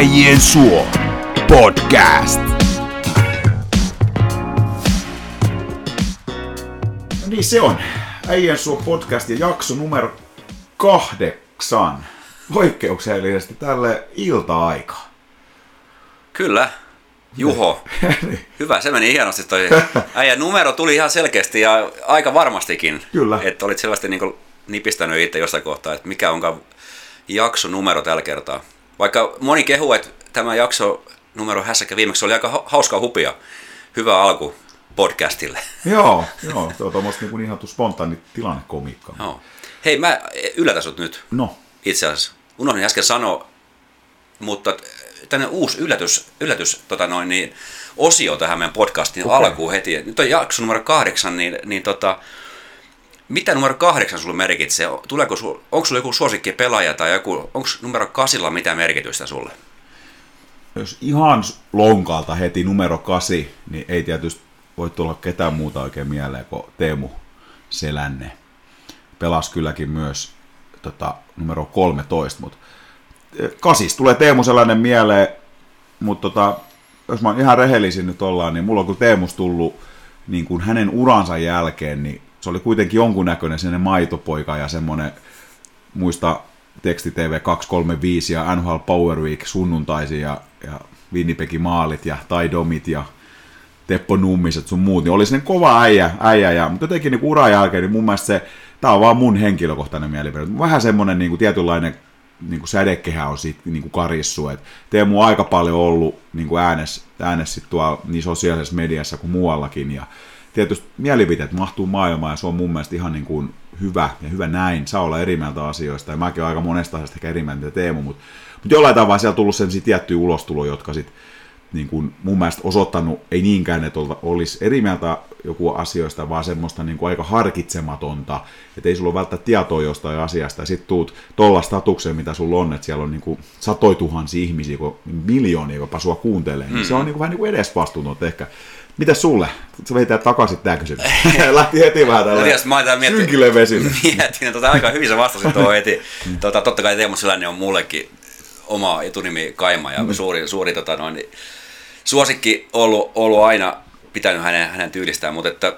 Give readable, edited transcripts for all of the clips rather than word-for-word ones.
Äijien suo podcast. No niin se on. Äijien suo podcast ja jakso numero 8. Poikkeuksellisesti tälle ilta-aikaan. Kyllä. Juho. Hyvä, se meni hienosti toi. Äijän numero tuli ihan selkeästi ja aika varmastikin. Kyllä. Että olit selvästi niin nipistänyt itse jossain kohtaa, että mikä onkaan jakso numero tällä kertaa. Vaikka moni kehu, että tämä jakso numero hässäkkä viimeksi oli aika hauska hupia. Hyvä alku podcastille. Joo, tuo on tuommoista niin ihan spontaani tilannekomiikkaa. Joo. Hei, mä yllätän sut nyt. No. Itse asiassa. Unohdin äsken sanoa, mutta tänne uusi osio tähän meidän podcastin alkuun heti. Nyt on jakso numero 8, mitä numero 8 sulle merkitsee? Onko sulla joku suosikki pelaaja tai onko numero 8 mitään merkitystä sulle? Jos ihan lonkalta heti numero 8, niin ei tietysti voi tulla ketään muuta oikein mieleen kuin Teemu Selänne. Pelasi kylläkin myös numero 13, mutta 8 tulee Teemu Selänne mieleen, mutta jos mä ihan rehellisin nyt ollaan, niin mulla on kyllä Teemus tullut niin kuin hänen uransa jälkeen, niin se oli kuitenkin jonkunnäköinen sellainen maitopoika ja semmoinen, muista Teksti TV 235 ja NHL Power Week sunnuntaisi ja Winnipegin maalit ja Taidomit ja Teppo Nummiset sun muut, niin oli sellainen kova äijä mutta jotenkin niin uran jälkeen, niin mun mielestä tää on vaan mun henkilökohtainen mielipide. Vähän semmoinen niin kuin tietynlainen niin kuin sädekehä on siitä niin kuin karissu, että Teemu on aika paljon ollut niin kuin äänessä tuolla niin sosiaalisessa mediassa kuin muuallakin, ja tietysti mielipiteet mahtuu maailmaan, ja se on mun mielestä ihan niin kuin hyvä näin, saa olla eri mieltä asioista, ja mäkin olen aika monesta asiasta ehkä eri mieltä Teemu, mutta jollain tavalla siellä on tullut sellaisia tiettyjä ulostuloja, jotka sitten niin kuin mun mielestä osoittanut, ei niinkään, että olisi eri mieltä joku asioista, vaan semmoista niin kuin aika harkitsematonta, että ei sulla ole välttämättä tietoa jostain asiasta, ja sitten tuut tuolla statukseen, mitä sulla on, että siellä on niin kuin satoituhansia ihmisiä, miljoonia, jopa sua kuuntelee, niin se on niin kuin vähän niin kuin edesvastuutonta ehkä. Mitäs sulle? Sä veität takaisin tää kysymys. Lähti heti vähän tällä synkille vesille. Mietin, aika hyvin sä vastasit tuohon heti. Totta kai Teemu Selänne on mullekin oma etunimi Kaima ja suuri suosikki ollut aina, pitänyt hänen tyylistään, mutta että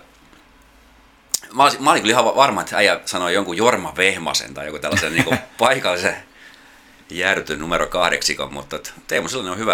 mä olin kyllä ihan varma, että äijä sanoi jonkun Jorma Vehmasen tai joku tällaisen niin kuin paikallisen jäädytyn numero 8, mutta Teemu Selänne on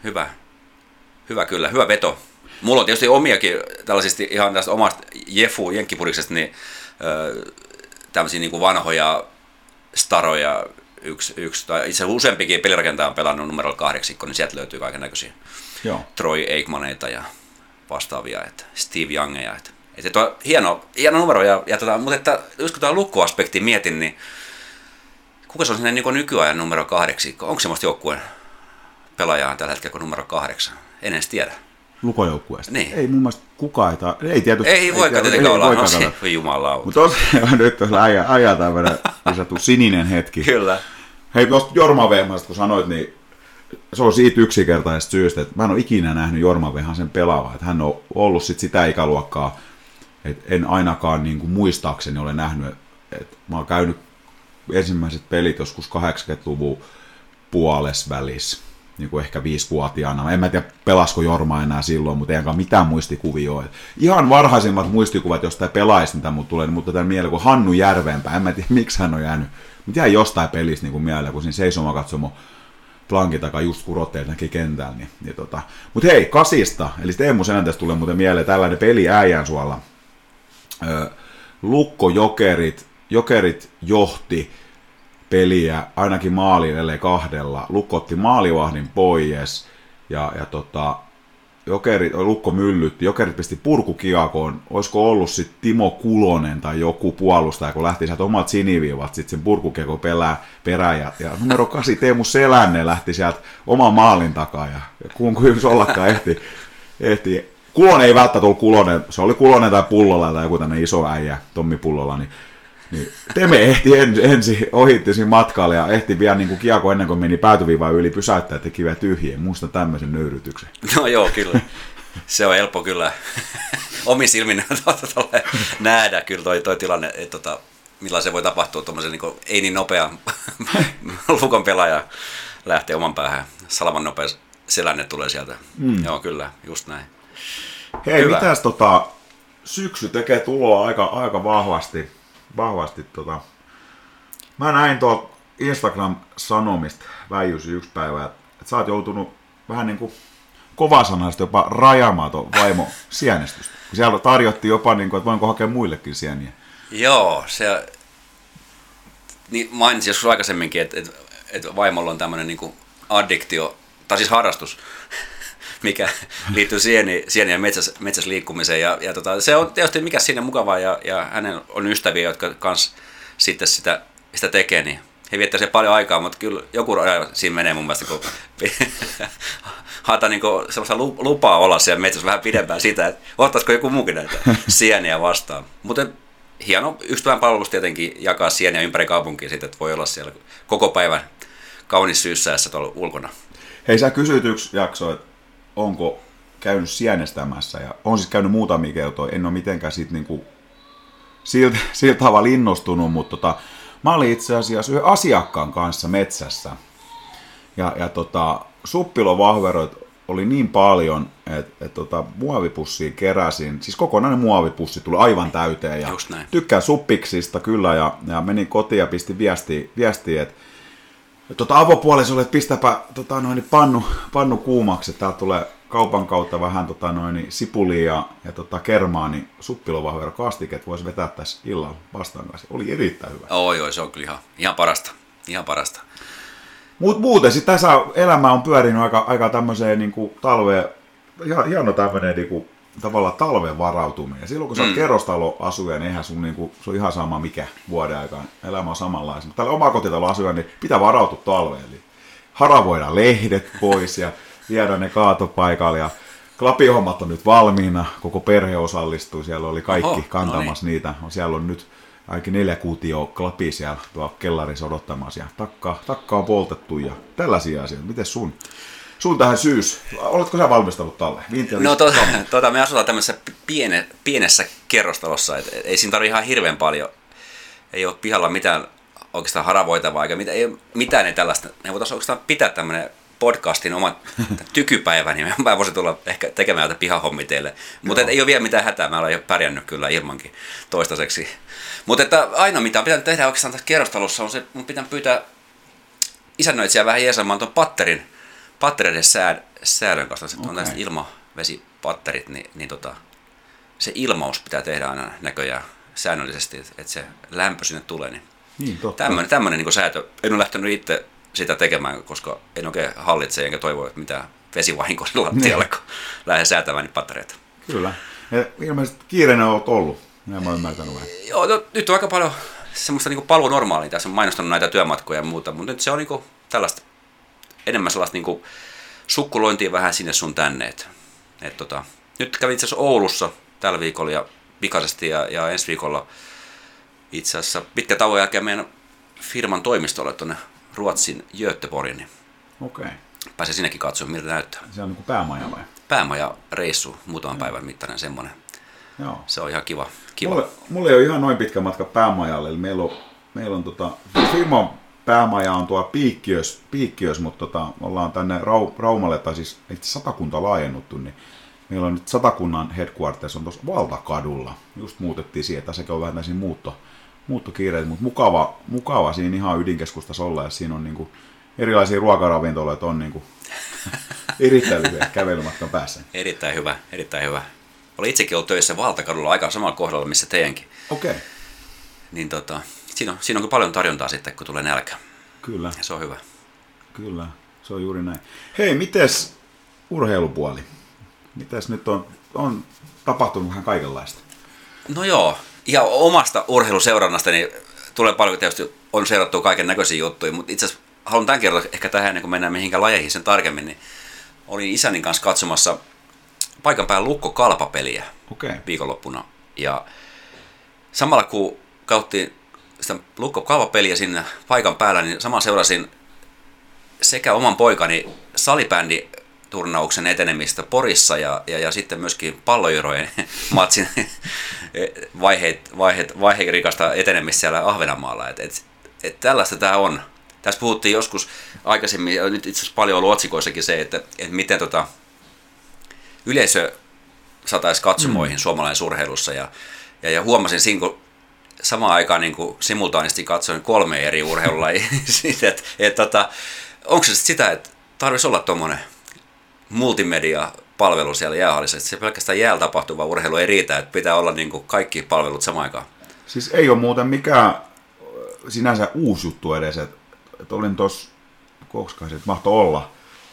hyvä kyllä, hyvä veto. Mulla on tietysti omiakin tällaisista ihan tästä omasta jenkkipuriksesta, niin tämmöisiä niin kuin vanhoja staroja, yksi tai itse asiassa useampikin pelirakentaja on pelannut numerolla 8, niin sieltä löytyy kaikennäköisiä Troy Aikmaneita ja vastaavia, että Steve Youngeja. Että on hieno numero, mutta että jos kun tämä lukkoaspekti mietin, niin kuka se on sinne niin nykyajan numero 8? Onko semmoista joukkueen pelaajaa tällä hetkellä kuin numero 8? En edes tiedä. Lukojoukkueesta? Niin. Ei mun mielestä kukaan, ei tietysti. Ei voikaan tietenkään olla, jumalauta. Mutta nyt jos ajaa tämmöinen sininen hetki. Kyllä. Hei, tuosta Jorma Vehmasta, kun sanoit, niin se on siitä yksinkertaisesta syystä, että mä en ole ikinä nähnyt Jorma Vehmasen pelaavaa. Että hän on ollut sitä ikäluokkaa, että en ainakaan niin kuin muistaakseni ole nähnyt, että mä oon käynyt ensimmäiset pelit joskus 80-luvun puolesvälissä. Niin kuin ehkä 5-vuotiaana. En mä tiedä, pelasko Jorma enää silloin, mutta ei ainakaan mitään muistikuvia ole. Ihan varhaisimmat muistikuvat jostain pelaisi, mitä mut tulee, mutta tämän mieleen kuin Hannu Järvenpää. En mä tiedä, miksi hän on jäänyt. Mutta jäi jostain pelistä niin mieleen, kun siinä seisomakatsomo plankin takaa just kun Rotteet näki kentällä. Mutta hei, 8, eli Teemu Selänteestä tulee muuten mieleen tällainen peli Äijänsuolla. Lukko Jokerit johti peliä ainakin maalin ellei 2. Lukko otti maalivahdin pois ja Lukko myllytti. Jokerit pisti purkukiakoon. Olisiko ollut sitten Timo Kulonen tai joku puolustaja, kun lähti sieltä omat siniviivat sitten sen purkukiekon perään. Ja numero 8 Teemu Selänne lähti sieltä oman maalin takaa. Ja kun ollakaan ehti. Kulonen ei välttämättä ollut Kulonen. Se oli Kulonen tai Pullola tai joku tämmöinen iso äijä, Tommi Pullola. Niin Teme ehti ensin ohitti siinä matkalla ja ehti vielä niin kuin kiekko ennen kuin meni päätyviivaan yli pysäyttää, että teki vielä tyhjiä. Muistan tämmöisen nöyrytyksen. No joo, kyllä. Se on helppo kyllä omin silmin nähdä kyllä toi tilanne, että millainen se voi tapahtua tuommoisen niin ei niin nopean Lukon pelaajan lähtee oman päähän. Salaman nopea selänne tulee sieltä. Joo, kyllä, just näin. Hei, hyvä. Mitäs syksy tekee tuloa aika vahvasti. Mä näin tuo Instagram-sanomista väijysi yksi päivä, että sä oot joutunut vähän niin kuin kovasanaisesti jopa rajaamaan tuon vaimo sienestystä. Siellä tarjottiin jopa, niin kuin, että voinko hakea muillekin sieniä. Joo, se niin mainitsin joskus aikaisemminkin, että vaimolla on tämmöinen niin kuin addiktio, tai siis harrastus, mikä liittyy sienien metsässä liikkumiseen. Ja se on tietysti mikä siinä mukavaa, ja hänen on ystäviä, jotka kans sitten sitä tekee, niin he viettää siihen paljon aikaa, mutta kyllä joku raja siinä menee mun mielestä, kun haetaan niin sellaista lupaa olla siellä metsässä vähän pidempään sitä, että ottaisiko joku muukin näitä sieniä vastaan. Mutta hieno ystävän palvelus tietenkin jakaa sieniä ympäri kaupunkia siitä, että voi olla siellä koko päivän kaunis syyssäässä tuolla ulkona. Hei, sä kysyit yksi jakso, että onko käynyt sienestämässä, ja on siis käynyt muutamia kertoja, en ole mitenkään niinku siltä tavalla innostunut, mutta mä olin itse asiassa yhden asiakkaan kanssa metsässä, ja suppilovahveroita oli niin paljon, että muovipussia keräsin, siis kokonainen muovipussi tuli aivan täyteen, ja tykkään suppiksista kyllä, ja menin kotiin ja pistin viestiä, että avopuolisolle, että pistäpä pannu kuumaksi, että täältä tulee kaupan kautta vähän sipulia ja kermaa, niin suppilovahvero kastike, että voisi vetää tässä illalla vastaan kanssa. Oli erittäin hyvä. Joo, se on kyllä ihan parasta. Muuten sitten tässä elämä on pyörinyt aika tämmöiseen niinku talveen, hieno tämmöinen niinku, tavallaan talven varautuminen. Ja silloin kun sä oot kerrostaloasuja, niin eihän se on ihan sama mikä vuoden aikaan. Elämä on samanlaista. Mutta tällä omakotitaloasuja, niin pitää varautua talveen. Eli haravoida lehdet pois ja viedä ne kaatopaikalle. Ja klapihommat on nyt valmiina, koko perhe osallistui. Siellä oli kaikki kantamassa niitä. Siellä on nyt ainakin 4 kuutioa klapia siellä tuolla kellarissa odottamassa. Ja takka on poltettu ja tällaisia asioita. Miten sun tähän syys? Oletko sä valmistellut talleen? No me asutaan tämmöisessä pienessä kerrostalossa, et ei siinä tarvitse ihan hirveän paljon. Ei ole pihalla mitään oikeastaan haravoitavaa, eikä mitään ei tällaista. Me voitaisiin oikeastaan pitää tämmöinen podcastin oma tykypäivä, niin mä voisin tulla ehkä tekemään jotain pihahommia teille. Mutta ei ole vielä mitään hätää, mä olen jo pärjännyt kyllä ilmankin toistaiseksi. Mutta ainoa mitä on pitänyt tehdä oikeastaan tässä kerrostalossa on se, mun pitää pyytää isännöitsijä vähän jeesaamaan tuon pattereiden säädön kanssa, että on tästä ilmavesipatterit, niin se ilmaus pitää tehdä aina näköjään säännöllisesti, että se lämpö sinne tulee. Niin tämmöinen niin säätö. En ole lähtenyt itse sitä tekemään, koska en oikein hallitse enkä toivo, että mitään vesivahinkoa lattialle, kun lähden säätämään niitä pattereita. Kyllä. Ja ilmeisesti kiireinen olet ollut. Näin mä oon ymmärtänyt vähän. Joo, nyt on aika paljon semmoista niin paluu normaalia. Tässä on mainostanut näitä työmatkoja ja muuta, mutta nyt se on niin tällaista enemmän sellaista niin sukkulointia vähän sinne sun tänne. Nyt kävin itse asiassa Oulussa tällä viikolla ja pikaisesti ja ensi viikolla itse asiassa pitkä tauon jälkeen meidän firman toimistolle tuonne Ruotsin Göteborgiin. Niin pääsen sinnekin katsomaan, miltä näyttää. Se on niin kuin päämaja vai? Päämaja reissu, muutaman päivän mittainen semmoinen. Joo. Se on ihan kiva. Mulla ei ole ihan noin pitkä matka päämajalle. Eli meillä on firman päämaja on tuo Piikkiös, mutta ollaan tänne Raumalle, tai siis itse Satakunta laajennuttu, niin meillä on nyt Satakunnan headquarters on tuossa Valtakadulla. Just muutettiin sieltä, sekä on vähän tämmöisiä muuttokiireitä, mutta mukava siinä ihan ydinkeskustassa olla, ja siinä on niinku erilaisia ruokaravintoloita, on niinku erittäin lyhyen kävelymatkan päässä. Erittäin hyvä. Olen itsekin ollut töissä Valtakadulla aika samalla kohdalla, missä teidänkin. Okei. Niin siinä on paljon tarjontaa sitten, kun tulee nälkä. Kyllä. Ja se on hyvä. Kyllä, se on juuri näin. Hei, mites urheilupuoli? Mites nyt on tapahtunut vähän kaikenlaista? No joo, ihan omasta urheiluseurannasta niin tulee paljon, tietysti on seurattu kaiken näköisiä juttuja, mutta itse asiassa haluan tämän kertoa ehkä tähän, ennen kuin mennään mihinkään lajeihin sen tarkemmin, niin olin isäni kanssa katsomassa paikan päällä Lukko-Kalpa-peliä viikonloppuna. Ja samalla kun kauttiin sitä Lukko-Kalpa-peliä sinne paikan päällä, niin samalla seurasin sekä oman poikani salibänditurnauksen etenemistä Porissa ja sitten myöskin pallojyrojen matsin vaiheiden rikasta etenemistä siellä Ahvenanmaalla. Et tällaista tämä on. Tässä puhuttiin joskus aikaisemmin, ja nyt itse asiassa paljon ollut otsikoissakin se, että miten yleisö sataisi katsomoihin suomalaisessa urheilussa. Ja huomasin siinä, kun samaan aikaan niin kuin simultaanisti katsoin 3 eri urheilulajia, että onko se sitä, että tarvitsisi olla tuommoinen multimedia-palvelu siellä jäähallissa, että se pelkästään jäällä tapahtuva urheilu ei riitä, että pitää olla niin kuin kaikki palvelut samaan aikaan. Siis ei ole muuten mikään sinänsä uusi juttu edes, että olin tuossa, koska se mahtoi olla,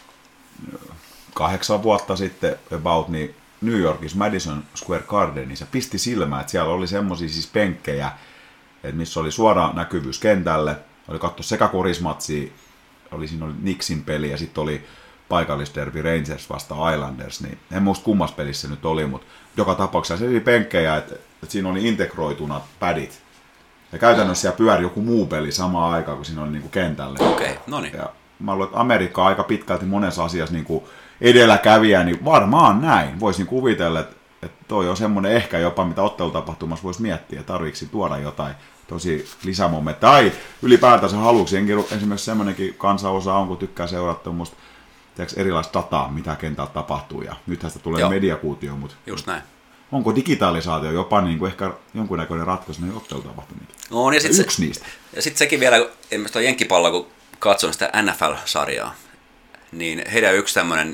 8 vuotta sitten about, niin New Yorkissa Madison Square Gardenissa pisti silmään, että siellä oli semmoisia siis penkkejä, että missä oli suora näkyvyys kentälle, oli katso sekä korismatsia, siinä oli Knicksin peli ja sitten oli paikallisderby Rangers vasta Islanders, niin en muista kummassa pelissä se nyt oli, mutta joka tapauksessa se oli penkkejä, että siinä oli integroituna padit. Ja käytännössä siellä pyöri joku muu peli samaan aikaan, kun siinä oli niin kuin kentälle. Okei, no niin. Ja mä luulen, että Amerikka on aika pitkälti monessa asiassa niin kuin edelläkävijä, niin varmaan näin. Voisin kuvitella, että toi on semmoinen ehkä jopa, mitä ottelutapahtumassa voisi miettiä, tarvitsi tuoda jotain tosi lisämomenttia. Tai ylipäätänsä haluksi, esimerkiksi semmoinenkin kansanosa on, kun tykkää seurata musta erilaista dataa, mitä kentällä tapahtuu. Ja nythän sitä tulee mediakuutio, mutta just näin. Onko digitalisaatio jopa niin kuin ehkä jonkunnäköinen ratkaisu näihin ottelutapahtumiin? No, ja yksi niistä. Ja sitten sekin vielä, esimerkiksi tuo jenkkipallo, kun katson sitä NFL-sarjaa, niin heidän yksi tämmöinen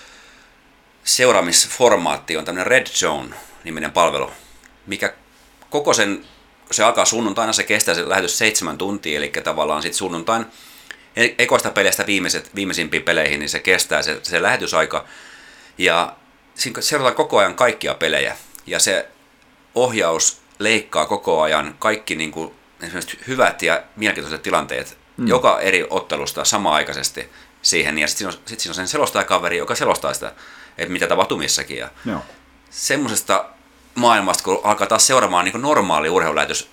seuraamisformaatti on tämmöinen Red Zone-niminen palvelu, mikä koko se alkaa sunnuntaina, se kestää se lähetys 7 tuntia, eli tavallaan sitten sunnuntain ekoista peleistä viimeisimpiin peleihin, niin se kestää se lähetysaika, ja siinä seurataan koko ajan kaikkia pelejä, ja se ohjaus leikkaa koko ajan kaikki niin kuin, esimerkiksi hyvät ja mielenkiintoiset tilanteet joka eri ottelusta samaaikaisesti siihen, ja sitten siinä on sen selostajakaveri, joka selostaa sitä, että mitä tapahtuu missäkin. Ja semmoisesta maailmasta, kun alkaa taas seuraamaan niin kuin normaali urheilulähetys,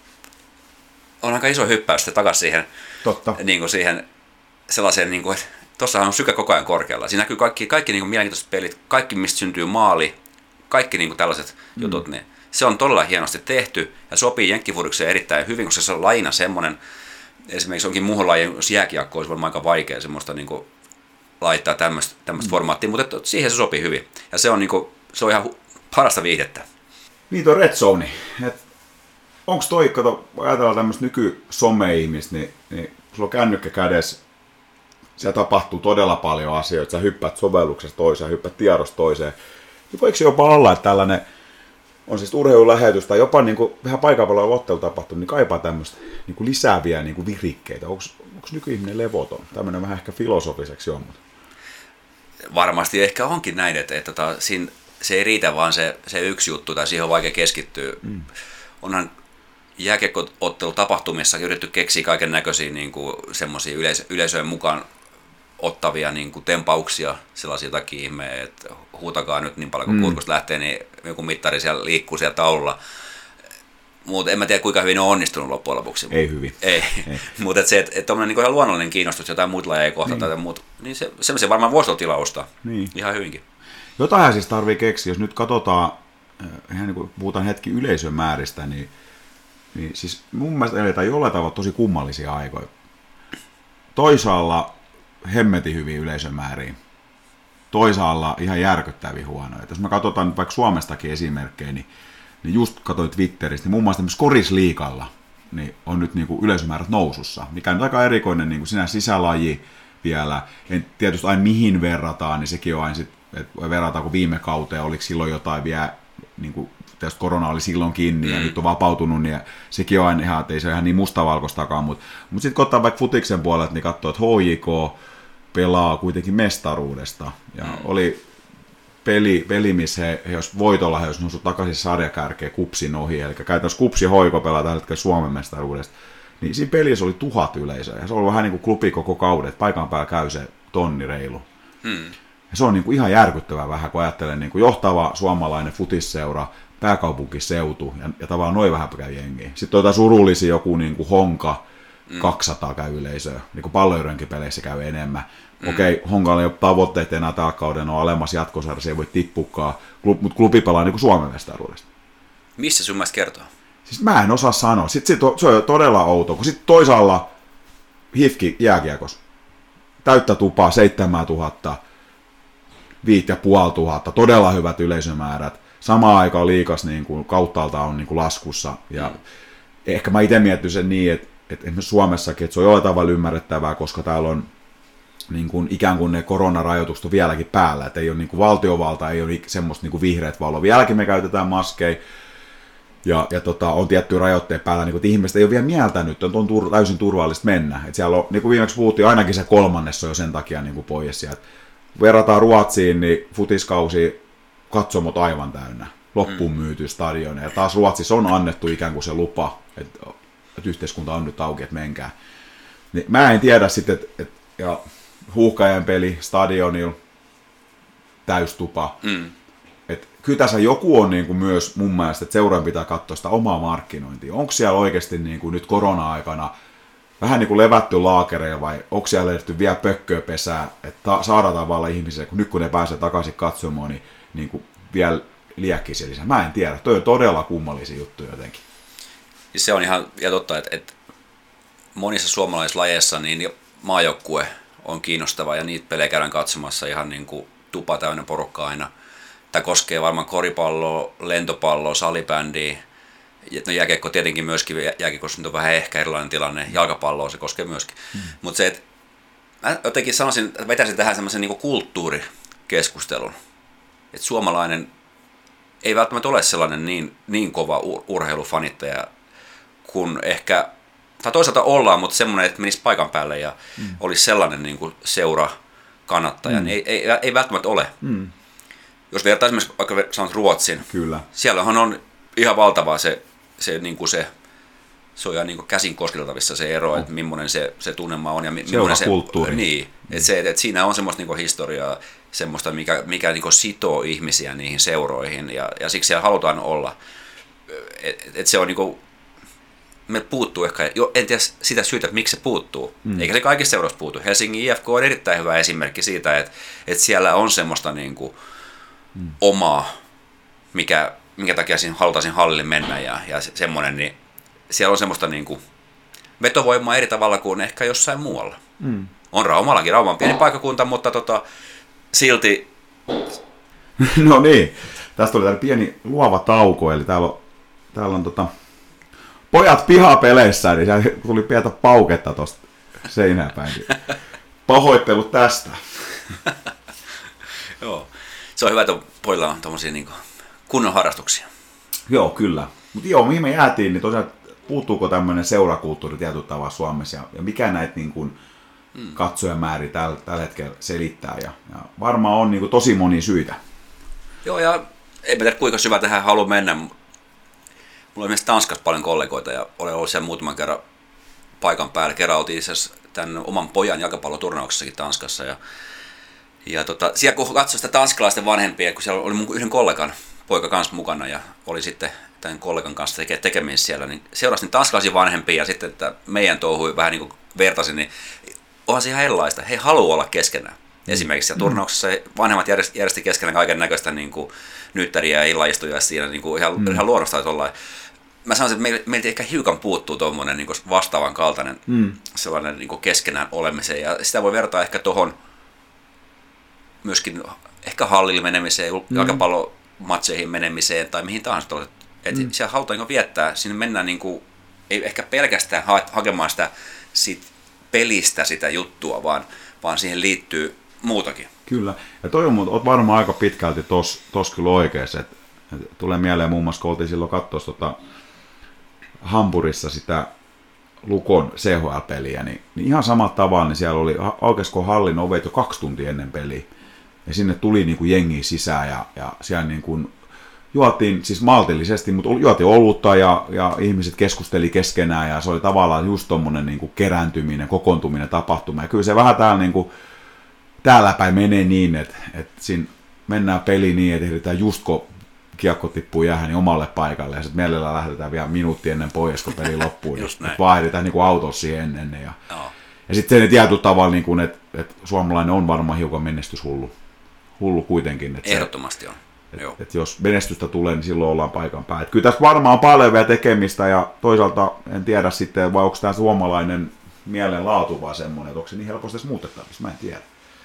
on aika iso hyppäys takaisin siihen, niin kuin siihen sellaiseen, niin kuin, että tuossahan on syke koko ajan korkealla. Siinä näkyy kaikki niin kuin mielenkiintoiset pelit, kaikki mistä syntyy maali, kaikki niin kuin tällaiset jutut, niin se on todella hienosti tehty ja sopii jenkkifudikseen erittäin hyvin, koska se on lajina semmoinen, esimerkiksi onkin muuhun lajiin, jos jääkiekko olisi varmaan aika vaikea semmoista niin kuin laittaa tämmöistä formaattia, mutta siihen se sopii hyvin. Ja se on, niin kuin, se on ihan parasta viihdettä. Niin tuo Red Zone, onko toi, kato, ajatellaan tämmöistä nyky-some-ihmistä, niin sulla on kännykkä kädessä, siellä tapahtuu todella paljon asioita, sä hyppäät sovelluksesta toiseen, hyppäät tiedosta toiseen. Niin voiko se jopa olla, että tällainen on siis urheilulähetys tai jopa niin kuin vähän paikan päällä ottelu tapahtunut, niin kaipaa tämmöistä niin kuin lisääviä niin kuin virikkeitä. Onko nykyihminen levoton? Tämmöinen vähän ehkä filosofiseksi on. Varmasti ehkä onkin näin, että siinä se ei riitä vaan se yksi juttu tai siihen on vaikea keskittyä. Onhan jääkiekko-ottelutapahtumissa yritetty keksiä kaiken näköisiä niin semmoisia yleisöjen mukaan ottavia niin kuin tempauksia, sellaisia takia ihmeä, että huutakaa nyt niin paljon kun kurkusta lähtee, niin joku mittari siellä liikkuu siellä taululla. Mutta en mä tiedä kuinka hyvin ne on onnistunut loppujen lopuksi. Ei hyvin. Ei. Mutta se, että tommoinen niin ihan luonnollinen kiinnostus jotain muut lajeja kohtaan tai muut, niin se varmaan voisi olla tilausta. Ihan hyvinkin. Jotain siis tarvii keksiä, jos nyt katsotaan, ihan niin kuin puhutaan hetki yleisön määristä, niin siis mun mielestä eletään jollain tavalla tosi kummallisia aikoja. Toisaalla hemmetin hyviä yleisömääriä, toisaalla ihan järkyttäviä huonoja. Jos me katsotaan nyt vaikka Suomestakin esimerkkejä, niin just katsoin Twitteristä, niin muun muassa tämmöisessä korisliigalla niin on nyt niin kuin yleisömäärät nousussa, mikä on aika erikoinen niin kuin sinä sisälaji vielä. En tietysti aina mihin verrataan, niin sekin on aina sitten, että verrataanko viime kauteen, oliko silloin jotain vielä, niin kuin tietysti korona oli silloin kiinni ja nyt on vapautunut, niin sekin on aina ihan, että ei se ole ihan niin mustavalkoistakaan, mutta sitten kun ottaa vaikka futiksen puolelta, niin katsoo, että HJK pelaa kuitenkin mestaruudesta ja oli peli, missä he jos voitolla he olisi noussut takaisin sarjakärkeen Kupsin ohi, eli käytännössä Kupsi HJK pelaa tällä hetkellä Suomen mestaruudesta, niin siinä pelissä oli 1000 yleisöä ja se oli vähän niin kuin klubi koko kauden, että paikan päällä käy se tonni reilu. Ja se on niin kuin ihan järkyttävää vähän, kun ajattelen niin kuin johtava suomalainen futisseura, pääkaupunkiseutu ja tavallaan noin vähän käy jengiä. Sitten on jotain surullisia, joku niin kuin Honka, 200 käy yleisöä, niin kuin palloidenkin peleissä käy enemmän. Okei, Honkalla ei ole tavoitteet enää tällä kauden, on alemmas jatkosarjassa, ei voi tippukaan, mutta klubi pelaa niin kuin Suomen mestaruudesta. Missä sun mielestä kertoo? Siis mä en osaa sanoa. Sitten se on todella outo, kun sitten toisaalla HIFK jääkiekos. Täyttä tupaa 7000, 5500, todella hyvät yleisömäärät. Samaan aikaan liikas niin kuin kauttaalta on niin kuin laskussa. Ja ehkä mä itse mietin sen niin, että esimerkiksi Suomessakin, että se on jollain tavalla ymmärrettävää, koska täällä on niin kuin ikään kuin ne koronarajoitukset on vieläkin päällä. Että ei ole niin kuin valtiovalta, ei ole semmoista niin kuin vihreät valoa. Vieläkin me käytetään maskeja. Ja on tiettyjä rajoitteita päällä, niin että ihmiset ei ole vielä mieltänyt, että on täysin turvallista mennä. Että siellä on, niin kuin viimeksi puhuttiin, ainakin se kolmannes on jo sen takia niin kuin pois sieltä. Verrataan Ruotsiin, niin futiskausi katsomot aivan täynnä, loppuun myyty stadion. Ja taas Ruotsissa on annettu ikään kuin se lupa, että yhteiskunta on nyt auki, että menkää. Niin mä en tiedä sitten, ja Huuhkajien peli stadionilla, täystupa. Kyllä tässä joku on niin kuin myös mun mielestä, että seuran pitää katsoa sitä omaa markkinointia. Onko siellä oikeasti niin kuin nyt korona-aikana vähän niin kuin levätty laakereilla vai onko siellä löydetty vielä pökköä pesää, että saadaan tavallaan ihmisiä, kun nyt kun ne pääsee takaisin katsomaan, niin kuin vielä liäkkisiä lisää. Mä en tiedä, toi on todella kummallisia juttuja jotenkin. Se on ihan ja totta, että monissa suomalaislajeissa niin maajoukkue on kiinnostava ja niitä pelejä käydään katsomassa ihan niin kuin tupa täynnä porukka aina. Tämä koskee varmaan koripalloa, lentopalloa, salibändiä. No jääkiekko tietenkin myöskin, jääkiekossa nyt on vähän ehkä erilainen tilanne, jalkapalloa se koskee myöskin. Mutta se, että mä jotenkin sanoisin, että vetäisin tähän semmoisen niin kuin kulttuurikeskustelun. Että suomalainen ei välttämättä ole sellainen niin kova urheilufanittaja kuin ehkä, tai toisaalta ollaan, mutta semmoinen, että menisi paikan päälle ja olisi sellainen niin kuin seurakannattaja, niin ei välttämättä ole. Jos vertaa esimerkiksi vaikka sanot Ruotsin, kyllä. Siellähän on ihan valtavaa se on ihan niin kuin käsin kosketeltavissa se ero, että millainen se tunnelma on ja millainen se kulttuuri. Niin, että siinä on semmoista niin kuin historiaa, semmoista mikä niin kuin sitoo ihmisiä niihin seuroihin ja siksi siellä halutaan olla. Että se on niin kuin, meiltä puuttuu ehkä, en tiedä sitä syytä, että miksi se puuttuu. Eikä se kaikissa seuroissa puutu. Helsingin IFK on erittäin hyvä esimerkki siitä, että siellä on semmoista niin kuin omaa, minkä takia siinä halutaan hallille mennä ja semmoinen, niin siellä on semmoista niin kuin vetovoimaa eri tavalla kuin ehkä jossain muualla. On Raumallakin, Rauma on pieni paikkakunta, mutta silti... No niin, tästä tuli täällä pieni luova tauko, eli täällä on pojat pihapeleissä, niin siellä tuli pientä pauketta tuosta seinäpäin. Pahoittelut tästä. Joo. Se on hyvä, että pojilla on tommosia niin kunnon harrastuksia. Joo, kyllä. Mutta mihin me jäätiin, niin tosiaan puuttuuko tämmöinen seurakulttuuri tietyllä tavalla Suomessa ja mikä näitä niin kuin katsojamääriä tällä hetkellä selittää ja varmaan on niin kuin tosi moni syitä. Joo, ja en tiedä kuinka syvä tähän haluan mennä. Mulla on myös Tanskassa paljon kollegoita ja olen ollut siellä muutaman kerran paikan päällä. Kerran oltiin itse tämän oman pojan jalkapalloturnauksessakin Tanskassa ja siellä kun katsoin sitä tanskalaisten vanhempia, kun siellä oli mun yhden kollegan poika kanssa mukana ja oli sitten tämän kollegan kanssa tekemisissä siellä, niin seurasin tanskalaisia vanhempia ja sitten että meidän touhui vähän niin kuin vertasin, niin onhan se ihan erilaista. He haluaa olla keskenään. Esimerkiksi siellä turnauksessa vanhemmat järjesti keskenään kaiken näköistä niin kuin nyttäriä ja illaistuja siinä niin kuin ihan luonnosta olla. Mä sanoisin, että meiltä ehkä hiukan puuttuu tuommoinen niin kuin vastaavan kaltainen sellainen niin kuin keskenään olemiseen ja sitä voi vertaa ehkä tuohon myöskin ehkä hallille menemiseen, jalkapallomatseihin menemiseen tai mihin tahansa. Että siellä halutaan viettää, sinne mennään niin kuin, ei ehkä pelkästään hakemaan sitä pelistä sitä juttua, vaan siihen liittyy muutakin. Kyllä, ja toi on, oot varmaan aika pitkälti tos kyllä oikeassa. Tulee mieleen muun muassa, kun oltiin silloin katsoa Hampurissa sitä Lukon CHL-peliä, niin ihan samalla tavalla, niin siellä oli oikeastaan hallin ovet jo 2 tuntia ennen peliä. Ja sinne tuli niin kuin jengi sisään ja siellä niin kuin juotiin siis maltillisesti, mutta juotiin olutta ja ihmiset keskusteli keskenään ja se oli tavallaan just tommonen niin kuin kerääntyminen, kokoontuminen, tapahtuma. Ja kyllä se vähän täällä päin menee niin, että siinä mennään peliin niin, että ehditään just kun kiekko tippuu jäähän niin omalle paikalle ja sitten mielellään lähdetään vielä minuutti ennen pois, kun peli loppuu. Vaihdetaan niin kuin autossa siihen ennen. Ja sitten se tietyllä tavalla, niin kuin, että suomalainen on varmaan hiukan menestyshullu kuitenkin. Että ehdottomasti on. Että jos menestystä tulee, niin silloin ollaan paikan päällä. Kyllä tässä varmaan on paljon vielä tekemistä ja toisaalta en tiedä sitten, vai onko tämä suomalainen mielen laatu vaan semmoinen, että onko se niin helposti edes muutettavissa, mä en tiedä.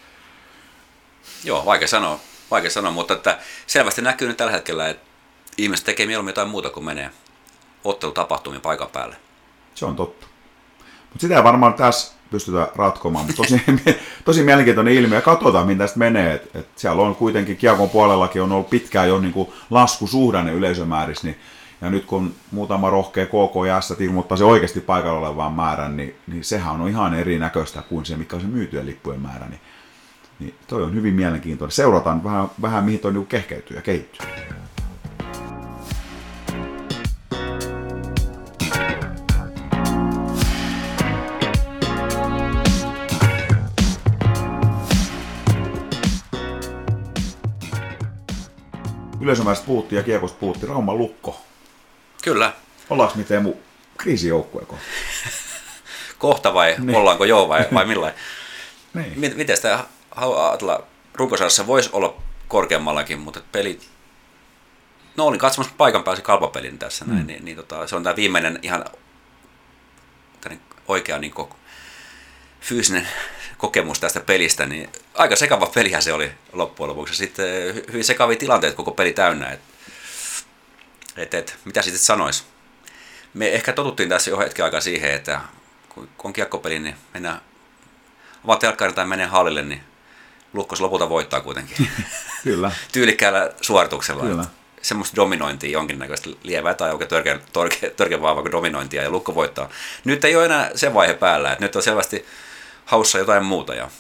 Joo, vaikea sanoa, mutta että selvästi näkyy nyt tällä hetkellä, että ihmiset tekee mieluummin jotain muuta kuin menee ottelutapahtumia paikan päälle. Se on totta. Mutta sitä ei varmaan tässä pystytä ratkomaan, mutta tosi mielenkiintoinen ilmiö, ja katsotaan, mitä tästä menee. Et siellä on kuitenkin kiekon puolellakin on ollut pitkään jo niinku laskusuhdanne yleisömäärissä, niin, ja nyt kun muutama rohkea KK ja S ilmoittaa se oikeasti paikalla olevaan määrän, niin sehän on ihan erinäköistä kuin se, mikä on se myytyjen lippujen määrä. Niin toi on hyvin mielenkiintoinen. Seurataan vähän mihin toi niinku kehkeytyy ja kehittyy. Yleisömäärästä puhuttiin ja kiekosta puhuttiin. Rauman Lukko. Kyllä. Ollaanko me Teemu kriisijoukkue kohta? Kohta vai niin. Ollaanko joo vai millainen? Niin. Miten sitä ajatella? Runkosarjassa voisi olla korkeammallakin, mutta pelit... No olin katsomassa paikan päällä se kalpapelin tässä. Näin, se on tämä viimeinen ihan oikea niin fyysinen kokemus tästä pelistä, niin aika sekava pelihän se oli loppujen lopuksi. Sitten hyvin sekavia tilanteet koko peli täynnä. Mitä sitten sanoisi? Me ehkä totuttiin tässä jo hetken aikaa siihen, että kun on kiekkopeli, niin mennään avaat telkkarin tai menee hallille, niin Lukkos lopulta voittaa kuitenkin. Kyllä. Tyylikkäällä suorituksella. Kyllä. Semmoista dominointia jonkinnäköistä lievää tai oikein törkeä vahvaa dominointia ja Lukko voittaa. Nyt ei ole enää se vaihe päällä, että nyt on selvästi haussa jotain muuta. Ja.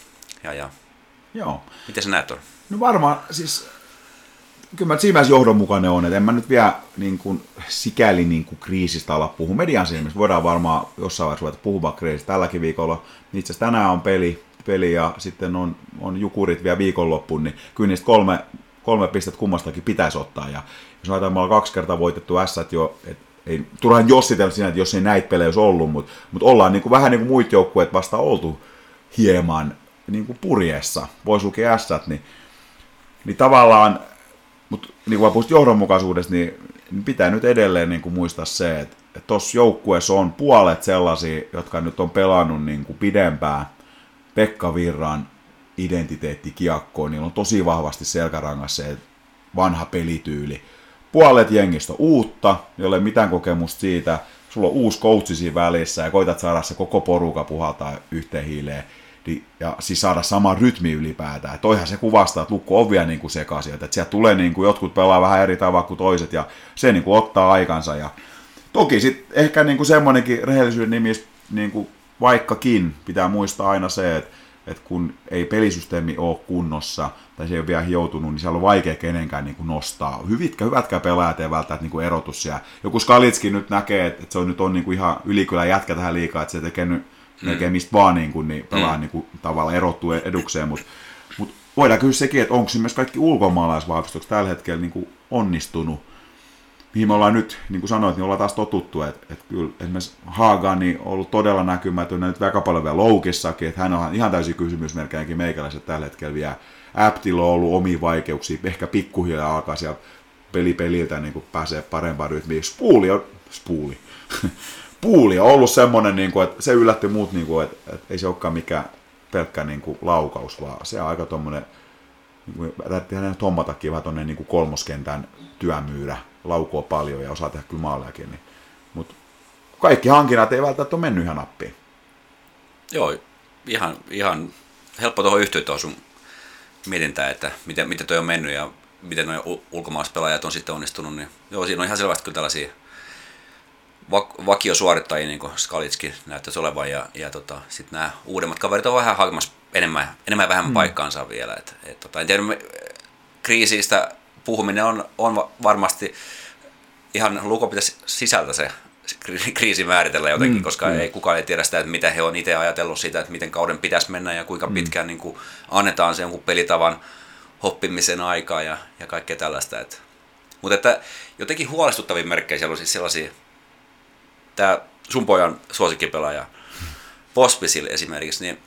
Joo. Miten sä näet on? No varmaan, siis kyllä mä siinä mielessä johdonmukainen on, että en mä nyt vielä niin kuin, sikäli niin kuin kriisistä ala puhua. Median silmissä voidaan varmaan jossain vaiheessa ruveta puhumaan kriisistä tälläkin viikolla. Itse asiassa tänään on peli ja sitten on jukurit vielä viikonloppuun, niin kyllä niistä kolme pistettä kummastakin pitäisi ottaa. Ja jos ajatellaan, me ollaan 2 kertaa voitettu Ässät jo, ei turhaan jossitella siinä, että jos ei näitä pelejä olisi ollut, mutta ollaan niin kuin, vähän niin kuin muita joukkueet vasta oltu hieman niin kuin purjeessa, voisi lukea Ässät, niin tavallaan, mutta niin kuin puhuit johdonmukaisuudesta, niin pitää nyt edelleen niin kuin muistaa se, että tuossa joukkueessa on puolet sellaisia, jotka nyt on pelannut niin kuin pidempään Pekka Virran identiteettikiekkoon, niillä on tosi vahvasti selkärangassa se vanha pelityyli. Puolet jengistä on uutta, jolle ei mitään kokemusta siitä, sulla on uusi coachi siinä välissä ja koitat saada se koko poruka puhaltaa yhteen hiileen ja siis saada sama rytmi ylipäätään. Toihan se kuvastaa, että Lukko on vielä niin kuin sekaisin, että sieltä tulee niin kuin jotkut pelaa vähän eri tavalla kuin toiset ja se niin kuin ottaa aikansa. Ja toki sitten ehkä niin kuin semmoinenkin rehellisyyden nimissä, niin kuin vaikkakin pitää muistaa aina se, että kun ei pelisysteemi ole kunnossa tai se ei ole vielä hioutunut, niin siellä on vaikea kenenkään niin kuin nostaa. Hyvätkään pelaajat ei välttämättä niin kuin erotus siellä. Joku Skalitski nyt näkee, että se on nyt on niin kuin ihan ylikylä jätkä tähän liikaa, että se tekee nyt mistä vaan niin pelaa niin kuin, tavallaan erottuu edukseen, mutta voidaan kysyä sekin, että onko myös kaikki ulkomaalaisvahvistukset tällä hetkellä niin kuin onnistunut. Mihin me ollaan nyt, niin kuin sanoit, niin ollaan taas totuttu, että kyllä esimerkiksi Haga niin on ollut todella näkymätön, nyt aika paljon vielä Loukissakin, että hän on ihan täysin kysymysmerkkejäkin meikäläiset tällä hetkellä vielä. Aptilla on ollut omia vaikeuksia, ehkä pikkuhiljaa alkaa siellä peliltä niin kuin pääsee parempaan rytmiin. Puuli on ollut semmoinen, niin kuin, että se yllätti muut, niin kuin, että ei se olekaan mikään pelkkä niin kuin laukaus, vaan se on aika tommoinen, niin täytyy hänen hommatakin vähän tuonne niin kolmoskentän työmyyrä, laukoo paljon ja osaa tehdä kyllä maalejakin. Niin. Mutta kaikki hankinnat ei välttämättä ole mennyt ihan nappiin. Joo, ihan helppo tuohon yhtyä tuohon sun mietintään, että miten toi on mennyt ja miten nuo ulkomaalaispelaajat on sitten onnistunut. Niin, joo, siinä on ihan selvästi kyllä tällaisia vakiosuorittajia, niin kuin Skalitski näyttäisi olevan, ja sitten nämä uudemmat kaverit on vähän hakemassa enemmän ja vähemmän paikkaansa vielä. En tiedä, kriisistä puhuminen on varmasti ihan Lukko pitäisi sisältä se kriisi määritellä jotenkin, koska kukaan ei tiedä sitä, että mitä he on itse ajatellut siitä, että miten kauden pitäisi mennä ja kuinka pitkään niin kuin annetaan se jonkun pelitavan hoppimisen aikaa ja kaikkea tällaista. Mutta että jotenkin huolestuttavia merkkejä siellä on siis sellaisia. Tämä sun pojan suosikkipelaaja Pospisil esimerkiksi, niin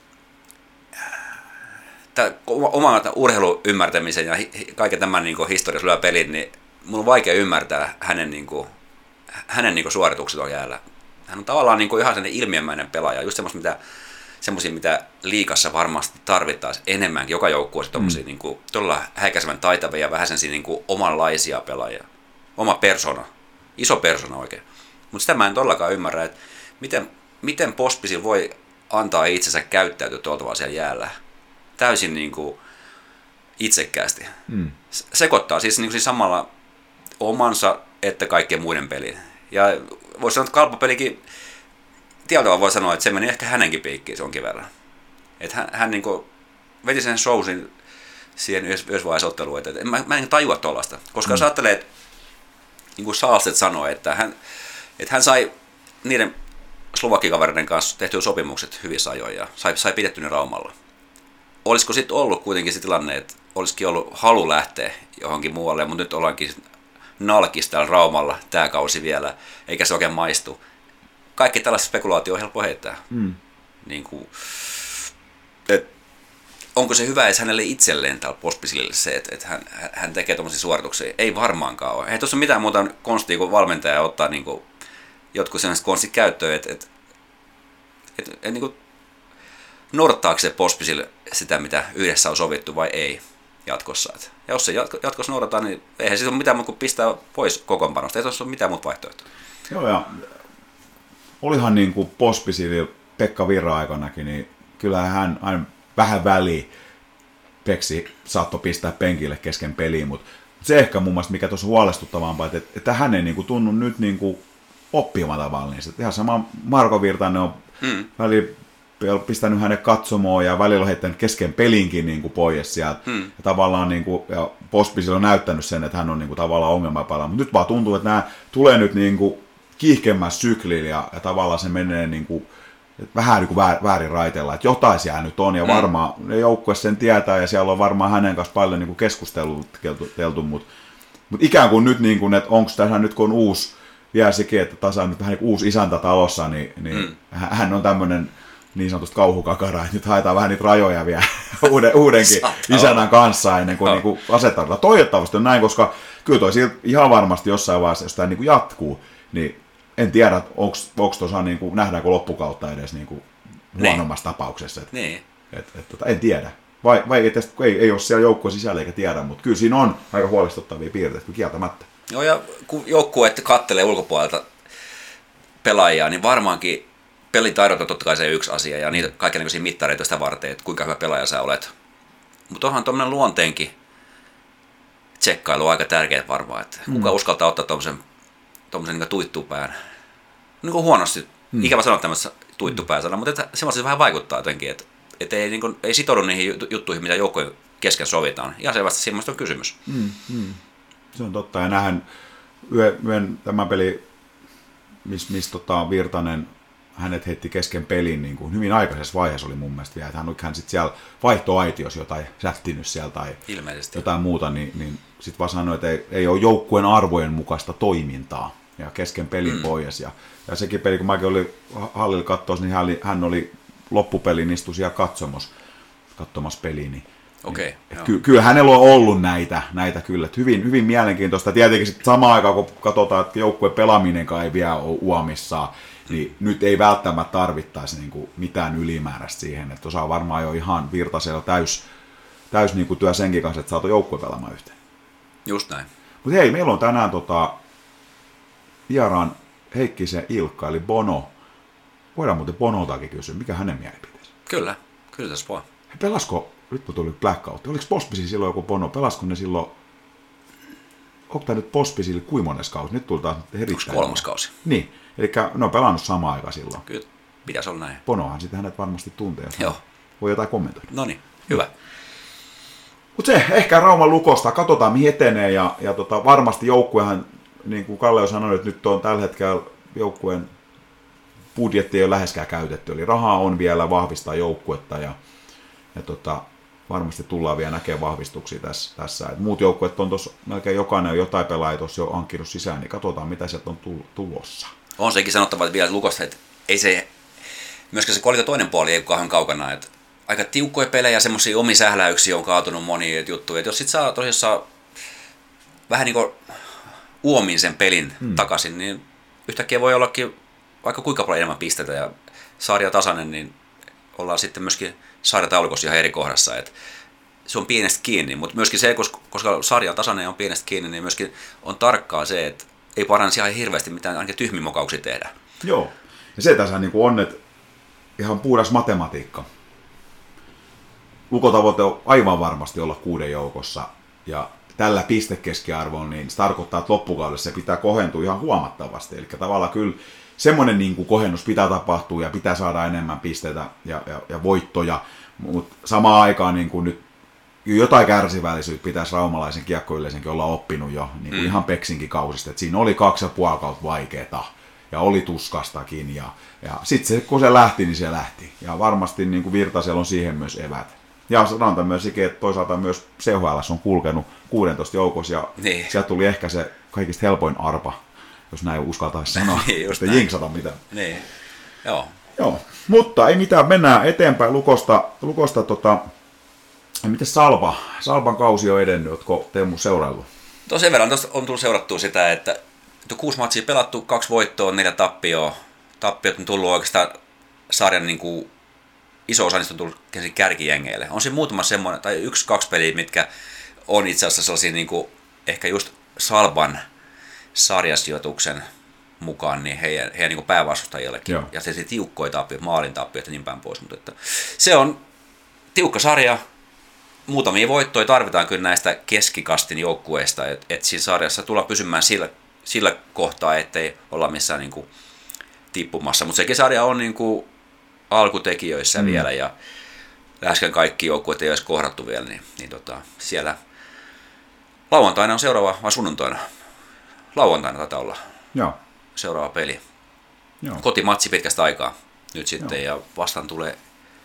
oman urheilun ymmärtämisen ja kaiken tämän niin historiassa lyö pelin, niin mun on vaikea ymmärtää hänen suoritukset on jäällä hän on tavallaan niin kuin ihan sellainen ilmiömäinen pelaaja, just semmoisia, mitä liigassa varmasti tarvittaisiin enemmänkin. Joka joukkueessa tommosia niin kuin todella häikäisevän taitavia ja vähän sellaisia niin kuin omanlaisia pelaajia. Oma persona, iso persona oikein. Mutta sitä mä en todellakaan ymmärrä, että miten Pospisil voi antaa itsensä käyttäytyä tuolta vaan siellä jäällä. Täysin niin kuin itsekkäästi. Sekoittaa siis samalla omansa että kaikkien muiden peliin. Ja voisi sanoa, että kalppapelikin tietyllä voi sanoa, että se meni ehkä hänenkin piikkiin jonkin verran. Että hän niin kuin veti sen showsin siihen yhdessä vaiheessa otteluun. Että mä en tajua tuollaista. Koska jos ajattelee, että niin kuin Saalstedt sanoi, että hän sai niiden slovakkikavereiden kanssa tehtyä sopimukset hyvissä ajoin ja sai pidetty ne Raumalla. Olisiko sitten ollut kuitenkin se tilanne, että olisikin ollut halu lähteä johonkin muualle, mutta nyt ollaankin nalkis täällä Raumalla tämä kausi vielä, eikä se oikein maistu. Kaikki tällaista spekulaatioa on helppo heittää. Niin kuin, onko se hyvä edes hänelle itselleen täällä Pospisilille se, että hän tekee tuommoisia suorituksia? Ei varmaankaan ole. Ei tuossa mitään muuta konstia kuin valmentaja ottaa niin kuin jotkut sellaiset konstit käyttöön, että niin kuin noudattaako se Pospisil sitä, mitä yhdessä on sovittu vai ei jatkossa. Ja jos se jatkossa noudataan, niin eihän siitä ole mitään muuta kuin pistää pois kokoonpanosta. Ei tuossa ole mitään muuta vaihtoehtoa. Joo, ja olihan niin kuin Pospisil Pekka Virra-aikanakin, niin kyllähän hän aina vähän väliin Peksi saattoi pistää penkille kesken peliin, mutta se ehkä mun mielestä, mikä tuossa huolestuttavampaa, että hän ei niin kuin tunnu nyt niin kuin oppimaan tavallaan. Ihan sama Marko Virtanen on välillä pistänyt hänet katsomoon ja välillä on heittänyt kesken pelinkin niin kuin pois sieltä. Ja tavallaan niin kuin, ja Pospisil on näyttänyt sen, että hän on niin kuin tavallaan ongelmapelaaja, mutta nyt vaan tuntuu, että nämä tulee nyt niin kuin kiihkemmässä syklillä ja tavallaan se menee niin kuin vähän niin kuin väärin raiteella, että jotain siellä nyt on, ja varmaan ne joukkue sen tietää, ja siellä on varmaan hänen kanssa paljon niin kuin keskusteltu, mutta ikään kuin nyt, niin kuin, että onko tässä nyt, kun on uusi, vielä sekin, että tasa on nyt vähän niin kuin uusi isäntä talossa, niin hän on tämmöinen niin sanotusti kauhukakara, että nyt haetaan vähän niitä rajoja vielä uudenkin isännän kanssa ennen kuin, niin kuin asettaudutaan. Toivottavasti on näin, koska kyllä toi ihan varmasti jossain vaiheessa, jos tämä niin kuin jatkuu, niin en tiedä, onko tuossa niin kuin, nähdäänkö loppukautta edes niin kuin huonommassa tapauksessa. En tiedä. Vai ei ole siellä joukkueen sisällä eikä tiedä, mutta kyllä siinä on aika huolestuttavia piirteitä, kyllä kieltämättä. Joo, ja kun joukkue kattelee ulkopuolelta pelaajia, niin varmaankin pelitaidot on totta kai se yksi asia, ja niitä kaikenlaisia mittareita sitä varten, että kuinka hyvä pelaaja sä olet. Mutta onhan tuommoinen luonteenkin tsekkailu aika tärkeää varmaan, että kuka uskaltaa ottaa tuommoisen niin tuittupään. Niin kuin huonosti, ikävä sanoa tämmöistä tuittupääsana, mutta semmoista se vähän vaikuttaa jotenkin, että ei, niin kuin, ei sitoudu niihin juttuihin, mitä joukkojen kesken sovitaan. Ihan selvästi semmoista on kysymys. Se on totta, ja nähdään yhden tämän peli, missä Virtanen hänet heitti kesken pelin niin kuin hyvin aikaisessa vaiheessa oli mun mielestä vielä, että hän sitten siellä vaihtoaitiossa jotain sähtinyt siellä tai ilmeisesti jotain muuta, niin sitten vaan sanoi, että ei ole joukkueen arvojen mukaista toimintaa ja kesken pelin pois. Ja sekin peli, kun mäkin olin hallilla katsoa, niin hän oli loppupelin istu siellä katsomassa peliä. Niin, okay, kyllä hänellä on ollut näitä kyllä. Hyvin mielenkiintoista. Tietenkin sitten samaan aikaan, kun katsotaan, että joukkueen pelaaminenkaan ei vielä ole uomissaan, niin nyt ei välttämättä tarvittaisi niinku mitään ylimääräistä siihen. Että osaa varmaan jo ihan Virtasella täys niinku työ senkin kanssa, että saatu joukkue pelaamaan yhteen. Just näin. Mutta hei, meillä on tänään vieraan Heikkisen Ilkka, eli Bono. Voidaan muuten Bonoltakin kysyä, mikä hänen mielipiteensä? Kyllä tässä voi. Pelasko, nyt tuli blackout, oliko Pospisil silloin joku Bono, pelasko ne silloin, onko tämä nyt Pospisil kuimones kausi? Nyt tuli taas erittäin. 3. kausi. Niin, eli ne on pelannut samaan aikaan silloin. Kyllä, pitäisi olla näin. Bonohan sitten hänet varmasti tuntee. Joo. Voi jotain kommentoida. No niin, hyvä. Mutta se ehkä Rauman Lukosta, katsotaan mihin etenee ja varmasti joukkuehan, niin kuin Kalle on sanonut, että nyt on tällä hetkellä joukkueen budjetti ei ole läheskään käytetty, eli rahaa on vielä vahvistaa joukkuetta ja varmasti tullaan vielä näkemään vahvistuksia tässä. Et muut joukkueet on tuossa, melkein jokainen on jotain pelaajia tuossa jo hankkinut sisään, niin katsotaan mitä sieltä on tulossa. On sekin sanottava että vielä Lukosta, että ei se, myöskään se kolikon toinen puoli ei ole kauhean kaukana, että aika tiukkoja pelejä, semmoisia omia sähläyksiä on kaatunut monia juttuja, että jos sit saa tosissaan vähän niin kuin uomin sen pelin takaisin, niin yhtäkkiä voi ollakin vaikka kuinka paljon enemmän pisteitä ja sarja tasainen, niin ollaan sitten myöskin sarjataulukossa ihan eri kohdassa. Et se on pienestä kiinni, mutta myöskin se, koska sarja on tasainen ja on pienestä kiinni, niin myöskin on tarkkaa se, että ei paransi ihan hirveästi mitään ainakin tyhmimokauksia tehdä. Joo, ja se tässä niin on, että ihan puhdas matematiikka. Lukotavoite on aivan varmasti olla 6 joukossa, ja tällä pistekeskiarvolla, niin se tarkoittaa, että loppukaudessa se pitää kohentua ihan huomattavasti. Eli tavallaan kyllä semmoinen niin kuin kohennus pitää tapahtua ja pitää saada enemmän pisteitä ja voittoja, mutta samaan aikaan niin kuin nyt jotain kärsivällisyyttä pitäisi raumalaisen kiekkoyleisenkin olla oppinut jo niin kuin ihan Peksinkin kausista. Et siinä oli 2,5 kautta vaikeeta ja oli tuskastakin ja sitten kun se lähti, niin se lähti. Ja varmasti niin kuin Virtasella on siihen myös evät. Ja sanotaan myös, että toisaalta myös CHL on kulkenut 16 joukossa ja niin. Sieltä tuli ehkä se kaikista helpoin arpa, jos näin uskaltaisi sanoa, että jinksata mitään. Niin. Joo. Joo, mutta ei mitään, mennään eteenpäin Lukosta miten Salpan kausi on edennyt, ootko Teemu seuraillut? Sen verran on tullut seurattua sitä, että 6 matsia pelattu, 2 voittoa, 4 tappioa. Tappiot on tullut oikeastaan sarjan niin kuin iso osa niistä on tullut kärkijengeille. On siinä muutama semmoinen, tai 1-2 peliä, mitkä on itse asiassa sellaisia niin kuin, ehkä just Salpan sarjasijoituksen mukaan niin heidän niin kuin päävastustajillekin. Joo. Ja se tiukkoja tappioita, maalin tappioita ja niin päin pois. Mutta että se on tiukka sarja. Muutamia voittoja tarvitaan kyllä näistä keskikastin joukkueista, että siinä sarjassa tullaan pysymään sillä kohtaa, ettei olla missään niin kuin tippumassa. Mutta sekin sarja on niin kuin alkutekijöissä vielä ja äsken kaikki joukkueet ei ole edes kohdattu vielä, niin siellä lauantaina on seuraava, vai sunnuntaina? Lauantaina taitaa olla seuraava peli. Joo. Kotimatsi pitkästä aikaa nyt sitten ja vastaan tulee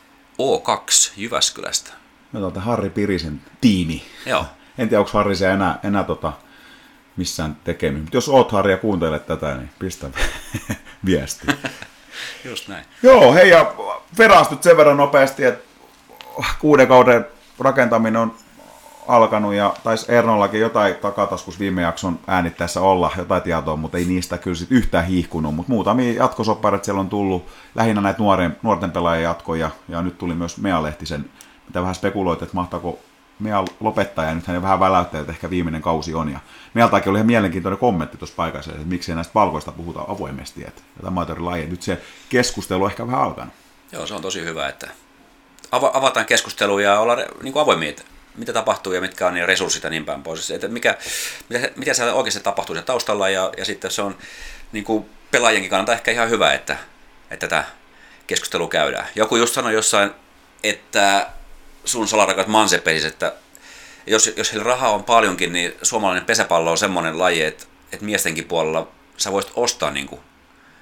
O2 Jyväskylästä. Me ollaan Harri Pirisen tiimi. Joo. En tiedä, onko Harri se enää missään tekemistä. Mutta jos oot Harri ja kuuntelet tätä, niin pistä viesti. Just näin. Joo, hei ja verastut sen verran nopeasti, että 6 kauden rakentaminen on alkanut ja taisi Ernollakin jotain takataskus viime jakson äänittäessä olla, jotain tietoa, mutta ei niistä kyllä sit yhtään hiihkunut, mutta muutamia jatkosoppareita siellä on tullut, lähinnä näitä nuorten pelaajien jatkoja ja nyt tuli myös Mea Lehtisen, mitä vähän spekuloit, että mahtaako Mea lopettaa ja nyt hän vähän väläyttää, että ehkä viimeinen kausi on. Ja Mealtakin oli ihan mielenkiintoinen kommentti tuossa paikassa, että miksei näistä palkoista puhuta avoimesti. Että amatöörilaji, nyt se keskustelu on ehkä vähän alkanut. Joo, se on tosi hyvä, että avataan keskustelua ja ollaan niin kuin avoimia, että mitä tapahtuu ja mitkä on niin resurssit ja niin päin pois. Että mitä siellä oikeasti tapahtuu sen taustalla ja sitten se on niin kuin pelaajienkin kannalta ehkä ihan hyvä, että tätä keskustelua käydään. Joku just sanoi jossain, että sun salarakat Mansepesis, että jos heillä rahaa on paljonkin, niin suomalainen pesäpallo on semmoinen laji, että miestenkin puolella sä voisit ostaa niin kuin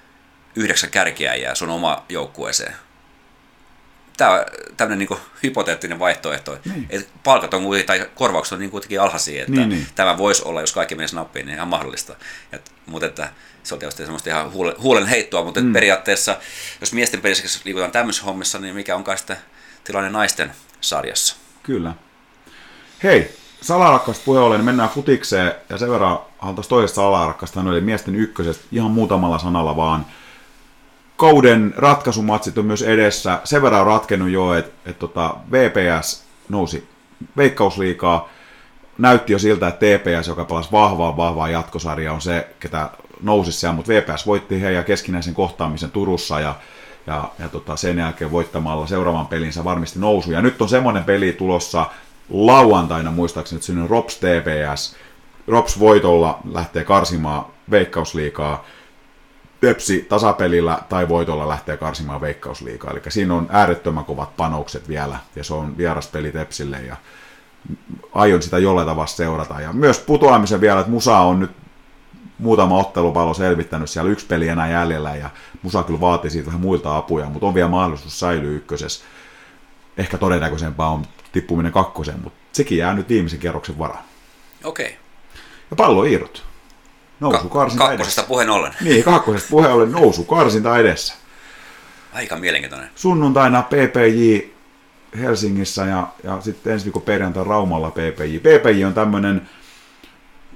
9 kärkiäjää sun oma joukkueeseen. Tämä on tämmöinen niin kuin hypoteettinen vaihtoehto, että palkat on tai korvaukset on niin kuitenkin alhaisia, että tämä voisi olla, jos kaikki menisi nappiin, niin ihan mahdollista. Mutta että se on tietysti semmoista ihan huulen heittoa, mutta periaatteessa, jos miesten pelissä liikutaan tämmöisessä hommissa, niin mikä onkaan sitten tilanne naisten sarjassa. Kyllä. Hei, salarakkasta puheen ollen, niin mennään futikseen, ja sen verran tuosta toisesta salarakkasta, eli miesten ykkösestä, ihan muutamalla sanalla vaan. Kauden ratkaisumatsit on myös edessä, sen verran on ratkennut jo, että VPS nousi Veikkausliigaa, näytti jo siltä, että TPS, joka pelasi vahvaa jatkosarjaa, on se, ketä nousi siellä, mutta VPS voitti heidän keskinäisen kohtaamisen Turussa, ja sen jälkeen voittamalla seuraavan pelinsä varmasti nousu. Ja nyt on semmoinen peli tulossa lauantaina, muistaakseni, että siinä on Rops TPS. Rops voitolla lähtee karsimaan Veikkausliigaa. Tepsi tasapelillä tai voitolla lähtee karsimaan Veikkausliigaa. Eli siinä on äärettömän kovat panokset vielä, ja se on vieraspeli Tepsille, ja aion sitä jollain tavalla seurata. Ja myös putoamisen vielä, että Musa on nyt muutama ottelupallo selvittänyt, siellä 1 peli enää jäljellä, ja Musa kyllä vaatii siitä vähän muilta apuja, mutta on vielä mahdollisuus säilyä ykkösessä. Ehkä todennäköisempää on tippuminen 2, mutta sekin jää nyt viimeisen kierroksen varaan. Okei. Ja pallo Iirot. Nousukarsinta edessä. Puheen ollen. Niin, 2. puheen ollen nousukarsinta edessä. Aika mielenkiintoinen. Sunnuntaina PPJ Helsingissä ja sitten ensi viikon perjantai Raumalla PPJ. PPJ on tämmöinen 6-7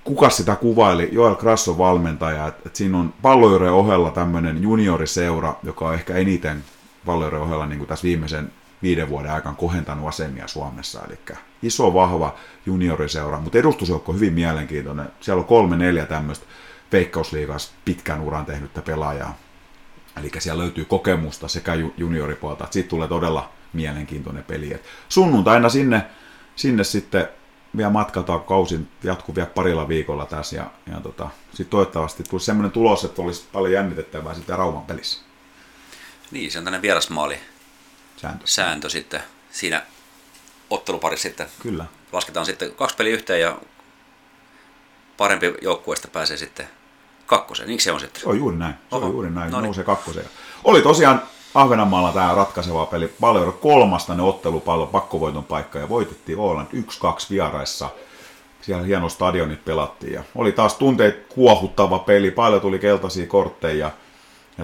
kuka sitä kuvaili, Joel Grasson valmentaja, että siinä on Pallojuurien ohella tämmöinen junioriseura, joka on ehkä eniten Pallojuurien ohella niin kuin tässä viimeisen 5 vuoden aikana kohentanut asemia Suomessa, eli iso, vahva junioriseura, mutta edustusjoukko on hyvin mielenkiintoinen. Siellä on 3-4 tämmöistä Veikkausliigassa pitkän uran tehnyttä pelaajaa, eli siellä löytyy kokemusta sekä junioripuolta, että siitä tulee todella mielenkiintoinen peli. Et sunnuntaina sinne sitten vielä matkataan, kausin jatkuu vielä parilla viikolla tässä, ja sitten toivottavasti tulisi semmoinen tulos, että olisi paljon jännitettävää sitten Rauman pelissä. Niin, se on tämmöinen vierasmaali sääntö sitten siinä otteluparissa sitten. Kyllä. Lasketaan sitten 2 peliä yhteen ja parempi joukkueesta pääsee sitten 2. Niinkö se on sitten? Se on juuri näin. Se on juuri näin. No niin. Nousee 2. Oli tosiaan Ahvenanmaalla tämä ratkaiseva peli. Pallojuuri 3. ottelupallo pakkovoiton paikka ja voitettiin Åland 1-2 vieraissa. Siellä hieno stadionit pelattiin ja oli taas tunteet kuohuttava peli. Paljon tuli keltaisia kortteja ja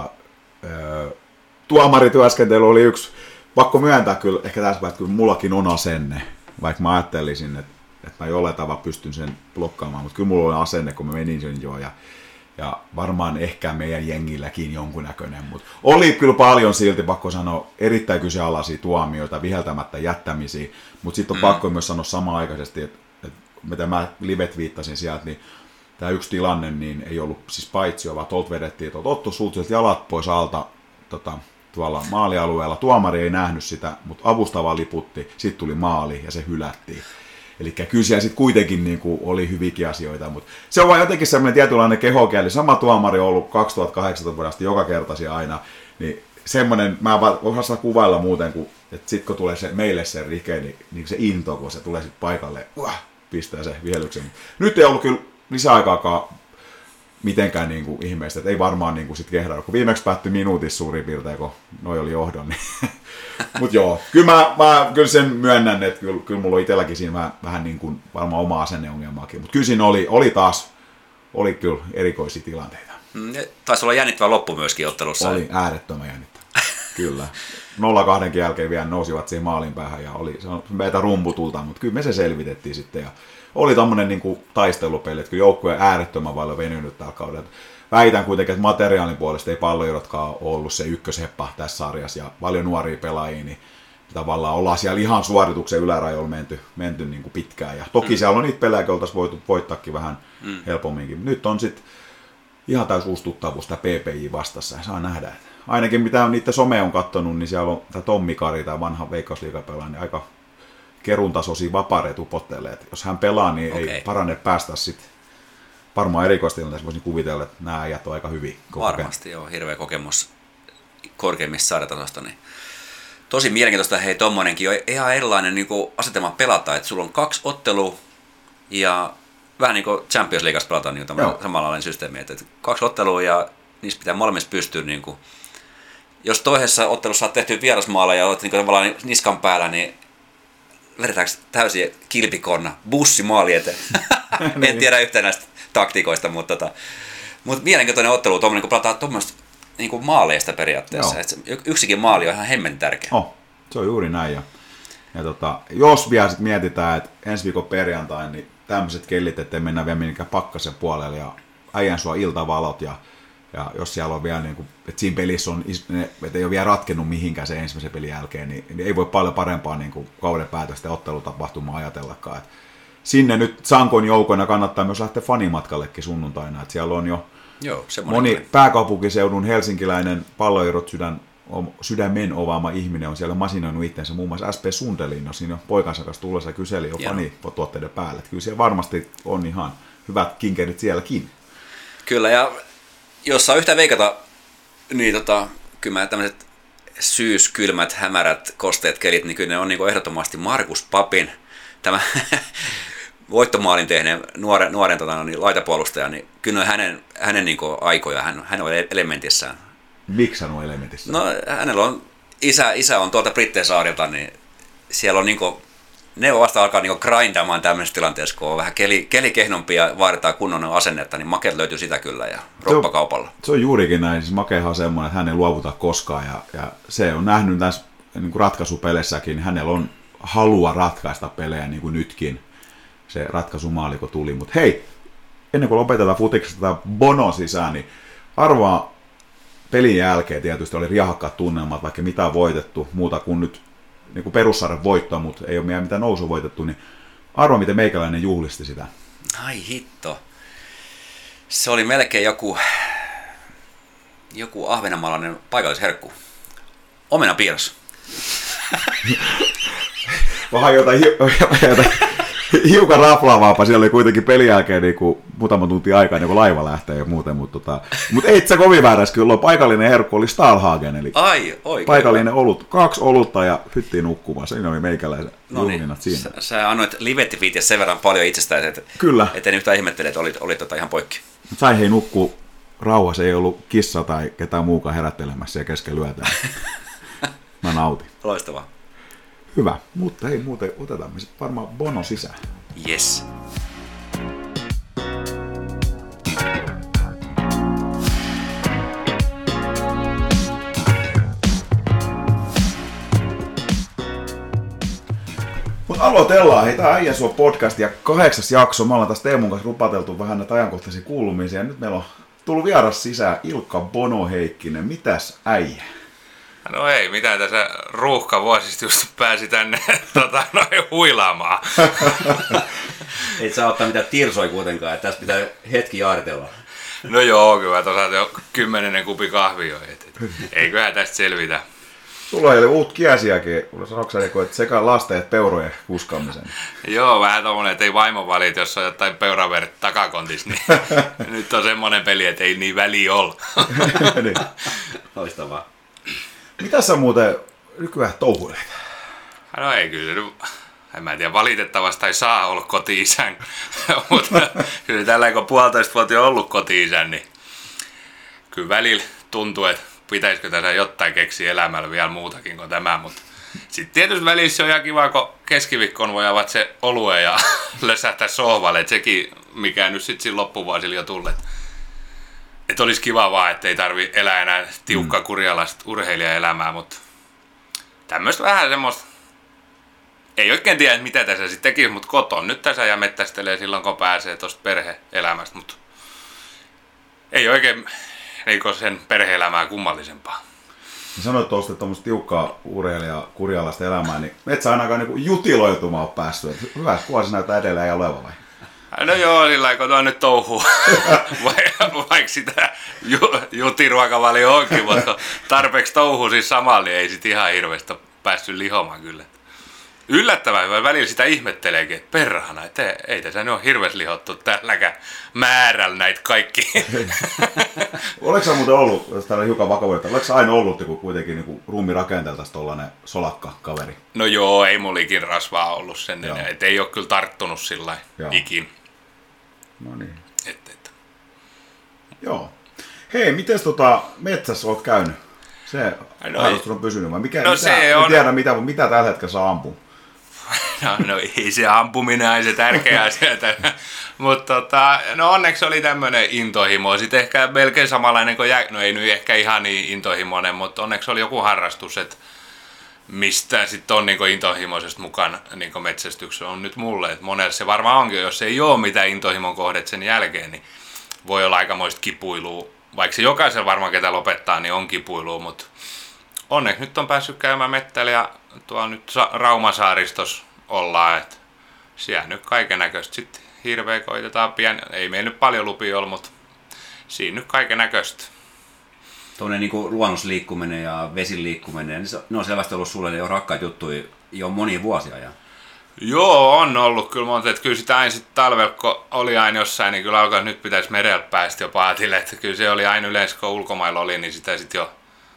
tuomarityöskentely oli yksi. Pakko myöntää kyllä, ehkä tässä vaiheessa, kyllä mullakin on asenne, vaikka mä ajattelisin, että mä jollain tavalla pystyn sen blokkaamaan, mutta kyllä mulla oli asenne, kun mä menin sen jo, ja varmaan ehkä meidän jengilläkin jonkunnäköinen, mutta oli kyllä paljon silti, pakko sanoa, erittäin kyseenalaisia tuomioita, viheltämättä jättämisiä, mutta sitten on pakko myös sanoa samanaikaisesti, että mitä mä livet viittasin sieltä, niin tämä yksi tilanne niin ei ollut siis paitsio, vaan tuolta vedettiin, että Otto sulta jalat pois alta, tuolla maalialueella. Tuomari ei nähnyt sitä, mutta avustava liputti, sitten tuli maali ja se hylättiin. Eli kyllä siellä sitten kuitenkin niin kuin oli hyviäkin asioita, mutta se on vaan jotenkin semmoinen tietynlainen kehokieli. Sama tuomari on ollut 2018 vuodesta joka kertaisia aina, niin semmoinen, mä en osaa kuvailla muuten, että sitten kun tulee meille se rike, niin se into, kun se tulee sitten paikalle, pistää se vihelyksen. Nyt ei ollut kyllä lisäaikaakaan mitenkään niin kuin ihmeistä, että ei varmaan niin kuin sit kehdata, kun viimeksi päättyi minuutissa suurin piirtein, kun noi oli johdon. Niin. Mutta joo, kyllä mä kyllä sen myönnän, että kyllä mulla on itselläkin siinä vähän niin kuin varmaan oma asenneongelmaakin, mutta kyllä siinä oli kyllä erikoisia tilanteita. Taisi olla jännittävä loppu myöskin ottelussa. Oli äärettömän jännittävä, kyllä. 0-2 jälkeen vielä nousivat siihen maalin päähän ja oli meitä rumputulta, mutta kyllä me se selvitettiin sitten. Ja oli tommonen niinku taistelupeli, että kyllä joukkue äärettömän paljon venynyt tällä kaudella. Väitän kuitenkin, että materiaalin puolesta ei Pallojuuretkaan ole ollut se ykkösheppa tässä sarjassa ja paljon nuoria pelaajia, niin tavallaan ollaan siellä ihan suorituksen ylärajoilla menty niin kuin pitkään. Ja toki siellä on niitä pelejä, joilta olisi voitu voittaakin vähän helpomminkin. Nyt on sitten ihan täys uusi tuttavuus tämä PPJ vastassa ja saa nähdä. Että ainakin mitä niitä some on katsonut, niin siellä on tämä Tommi Kari, tämä vanha Veikkausliigapelaaja, niin aika kerun tasoisia vapareet upottelee. Jos hän pelaa, niin ei parane päästä sitten. Varmaan erikoistilanteessa voisin kuvitella, että nämä äijät on aika hyvin. Varmasti, joo. Hirveä kokemus korkeimmista sarjatasosta. Niin. Tosi mielenkiintoista, hei, tommonenkin on ihan erilainen niin kuin asetelma pelata, että sulla on 2 ottelua ja vähän niin kuin Champions Leagueassa pelataan niin samanlainen systeemi, että 2 ottelua ja niissä pitää molemmissa pystyä, niin kuin, jos toisessa ottelussa olet tehty vierasmaalla ja olet niin tavallaan niskan päällä, niin vedetäänkö täysin kilpikonna bussimaali eteen? En tiedä yhtään näistä taktiikoista, mutta mielenkiintoinen ottelu, kun pelataan tuommoista niin maaleista periaatteessa. Yksikin maali on ihan hemmen tärkeä. Se on juuri näin. Ja jos vielä sit mietitään, että ensi viikon perjantain, niin tämmöiset kellit, ettei mennä vielä minnekään pakkasen puolelle ja äijän sua iltavalot ja jos siellä on vielä, niin kuin, että siinä pelissä on, että ei ole vielä ratkennut mihinkään se ensimmäisen pelin jälkeen, niin ei voi paljon parempaa niin kuin kauden päätöstä ja ottelutapahtumaa ajatellakaan. Että sinne nyt Sankon joukoina kannattaa myös lähteä fanimatkallekin sunnuntaina, että siellä on jo moni pääkaupunkiseudun helsinkiläinen Pallojuuret sydämen ovaama ihminen on siellä masinoinut itsensä, muun muassa SP Sundelin, no siinä on poikansa kanssa tullessa ja kyseli jo fanituotteiden päälle. Että kyllä siellä varmasti on ihan hyvät kinkerit sielläkin. Kyllä, ja jos saa yhtään veikata, niin kyllä tämmöiset syyskylmät, hämärät, kosteet kelit, niin kyllä ne on niin ehdottomasti Markus Papin, tämä voittomaalin tehneen nuoren laitapuolustaja, niin kyllä on hänen niin aikoja, hän on elementissään. Miksi hän on elementissä? No hänellä on, isä on tuolta Brittein saarilta, niin siellä on ne vasta alkaa grindaamaan tämmöisessä tilanteessa, kun on vähän kelikehnompi ja vaaditaan kunnon asennetta, niin Make löytyy sitä kyllä ja roppakaupalla. Se on juurikin näin, siis Makehan on semmoinen, että hän ei luovuta koskaan ja se on nähnyt tässä niin ratkaisupeleissäkin, hänellä on halua ratkaista pelejä niin kuin nytkin. se ratkaisumaali, kun tuli. Mutta hei, ennen kuin lopetetaan futiksesta tämä Bono sisään, niin arvaa pelin jälkeen tietysti oli riahakkaat tunnelmat, vaikka mitään voitettu, muuta kuin nyt niin kuin perussarjan voittoa, mutta ei ole mitään nousu voitettu, niin arvaa, miten meikäläinen juhlisti sitä. Ai hitto. Se oli melkein joku ahvenanmaalainen paikallisherkku. Omenapiiras. Vähän jotain hiukan raflaavaapa. Siellä oli kuitenkin pelin jälkeen niin kuin muutama tunti aikaa, niin kuin laiva lähtee ja muuten. Mutta ei se kovin väärässä kyllä. Paikallinen herkku oli Stahlhagen, eli ai, oikein. Paikallinen olut. 2 olutta ja hyttiin nukkumaan. Siinä oli meikäläisen juhlinnat siinä. Sä annoit livettifiitiä sen verran paljon itsestään, että kyllä. Et en yhtään ihmettele, että olit ihan poikki. Sai hei nukkuu rauhassa. Ei ollut kissa tai ketään muukaan herättelemässä ja kesken lyötä. Mä nautin. Loistavaa. Hyvä, mutta hei muuten otetaan me sitten varmaan Bono sisään. Yes. Mutta aloitellaan, hei, tää Äijän Suo podcast ja 8. jakso. Me ollaan taas Teemun kanssa lupateltu vähän näitä ajankohtaisia kuulumisia. Ja nyt meillä on tullut vieras sisään Ilkka Bono Heikkinen. Mitäs äijä? No ei, mitä tässä ruuhkavuosista just pääsi tänne huilaamaan. Ei saa ottaa mitään tirsoi kuitenkaan, että tässä pitää hetki jaaritella. No joo, kyllä tuossa jo 10 kupi kahvia. Eiköhän tästä selvitä. Sulla oli uut kiesiäkin, sanoksä, että sekä lasten että peurojen kuskaamisen. Joo, vähän tommonen, että ei vaimo valit, jos on jotain peuraverta takakontissa, niin nyt on semmonen peli, että ei niin väliä ole. Niin. Loistavaa. Mitä sä muuten nykyään touhuilet? No ei kyllä, en mä tiedä, valitettavasti ei saa olla koti-isän, mutta kyllä tällä kun 1,5 vuotta on ollut koti-isän, niin kyllä välillä tuntuu, että pitäisikö tässä jotain keksiä elämällä vielä muutakin kuin tämä, mutta sitten tietysti välissä on ihan kiva, kun keskiviikkoon voi avata se olue ja lösähtää sohvalle, että sekin, mikä nyt sitten siinä loppuvuosilla jo tullut, että olisi kiva vaan, että ei tarvi elää enää tiukka kurjalaista urheilijaelämää, mutta tämmöistä vähän semmoista, ei oikein tiedä, mitä tässä sitten tekisi, mutta koton nyt tässä ja mettästelee silloin, kun pääsee tuosta perhe-elämästä, mutta ei oikein eikö sen perhe-elämää kummallisempaa. Sanoit tuosta, että tuommoista tiukkaa urheilija kurjalaista elämää, niin et sä ainakaan niin jutiloitumaan ole päässyt. Hyvä, kuva se näyttää edelleen ja oleva vai? No joo, sillä lailla, kun tuo nyt touhuu, vaikka sitä jutiruokavalio onkin, mutta tarpeeksi touhuu siis samalla, niin ei sit ihan hirveästi päässyt lihomaan kyllä. Yllättävän hyvä, välillä sitä ihmetteleekin, että perhana, että ei tässä nyt ole hirveästi lihottu tälläkään määrällä näitä kaikki. Oletko sä muuten ollut, jos täällä hiukan vakavuutta, oletko sä aina ollut kuitenkin niin ruumirakenteeltaisi tollainen solakka kaveri? No joo, ei mulla ikin rasvaa ollut sen enää, että ei ole kyllä tarttunut sillä ikin. No niin. Et. Joo. Hei, miten metsässä olet käynyt? Se harrastus on pysynyt vai mikä? No se on. Tiedä mitä tällä hetkellä saa ampua. No ei se ampuminen ei se tärkeä asia. Mutta no onneksi oli tämmöinen intohimo. Sitten ehkä melkein samanlainen kuin no ei nyt ehkä ihan niin intohimoinen, mutta onneksi oli joku harrastus, että mistä sitten on niin intohimoisesta mukana niin metsästyksessä on nyt mulle. Että monella se varmaan onkin, jos ei ole mitään intohimon kohdet sen jälkeen, niin voi olla aikamoista kipuilua. Vaikka se jokaisen varmaan ketä lopettaa, niin on kipuilua, mutta onneksi nyt on päässyt käymään mettällä ja tuolla nyt Raumasaaristossa ollaan, että siellä nyt kaikennäköistä sitten hirveä koitetaan ei meillä nyt paljon lupia ole, mutta siinä nyt kaikennäköistä. Tuollainen niin kuin luonnosliikkuminen ja vesiliikkuminen, niin ne on selvästi ollut sulle jo rakkaat juttuja jo monia vuosia. Ja... Joo, on ollut kyllä monta, että kyllä sitä aina sitten talvella, kun oli aina jossain, niin kyllä alkoi, että nyt pitäisi merellä päästä jo paatille, että kyllä se oli aina yleensä, kun ulkomailla oli, niin sitä sitten jo,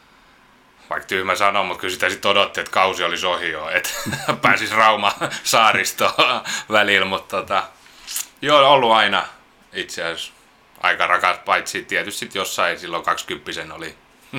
vaikka tyhmä sanoa, mutta kyllä sitä sitten odotti, että kausi olisi ohi jo, että pääsisi Rauma-saaristoon välillä, mutta joo, on ollut aina itse asiassa aika rakas, paitsi tietysti sit jossain silloin 20 oli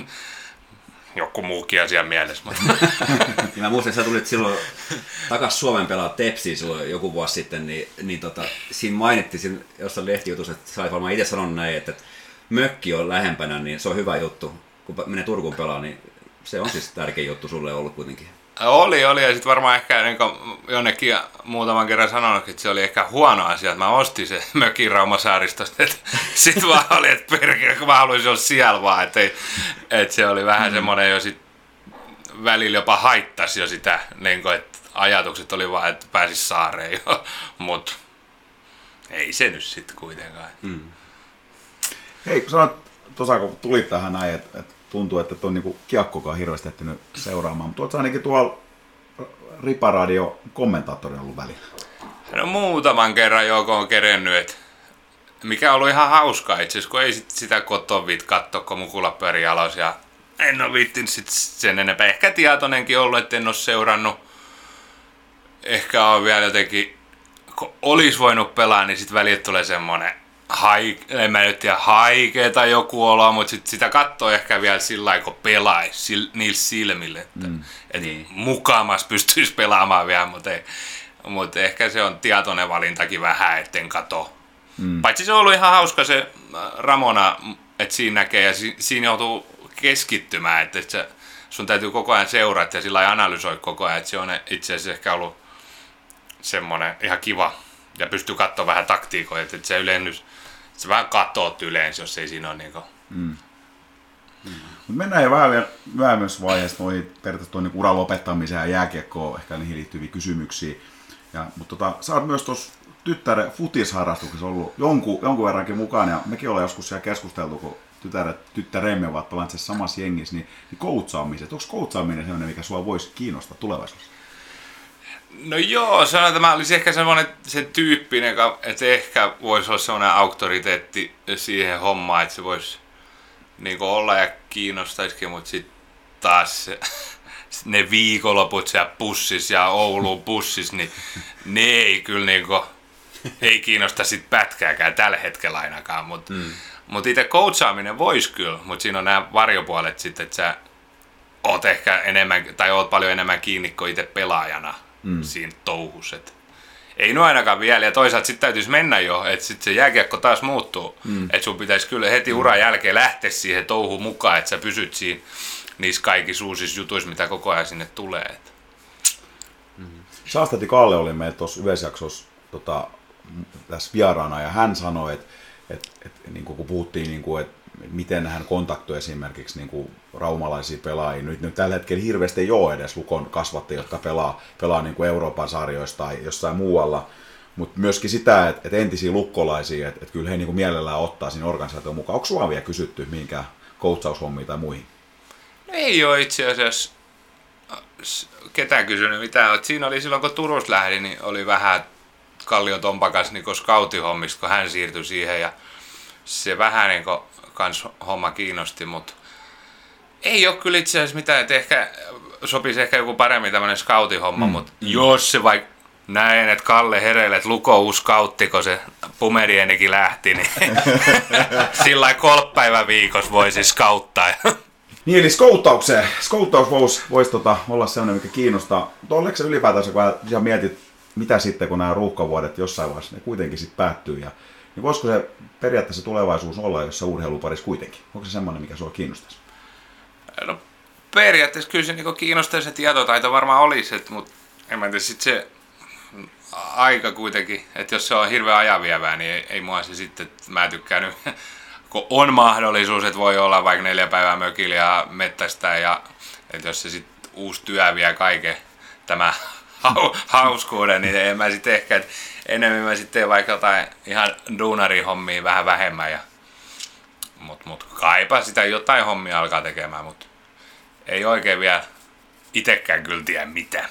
joku muukin asia mielessä. Mä muistan, että sä tulit silloin takas Suomen pelaa Tepsiin silloin joku vuosi sitten, niin siinä mainittiin siinä jossain lehtijutussa, että sä olet varmaan itse sanonut näin, että mökki on lähempänä, niin se on hyvä juttu. Kun menee Turkuun pelaa, niin se on siis tärkeä juttu sulle ollut kuitenkin. Oli ja sitten varmaan ehkä niin jonnekin muutaman kerran sanonut, että se oli ehkä huono asia, että mä ostin se mökin Raumasaaristosta. Sitten vaan oli, että perkele, kun mä haluaisin olla siellä vaan, että se oli vähän semmoinen jo sit välillä jopa haittasi jo sitä, niin kuin, että ajatukset oli vaan, että pääsis saareen jo, mutta ei se nyt sitten kuitenkaan. Hei, kun sanoit tuossa, kun tulit tähän näin, että tuntuu, että tuon niinku kiekkokaan hirveästi ehtinyt seuraamaan, mutta oletko ainakin tuolla Riparadio kommentaattori ollut välillä? No muutaman kerran joko on kerennyt, että mikä on ollut ihan hauskaa itse asiassa, kun ei sitä kotoa katsoa, kun mukula pyörii alas ja en ole viittinyt sen enempää. Ehkä tietoinenkin ollut, että en ole seurannut. Ehkä on vielä jotenkin, kun olisi voinut pelaa, niin sitten väliin tulee semmoinen en mä nyt tiedä, haikea tai joku olo, mutta sitä katsoo ehkä vielä sillä lailla, kun pelaisi niillä silmillä, että niin. Mukamas pystyisi pelaamaan vielä, mutta ehkä se on tietoinen valintakin vähän, etten katso. Paitsi se on ollut ihan hauska se Ramona, että siinä näkee ja siinä joutuu keskittymään, että sun täytyy koko ajan seurata ja sillä lailla analysoi koko ajan, että se on itse asiassa ehkä ollut semmoinen ihan kiva ja pystyy katsoa vähän taktiikoja, että se ylennys, se vähän katoat yleensä, jos ei siinä ole niinku. Mennään jo vähän myöhemmässä vaiheessa noihin periaatteessa tuon niin uran lopettamiseen ja jääkiekkoon, ehkä niihin liittyviä kysymyksiä. Mutta sä oot myös tuossa tyttären futisharrastuksessa ollut jonkun verrankin mukana, ja mekin ollaan joskus siellä keskusteltu, kun tyttäremme ovat pelanneet samassa jengissä, niin coachaamiset. Onko coachaaminen sellainen, mikä sua voisi kiinnostaa tulevaisuudessa? No joo, sanotaan, että mä olisin ehkä semmoinen se tyyppinen, että ehkä voisi olla semmoinen auktoriteetti siihen hommaan, että se voisi niin olla ja kiinnostaisikin, mutta sitten taas ne viikonloput siellä bussissa ja Ouluun bussissa, niin ne ei kyllä niin kuin, ei kiinnosta sit pätkääkään tällä hetkellä ainakaan, mutta itse coachaaminen voisi kyllä, mutta siinä on nämä varjopuolet sitten, että sä oot ehkä enemmän, tai oot paljon enemmän kiinni kuin itse pelaajana siinä touhussa. Ei no ainakaan vielä, ja toisaalta sitten täytyisi mennä jo, että sitten se jääkiekko taas muuttuu, että sun pitäisi kyllä heti uran jälkeen lähteä siihen touhuun mukaan, että sä pysyt siinä niissä kaikissa uusissa jutuissa, mitä koko ajan sinne tulee. Saastati Kalle oli meillä tuossa yleisjaksossa tässä vieraana, ja hän sanoi, että niin kun puhuttiin, niin kuin, että miten hän kontaktoi esimerkiksi niin kuin raumalaisia pelaajia. Nyt tällä hetkellä hirveästi ei ole edes Lukon kasvattajia, jotka pelaa niin kuin Euroopan sarjoista tai jossain muualla. Mutta myöskin sitä, että entisiä lukkolaisia, että kyllä he niin kuin mielellään ottaa siinä organisaation mukaan. Onko sinua vielä kysytty mihinkään coachaushommiin tai muihin? No ei ole itse asiassa ketään kysynyt mitään. Siinä oli silloin, kun Turussa lähdin, niin oli vähän Kallion Tompakas niin scoutihommista, kun hän siirtyi siihen. Ja se vähän niin kuin kans homma kiinnosti, mutta ei ole kyllä itse asiassa mitään, että ehkä sopisi ehkä joku paremmin tämmöinen scoutihomma, mutta jos se vaikka näen, että Kalle hereille, että Luko uusi scoutti, kun se Pumerienikin lähti, niin sillä 3 päivän viikossa voisi scouttaa. Niin, eli skouttaus voisi olla sellainen, mikä kiinnostaa. Mutta oliko se ylipäätänsä, kun mietit, mitä sitten, kun nämä ruuhkavuodet jossain vaiheessa, ne kuitenkin sitten päättyy, niin voisiko se periaatteessa tulevaisuus olla jossain urheiluparissa kuitenkin? Onko se semmoinen, mikä sinua kiinnostaisi? No periaatteessa kyllä se niin kiinnostaisi, se tietotaito varmaan olisi, mutta en mä tiedä, sitten se aika kuitenkin, että jos se on hirveän ajanvievää, niin ei mua se sitten, että mä tykkään nyt, kun on mahdollisuus, että voi olla vaikka 4 päivää mökillä ja mettästää, ja että jos se sitten uusi työ vie kaiken tämä hauskuuden, niin en mä sitten ehkä, että enemmän mä sitten teen vaikka jotain ihan duunarihommia vähän vähemmän, mutta kaipa sitä jotain hommia alkaa tekemään, mutta ei oikein vielä itsekään kyllä tiedä mitään.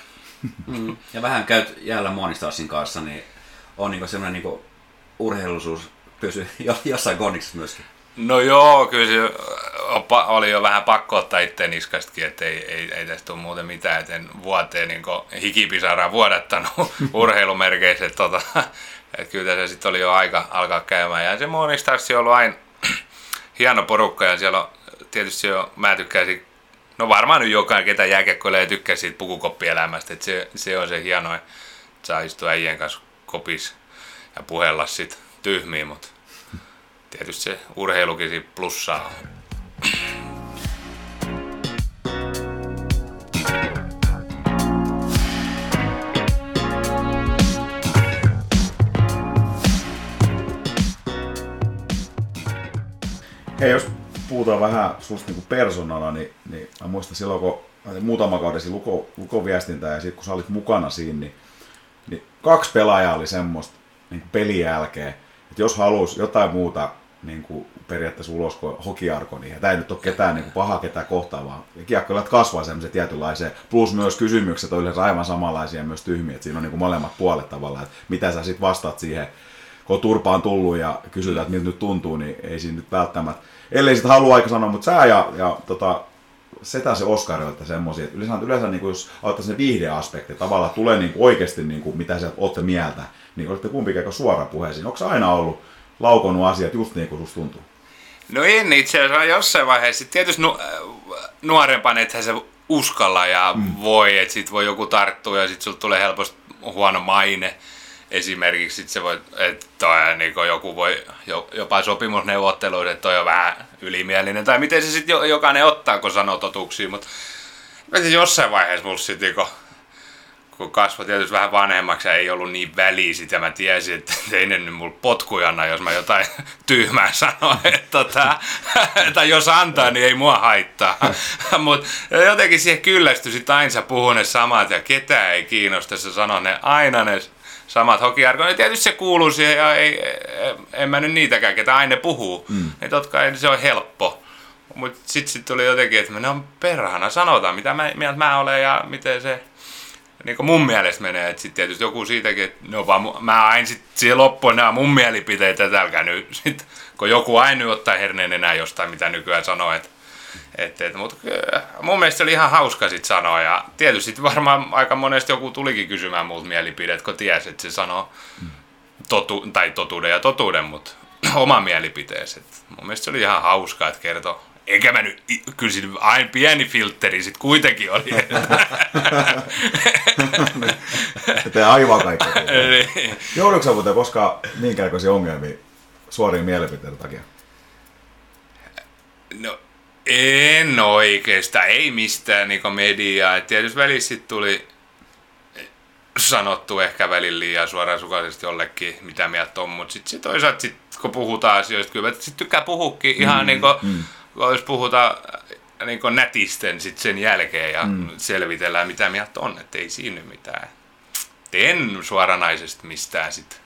Ja vähän käyt jäällä Monistarsin kanssa, niin on niinku sellainen niinku urheilullisuus pysyy jossain kondiksessa myöskin. No joo, kyllä se oli jo vähän pakko ottaa itse niskastakin, että ei tästä tule muuten mitään, että en vuoteen niin hikipisaraa vuodattanut urheilumerkeissä, että kyllä tässä sitten oli jo aika alkaa käymään. Ja se Monistarsi on ollut aina hieno porukka, ja siellä on tietysti jo, mä tykkäisin, no varmaan nyt jokainen, ketä jääkiekkoilee ja tykkää siitä pukukoppielämästä, että se on se hienoin, että saa istua äijien kanssa kopissa ja puhella sit tyhmiä, mutta tietysti se urheilukin siitä plussaa on. Hei, jos puhutaan vähän susta niinku persoonana, niin mä muistan silloin, kun muutama kaudesi lukoviestintää ja sitten kun sä olit mukana siinä, niin 2 pelaajaa oli semmoista niin pelin jälkeen, että jos halusi jotain muuta niin periaatteessa ulos kuin hokiarko, niin tämä ei nyt ole ketään niin pahaa ketään kohtaan, vaan kiekkoilijat kasvaa semmoisen tietynlaiseen, plus myös kysymykset on yleensä aivan samanlaisia ja myös tyhmiä, että siinä on niin molemmat puolet tavallaan, että mitä sä sitten vastaat siihen, kun turpaan tullut ja kysytään, että miltä nyt tuntuu, niin ei siinä nyt välttämättä, ellei sitten halua aika sanoa, mutta sä ja setä se Oskarilta semmoisia, että yleensä niin jos aloittaa sen viihdeaspekti, tavallaan tulee niin oikeasti niin kuin, mitä sieltä olette mieltä, niin olette kumpikin aika suora puheisiin. Onko se aina ollut laukonut asiat just niin kuin susta tuntuu? No en itse asiassa jossain vaiheessa. Tietysti nuorempana ethän se uskalla ja voi, että sit voi joku tarttua ja sit sulla tulee helposti huono maine. Esimerkiksi sit se voi, että toi, niin joku voi jopa sopimusneuvotteluissa, että toi on vähän ylimielinen. Tai miten se sitten jokainen ottaa, kun sanoo totuuksia. Mutta jossain vaiheessa mulla sitten, kun kasvoi tietysti vähän vanhemmaksi ja ei ollut niin väliä sit, ja mä tiesin, että ei ne nyt mulla potkuja anna, jos mä jotain tyhmää sanon. Tai jos antaa, niin ei mua haittaa. Mutta jotenkin siihen kyllästyi sitten aina puhun ne samat ja ketään ei kiinnosta, se sanoo ne aina ne samat hokiarkot. Ja tietysti se kuuluu siihen ja en mä nyt niitäkään, ketä aina puhuu. Ne totta kai se on helppo. Mutta sitten tuli jotenkin, että ne on perhana, sanotaan mitä mieltä mä olen ja miten se niin kuin mun mielestä menee. Että sitten tietysti joku siitäkin, että ne on vaan, mä aina sitten siihen loppuun nämä mun mielipiteitä, että älkää nyt sit, kun joku aina ottaa herneen enää jostain, mitä nykyään sanoo. Mutta mun mielestä se oli ihan hauska sit sanoa ja tietysti sit varmaan aika monesti joku tulikin kysymään multa mielipideet, kun tiesi, että se sanoo totuuden, mutta oma mielipiteensä. Mun mielestä se oli ihan hauskaa, että kertoo. Eikä mä nyt, kyllä siinä aina pieni filtteri sit kuitenkin oli. Että aivan kaikkea. Joudutko sä muuten koskaan minkäänlaisia ongelmia suorien mielipiteiden takia? No en oikeastaan, ei mistään niin mediaa. Et tietysti välissä sit tuli sanottu ehkä välillä liian suorasukaisesti jollekin, mitä mieltä on, mutta sitten toisaalta sit, kun puhutaan asioista, kyllä sit tykkää puhukin ihan jos puhutaan niin nätisten sit sen jälkeen ja selvitellään mitä mieltä on, että ei siinä mitään. En suoranaisesti mistään sit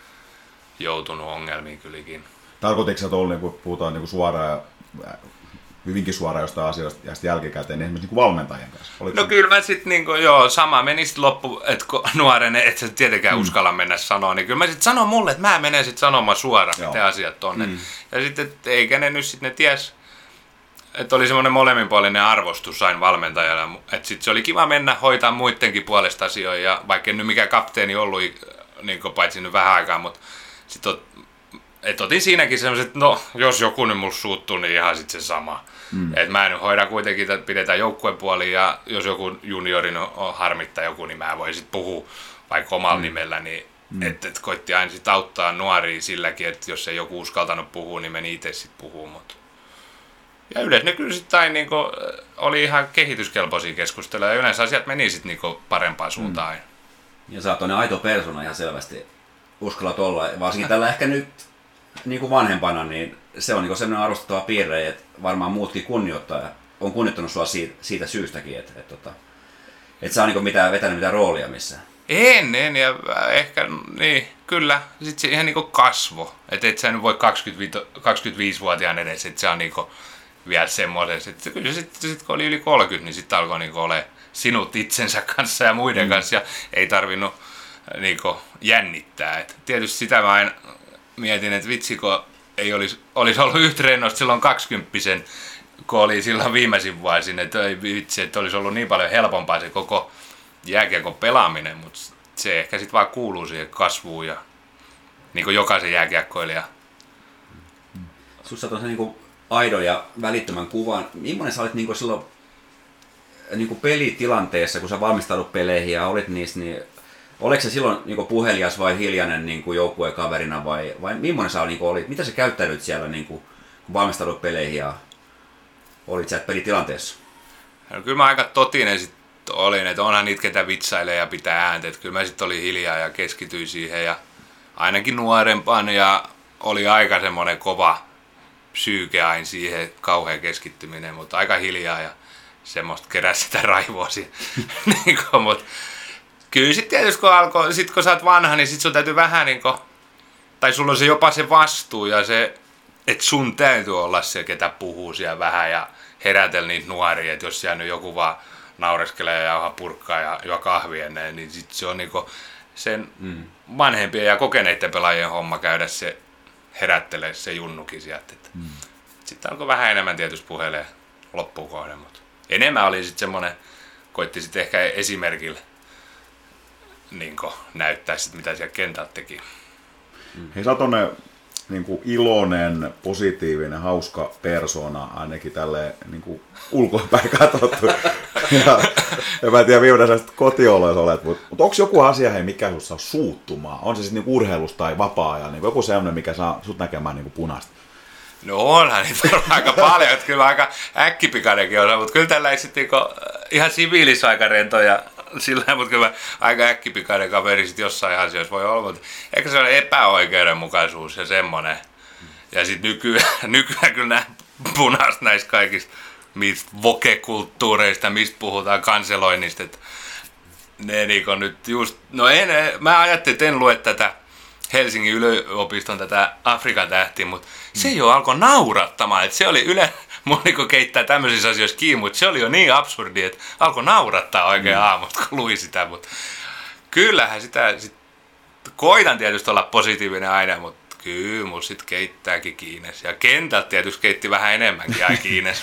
joutunut ongelmiin kylläkin. Tarkoitiko sä tuolla, niin kun puhutaan niin suoraan ja hyvinkin suoraan jostain asioista ja sitten jälkikäteen, niin esimerkiksi niin valmentajien kanssa? No kyllä mä sitten sama meni sitten loppu, että nuoren, et sä tietenkään uskalla mennä sanoa, niin kyllä mä sitten sanon mulle, että mä menen sitten sanomaan suoraan, mitä asiat on. Ja sitten, eikä ne nyt sitten ne ties, että oli semmoinen molemminpuolinen arvostus sain valmentajalle, että sitten se oli kiva mennä hoitaa muidenkin puolesta asioita, ja vaikka en nyt mikään kapteeni ollut, niin paitsi nyt vähän aikaa, mutta sitten otin siinäkin semmoiset, että no, jos joku nyt musta suuttuu, niin ihan sitten se sama. Että mä nyt hoidan kuitenkin, että pidetään joukkuepuoliin, ja jos joku juniorin harmittaa joku, niin mä voin sitten puhua vaikka omalla nimellä, niin että koitti aina sitten auttaa nuoria silläkin, että jos ei joku uskaltanut puhua, niin meni itse sitten puhumaan. Ja yleensä ne kyllä sitten niin oli ihan kehityskelpoisia keskusteluja, ja yleensä asiat meni sitten niin parempaan suuntaan. Ja sä oot toinen aito persona ihan selvästi. Uskallat olla, varsinkin tällä ehkä nyt niin kuin vanhempana, niin se on niin sellainen arvostettava piirre, että varmaan muutkin kunnioittaa ja on kunnioittanut sua siitä syystäkin, että sä on niin vetänyt mitään roolia missään. En, ja ehkä, niin, kyllä, sitten se ihan niin kasvo, että et sä nyt voi 25-vuotiaan edes, että se on niin vielä semmoisessa, että kyllä sitten kun oli yli 30, niin sitten alkoi niin ole sinut itsensä kanssa ja muiden kanssa, ja ei tarvinnut niin jännittää. Et tietysti sitä mä aina mietin, että vitsi, kun ei olisi ollut yhtä rennosta silloin 20-sen, kun oli silloin viimeisin vuosin, että ei vitsi, että olisi ollut niin paljon helpompaa se koko jääkiekon pelaaminen, mutta se ehkä sitten vaan kuuluu siihen kasvuun ja niin kuin jokaisen jääkiekkoilija. Sussa on se niin aidon ja välittömän kuvan. Millainen sä olit niin silloin niin pelitilanteessa, kun sä valmistaudut peleihin ja olit niissä, niin oliko se silloin niin puhelias vai hiljainen niin joukkuekaverina vai millainen sä olit? Mitä sä käyttäydyt siellä, niin kun valmistaudut peleihin ja olit siellä pelitilanteessa? No, kyllä mä aika totinen sit olin, että onhan niitä, ketä vitsailee ja pitää ääntä. Että kyllä mä sitten olin hiljaa ja keskityin siihen ja ainakin nuorempaan ja oli aika semmoinen psyyke aina siihen, kauhea keskittyminen, mutta aika hiljaa ja semmoista keräsi sitä raivoa siihen. Mutta kyllä sitten tietysti kun sä oot vanha, niin sit sun täytyy vähän tai sulla on se jopa se vastuu ja se, että sun täytyy olla se, ketä puhuu siellä vähän ja herätellä niitä nuoria, että jos siellä nyt joku vaan naureskelee ja jauhaa purkkaa ja juo kahvia ennen, niin sit se on sen vanhempien ja kokeneiden pelaajien homma käydä se herättelee se junnukin sieltä. Sitten alkoi vähän enemmän tietysti puhelee loppuun kohden, mutta enemmän oli sitten semmoinen, koitti sitten ehkä esimerkillä näyttää sit, mitä siellä kentällä teki. Hei, sä oot iloinen, positiivinen, hauska persona, ainakin tälleen ulkopäin katsottu. ja mä en tiedä, millainen sä kotioloissa olet, mutta onko joku asia, hei, mikä sut saa suuttumaan? On se sitten urheilusta tai vapaa-ajan, joku sellainen, mikä saa sut näkemään punaista? No onhan niitä aika paljon, että kyllä aika äkkipikainenkin on, mutta kyllä tällä sitten ihan siviilissä aika rentoja sillä, mutta kyllä aika äkkipikainen kaveri sitten jossain asioissa voi olla, mutta ehkä se on epäoikeudenmukaisuus ja semmoinen. Ja sitten nykyään kyllä nämä punaiset näistä kaikista voke-kulttuureista, mistä puhutaan kanseloinnista, että ne nyt just, mä ajattelin, että en lue tätä Helsingin yliopiston tätä Afrikan tähtiä, mutta se jo alkoi naurattamaan, että se oli mun keittää tämmöisissä asioissa kiinni, mutta se oli jo niin absurdi, että alkoi naurattaa oikein aamusta, kun luin sitä, mutta kyllähän sitä koitan tietysti olla positiivinen aina, mutta kyllä mulla sit keittääkin Kiines. Ja kentältä tietysti keitti vähän enemmänkin ja Kiines.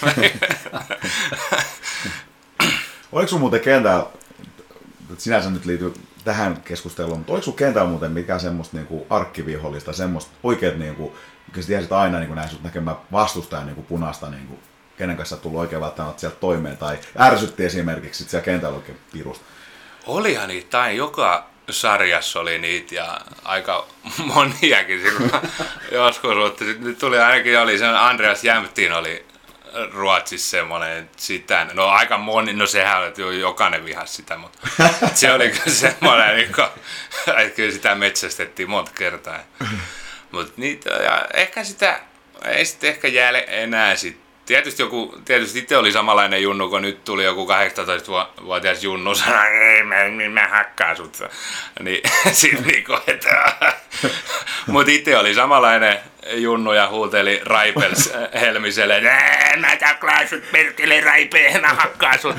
Oliko sun muuten kentällä, sinänsä nyt liittyy tähän keskusteluun, mutta oliko sun kentällä muuten mikään semmoista arkkivihollista, semmoista oikeat, kun sä tiesit aina näin sut näkemään vastustajan punaista, kenen kanssa tullut oikein välttämättä sieltä toimeen, tai ärsytti esimerkiksi sit siellä kentällä oikein pirusta? Olihan niitä, tai joka sarjassa oli niitä ja aika moniakin silloin joskus, mutta nyt tuli ainakin, se Andreas Jämptin oli Ruotsissa semmoinen, sitä, no aika moni, no sehän oli, että jokainen vihasi sitä, mutta se oli kyllä semmoinen, että kyllä sitä metsästettiin monta kertaa. Mutta niitä, ja ehkä sitä, ei sitten ehkä jää enää sitten. Tietysti itse oli samanlainen junnu, kun nyt tuli joku 18-vuotias junnu, sanoi, ei, mä hakkaan sut. Niin, mutta itse oli samanlainen junnu ja huuteli Raipels Helmiselle, mä taklaan sut perkele Raipeen, mä hakkaan sut.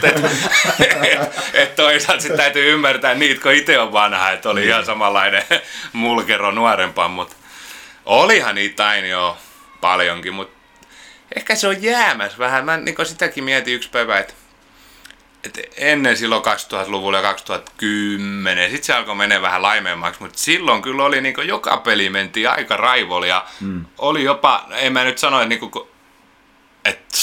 Et toisaalta sitten täytyy ymmärtää niitä, kun itse on vanha, että oli ihan samanlainen mulkero nuorempaa, mutta olihan niitä aina jo paljonkin, mutta ehkä se on jäämässä vähän. Mä sitäkin mietin yksi päivä, että ennen silloin 2000-luvulla ja 2010, sitten se alkoi mennä vähän laimeemmaksi, mutta silloin kyllä oli joka peli mentiin aika raivolla ja oli jopa, en mä nyt sano, että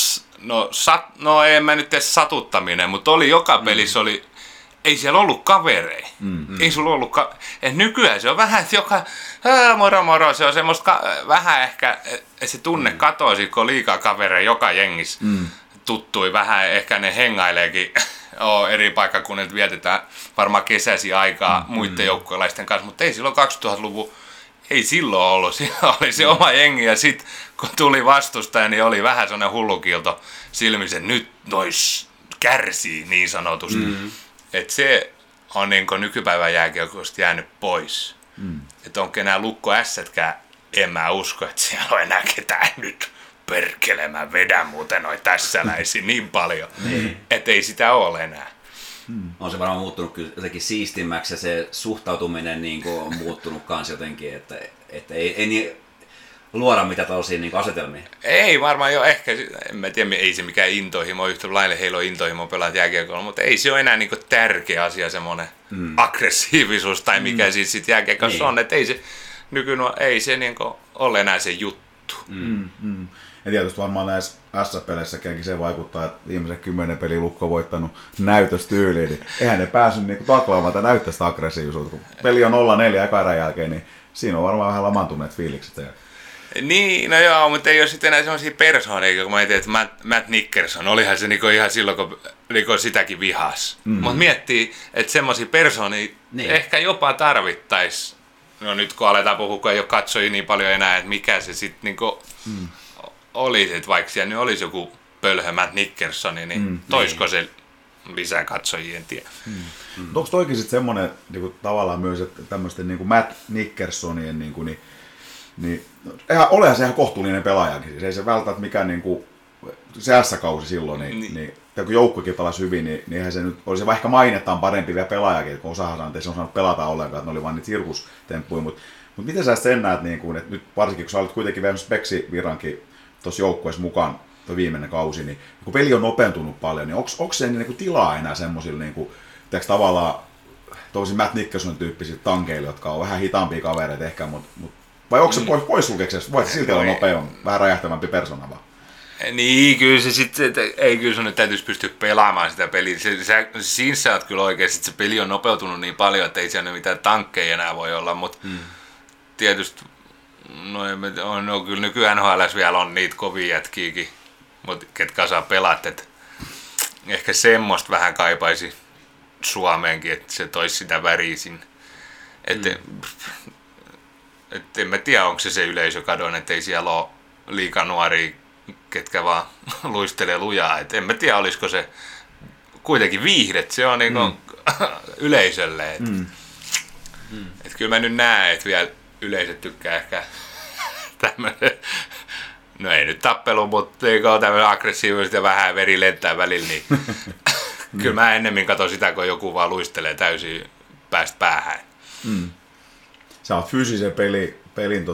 en mä nyt edes satuttaminen, mutta oli joka pelissä oli, ei siellä ollut kavereja. Ei sulla ollut et nykyään se on vähän, että joka moro, se on semmoista vähän ehkä, että se tunne katoisi, kun on liikaa kavereja joka jengissä tuttui vähän, ehkä ne hengaileekin eri paikkakunnilta, vietetään varmaan kesäisiä aikaa muiden joukkuealaisten kanssa, mutta ei silloin 2000-luvun, ei silloin ollut, silloin oli se oma jengi ja sitten kun tuli vastustaja, niin oli vähän semmoinen hullukilto silmissä, että nyt nois kärsii niin sanotusti. Että se on nykypäivän jääkiekosta jäänyt pois. Että onko enää Lukko Ässätkään, en mä usko, että siellä on enää ketään nyt perkele, mä vedän muuten noin tässäläisiä niin paljon, että ei sitä ole enää. On se varmaan muuttunut kyllä jotenkin siistimmäksi ja se suhtautuminen on muuttunut kans jotenkin, että ei niin luoda mitä tällaisia asetelmia. Ei varmaan jo ehkä, en mä tiedä, ei se mikään intohimo, yhtä lailla heillä on intohimo pelata jääkiekolla, mutta ei se ole enää tärkeä asia semmoinen aggressiivisuus tai mikä siis sit jääkiekossa on, että ei se ei se ole enää se juttu. Ja tietysti varmaan näissä S-peleissäkin se vaikuttaa, että viimeiset 10 peliä Lukko on voittanut näytöstyyliin, niin eihän ne päässyt taklaamaan tätä näyttöstä aggressiivisuutta. Kun peli on 0-4 eka erän jälkeen, niin siinä on varmaan vähän lamantuneet fiilikset. Niin, no joo, mutta ei ole sitten enää sellaisia persoonia, kun mä en tiedä, että Matt Nickerson, olihan se ihan silloin, kun sitäkin vihas. Mutta miettii, että semmoisia persoonia ehkä jopa tarvittaisiin. No nyt kun aletaan puhua, kun ei ole katsojia niin paljon enää, että mikä se sitten olisi, että vaikka siellä nyt olisi joku pölhö Matt Nickersoni, niin toisko se lisää katsojia, en tiedä. Onko toikin sitten semmoinen niinku, tavallaan myös, että tämmöisten niinku Matt Nickersonien niinku, olehan se ihan kohtuullinen pelaajakin. Siis ei se välttämättä mikään niinku, se S-kausi silloin, niin kun joukkuekin pelasi hyvin, niin eihän se nyt, olisi ehkä mainettaan parempi vielä pelaajakin, kun osahan sanoo, että ei se osannut pelata ollenkaan, että ne oli vaan niitä sirkustemppuja. Mutta miten sä sen näet, niin kuin, että nyt varsinkin kun sä olet kuitenkin vielä Speksi Virankin tuossa joukkueessa mukaan tuo viimeinen kausi, niin kun peli on nopeutunut paljon, niin onko se niin kuin tilaa enää semmoisille niin tavallaan tosi Matt Nickerson tyyppisille tankeille, jotka on vähän hitaampia kavereita ehkä, vai onko se poissulkeeksi, voit silti olla nopea, vähän räjähtävämpi persona vaan? Niin, kyllä se sitten, ei kyllä sun nyt täytyisi pystyä pelaamaan sitä peliä. Siinä sä oot kyllä oikeasti, että se peli on nopeutunut niin paljon, että ei siellä mitään tankkeja enää voi olla, mutta tietysti, no kyllä nykyään NHL:ssä vielä on niitä kovia jätkiäkin, mutta ketkä saa pelata, että ehkä semmoista vähän kaipaisi Suomeenkin, että se toisi sitä väriä sinne. Että en mä tiedä, onko se yleisökadon, että ei siellä ole liikaa nuoria, ketkä vaan luistelee lujaa. Et en mä tiedä, olisiko se kuitenkin viihdet, se on niinku yleisölle. Et kyllä mä nyt näen, että vielä yleisöt tykkää ehkä tämmönen, no ei nyt tappelu, mutta eikö tämmönen aggressiivisesti ja vähän veri lentää välillä, niin kyllä mä ennemmin katson sitä, kun joku vaan luistelee täysin päästä päähän. Sä oot fyysisen pelin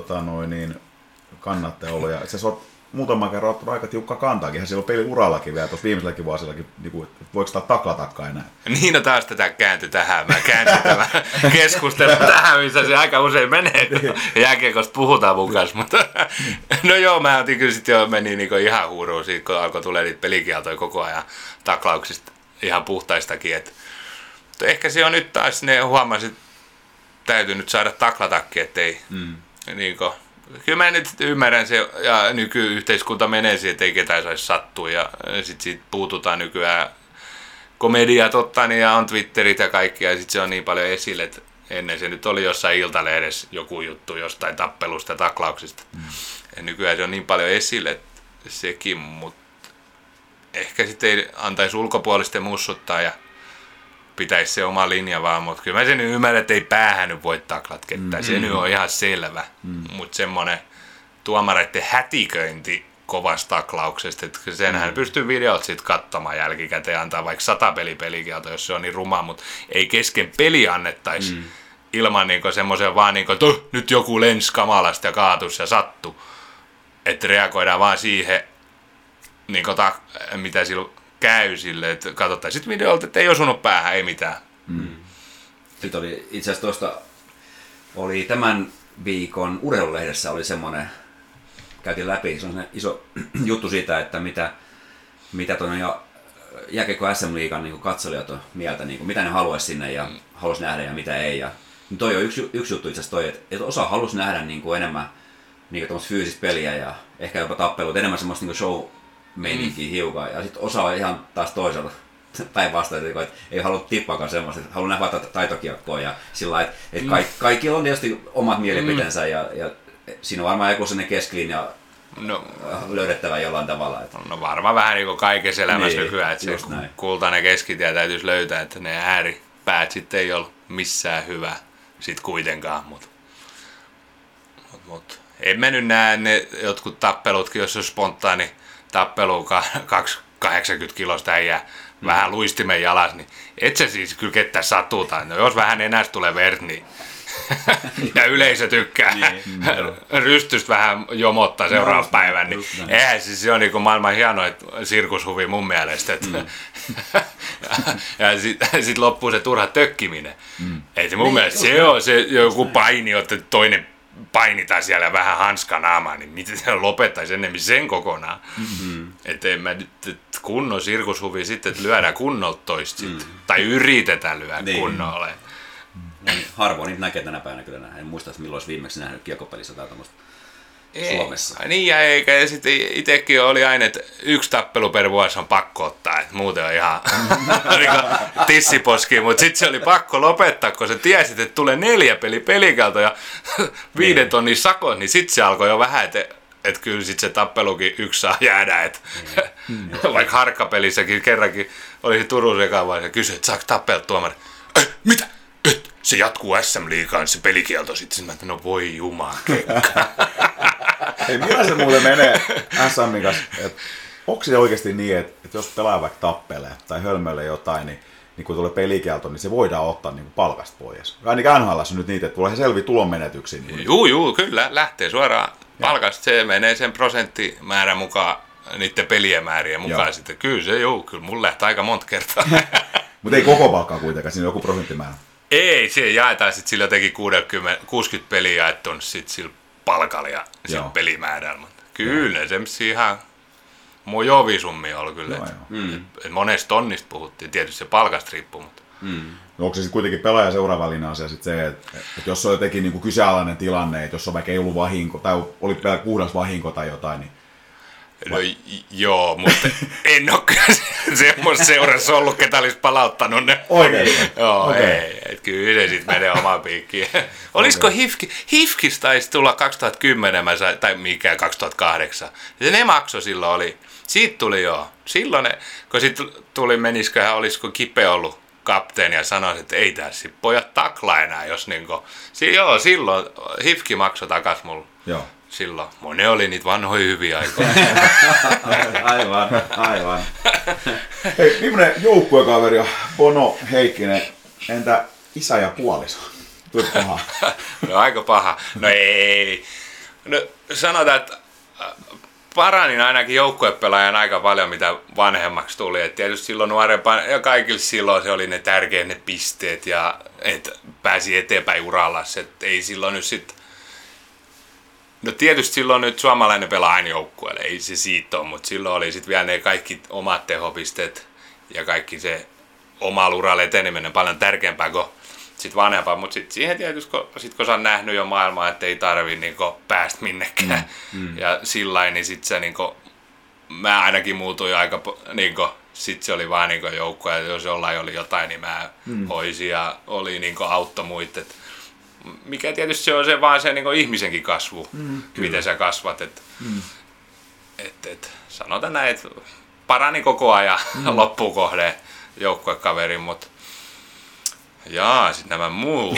kannattaja ollut, ja sä oot muutaman kerran ottanut aika tiukka kantaakin, ihan silloin peliurallakin vielä, tuossa viimeiselläkin vuosillakin, niin voiko sitä taklatakkaa enää? Niin, no taas tätä kääntyi tähän. Mä käänsin tämän keskustelun tähän, missä se aika usein menee, jääkiekosta puhutaan mun kanssa, mutta no joo, mä otin kyllä sitten jo meni niin ihan huuruun siitä, kun alkoi tulee niitä pelikieltoja koko ajan taklauksista ihan puhtaistakin, että ehkä se on nyt taas, ne huomasin, että täytyy nyt saada taklatakki, ettei niinku. Kyllä mä nyt ymmärrän se, ja nykyyhteiskunta menee siihen, että ei ketään saisi sattua, ja sitten siitä puututaan nykyään komediat ottaa, ja on Twitterit ja kaikki, ja sitten se on niin paljon esille, että ennen se nyt oli jossain Iltalehdessä joku juttu jostain tappelusta ja taklauksista. Ja nykyään se on niin paljon esille, että sekin, mutta ehkä sitten ei antaisi ulkopuolisten mussuttaa, ja pitäisi se oma linja vaan, mutta kyllä mä sen ymmärrän, että ei päähän nyt voi taklat ketään. Se nyt on ihan selvä. Mutta semmoinen tuomareiden hätiköinti kovasta taklauksesta, että senhän pystyy videot sitten katsomaan jälkikäteen ja antaa vaikka 100 pelikielto, jos se on niin ruma, mutta ei kesken peli annettaisi ilman niinku semmoisen vaan, niinku, että nyt joku lensi kamalasti ja kaatus ja sattu. Että reagoidaan vaan siihen, niinku mitä silloin käy sille, että katsotaan sitten videolta, että ei osunut päähän, ei mitään. Sitten oli itse asiassa tuosta, oli tämän viikon Urheilulehdessä oli semmoinen, käytiin läpi, se on iso juttu siitä, että mitä tuonne jo jääkiekko SM-liigan niin katselijat on mieltä, niin kuin, mitä ne haluaisi sinne ja haluaisi nähdä ja mitä ei. Ja, niin toi on yksi juttu itse asiassa toi, että osa halusi nähdä niin kuin enemmän niin kuin fyysistä peliä ja ehkä jopa tappeluita, enemmän semmoista niin show-meininkiä hiukan. Ja sitten osa on ihan taas toisella päinvastoin, että ei halua tippaakaan semmoista, että haluaa nähdä vain taitokiekkoa ja sillä lailla, että kaikilla on tietysti omat mielipiteensä ja siinä on varmaan joku sellainen keskilinja löydettävä jollain tavalla. Että. No varmaan vähän niin kuin kaikessa elämässä nykyään, että se kultainen keskitie täytyisi löytää, että ne ääripäät sitten ei ole missään hyvä sit kuitenkaan, mutta en mä nyt näe ne jotkut tappelutkin, jos on spontaani tappelu 80 kilosta äijää vähän luistimen jalas, niin et se siis kyllä ketään satutaan. No jos vähän enästä tulee vert, niin ja yleisö tykkää rystystä vähän jomottaa seuraavan päivän, niin eihän siis se on niin kuin maailman hienoin sirkushuvi mun mielestä. Ja sit loppuu se turha tökkiminen. Ei se mun mielestä se on se joku paini, että toinen painitaan siellä vähän hanskanaamaan, niin miten se lopettaisi enemmän sen kokonaan. Että en mä nyt kunnon sirkushuvi sitten, että lyödään kunnolta toista sitten. Tai yritetään lyödä kunnolla. Niin, harvoin niitä näkee tänä päivänä kyllä. En muista, että milloin olisi viimeksi nähnyt kiekopelissä tai tämmöistä Suomessa. Niin ja eikä. Ja sitten itsekin oli aina, että yksi tappelu per vuosi on pakko ottaa. Että muuten on ihan tissiposki. Mutta sitten se oli pakko lopettaa, kun sä tiesit, että tulee 4 pelikieltoa ja 5 tonnin sakot. Niin sitten se alkoi jo vähän, että että kyllä sit se tappelukin yksi saa jäädä, että vaikka harkkapelissäkin kerrankin oli Turun ekavaihe ja kysyi, että saako tappella tuomari? Mitä? Se jatkuu SM-liigaan, se pelikielto sitten. Mä no voi jumakekka. Hei, millä se muuten menee SM:n kanssa? Onko se oikeasti niin, että jos pelaa vaikka tappelee tai hölmöilee jotain, niin kun tulee pelikielto, niin se voidaan ottaa niin palkasta pois? Ainakin NHL:ssä nyt niitä, että tulee selviä tulonmenetyksiä. Niin Juu, kyllä. Lähtee suoraan palkasta. Se menee sen prosenttimäärän mukaan, niiden pelien määrien mukaan. Sitten. Kyllä se, kyllä mulla lähtee aika monta kertaa. Mutta ei koko palkkaa kuitenkaan, siinä on joku prosenttimäärä. Ei, se jaetaan sitten sillä jotenkin 60 peliä jaettu sitten sillä palkalla ja sillä pelimäärällä. Kyllä se ihan mojovia summia oli kyllä. Et monesta tonnista puhuttiin, tietysti se palkasta riippuu. Mutta. No onko se sitten kuitenkin pelaajan seuraavallinen asia sit se, että jos on jotenkin niinku kyseenalainen tilanne, että jos on vaikka ei ollut vahinko, tai oli puhdas vahinko tai jotain, niin... No joo, mutta en ole kyllä semmoista seurassa ollut, ketä olisi palauttanut ne. Oikein? Joo, okay. Ei. Et kyllä se sitten menee omaan piikkiin. Olisiko Hifkis taisi tulla 2010 tai mikä 2008. Ja ne makso silloin oli. Siitä tuli joo. Silloin ne, kun sitten tuli menisköhän, olisiko Kipe ollut kapteeni ja sanoi, että ei tässä pojat takla enää, jos niinku... Joo, silloin Hifki maksoi takas mulle. Joo. Silloin. Ne oli niitä vanhoja hyviä aikoja. Aivan. Hei, millainen joukkuekaveri on Bono Heikkinen? Entä isä ja puoliso? Tuli paha. No aika paha. No ei. No sanotaan, että paranin ainakin joukkuepelaajan aika paljon, mitä vanhemmaksi tuli. Et tietysti silloin nuorempana, ja kaikille silloin se oli ne tärkeät ne pisteet, ja että pääsi eteenpäin uralla. Et ei silloin nyt sitten... No tietysti silloin nyt suomalainen pelaa aina joukkueelle, ei se siitä ole, mutta silloin oli sitten vielä ne kaikki omat tehopisteet ja kaikki se oma uralle eteneminen paljon tärkeämpää kuin sitten vanhempaa, mutta sitten siihen tietysti, kun sä oot nähnyt jo maailmaa, että ei tarvi niinku päästä minnekään ja sillain, niin sitten se niinku, mä ainakin muutuin aika niinku, sitten se oli vaan niinku joukkue, ja jos jollain oli jotain, niin mä hoisin ja oli niinku autto muita. Mikä tietysti se on se vaan se niin ihmisenkin kasvu, miten sä kasvat. Sanotaan näin, että parani koko ajan loppuun kohden joukkuekaverin, mutta sitten nämä muu.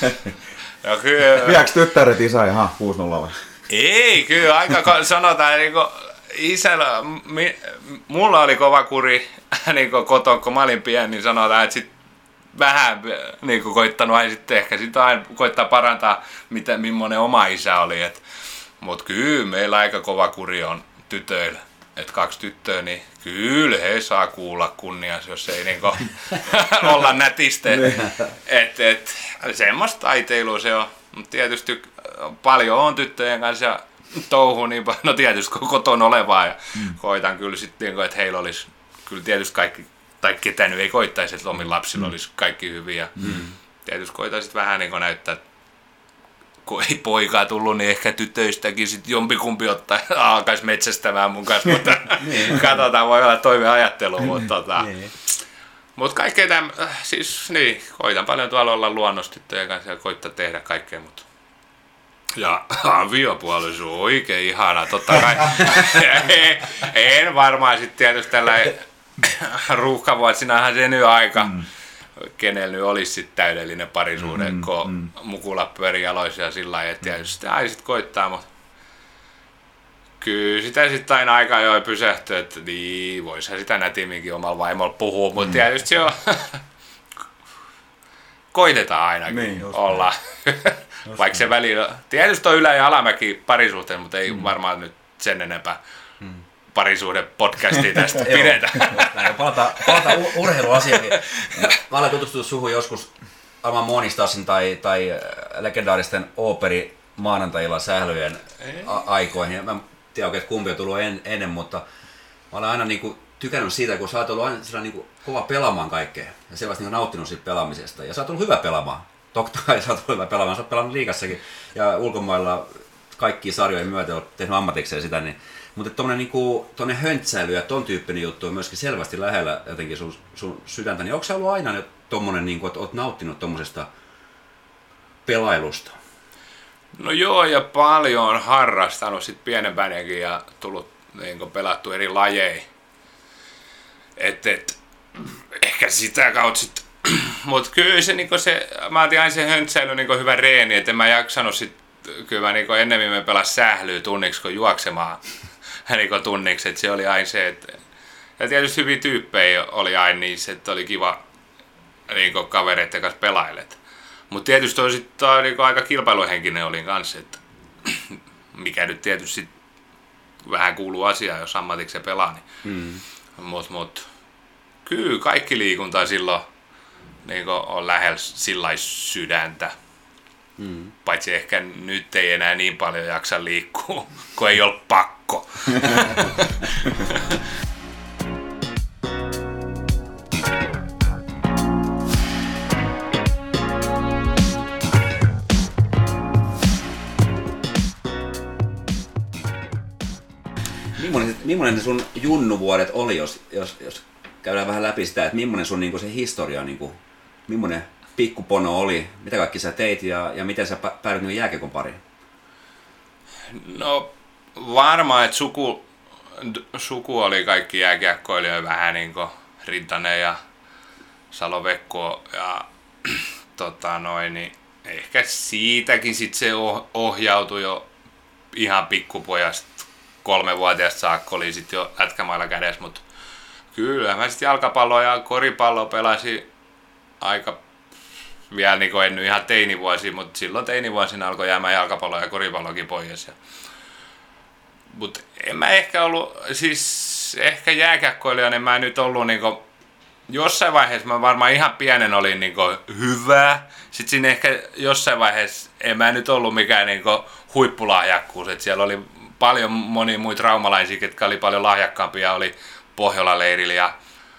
Viekö tyttäret isä ihan 6-0 vai? Ei, kyllä aika sanotaan, niin isällä, mulla oli kova kuri niin koton, kun mä olin pieni, niin sanotaan, että sit vähän niin koittanut aina sitten ehkä sitä aina koittaa parantaa, millainen oma isä oli. Mutta kyllä meillä aika kova kuri on tytöillä. Että 2 tyttöä, niin kyllä he saa kuulla kunnias, jos ei niinku olla nätiste. Semmoista taiteilua se on. Mutta tietysti paljon on tyttöjen kanssa ja touhu niin paljon. No tietysti kotona olevaa ja koitan kyllä sitten, niinku, että heillä olisi kyllä tietysti kaikki, tai ketään nyt ei koittaisi, että omilla lapsilla olisi kaikki hyviä. Tietysti koitaisit vähän niin näyttää, kun ei poikaa tullut, niin ehkä tytöistäkin sitten jompikumpi ottaa, alkaisi metsästämään mun kanssa, mutta katsotaan, voi olla toive ajattelu, mutta mut kaikkea siis niin, koitan paljon tuolla olla luonnostyttöjen kanssa ja koittaa tehdä kaikkea, mutta ja aviopuoliso on oikein ihana, totta kai. En varmaan sitten tietysti tällainen ruuhkavuotsinahan se nyt aika, kenellä nyt olisi sitten täydellinen parisuhde, kun mukula pyörii jaloissa ja sillä lailla, että tietysti aina sitten koittaa, mutta kyllä sitä sitten aina aika jo pysähtyy, että niin, voisihan sitä nätimminkin omalla vaimolla puhua, mutta tietysti se on, koitetaan ainakin olla, vaikka se välillä, tietysti on ylä- ja alamäki parisuhteen, mutta ei varmaan nyt sen enempää parisuhde-podcastia tästä pidetä. Palataan urheiluasiakin. Mä olen tutustunut suhun joskus Alman Monistassin tai legendaaristen ooperi maanantajilla sählyjen aikoihin. Mä en tiedä oikein, kumpi on tullut ennen, mutta mä olen aina niinku tykännyt siitä, kun sä oot ollut aina niinku kova pelaamaan kaikkea ja selvästi niinku nauttinut siitä pelaamisesta. Ja sä oot ollut hyvä pelaamaan. Totta kai sä oot ollut hyvä pelaamaan. Sä oot pelannut liigassakin ja ulkomailla kaikkia sarjoja myöten oot tehnyt ammatikseen sitä. Niin. Mutta tuommoinen niinku, höntsäily ja ton tyyppinen juttu on myöskin selvästi lähellä jotenkin sun sydäntä. Niin onko sä ollut aina tommonen, niinku, että oot nauttinut tommosesta pelailusta? No joo, ja paljon on harrastanut sit pienempänäkin ja tullut niin pelattu eri lajeja. Ehkä sitä kautta sit, mut kyllä se, niin se mä otin aina se höntsäily niin hyvä reeni, että en mä jaksanut sit, kyllä mä niin ennemmin me pelas sählyä tunniksi kuin juoksemaan niin tunniksi, että se oli aina se, että ja tietysti hyviä tyyppejä oli aina niissä, että oli kiva niin kavereiden kanssa pelailet. Mutta tietysti on sitten niin aika kilpailuhenkinen olin kanssa, että mikä nyt tietysti vähän kuuluu asiaan, jos ammatikseen pelaa. Niin. Mut, kyllä kaikki liikunta silloin niin on lähellä sillai sydäntä. Paitsi ehkä nyt ei enää niin paljon jaksa liikkua, kun ei ole pakko. Millainen ne sun junnuvuodet oli, jos käydään vähän läpi sitä, että millainen sun niinku se historia, niinku, millainen pikkupono oli, mitä kaikki sä teit ja miten sä päädyit niinku jääkiekon pariin? No varmaan, että suku oli kaikki jääkiekkoilijoita vähän niinku Rintanen ja Salo-Vekko ja niin ehkä siitäkin sit se ohjautui jo ihan pikkupojasta. 3-vuotiaasta saakka oli sit jo lätkämailla kädessä, mutta kyllä mä sit jalkapalloa ja koripalloa pelasin aika vielä niin en nyt ihan teinivuosia, mutta silloin teinivuosina alkoi jäämään jalkapalloa ja koripallokin pois. Mutta en mä ehkä ollut, siis ehkä jääkiekkoilijana en mä nyt ollut niinku, jossain vaiheessa mä varmaan ihan pienen olin niinku hyvä, sit siinä ehkä jossain vaiheessa en mä nyt ollut mikään niinku huippulahjakkuus, että siellä oli paljon monia muita raumalaisia, ketkä oli paljon lahjakkaampia, oli Pohjola-leirillä ja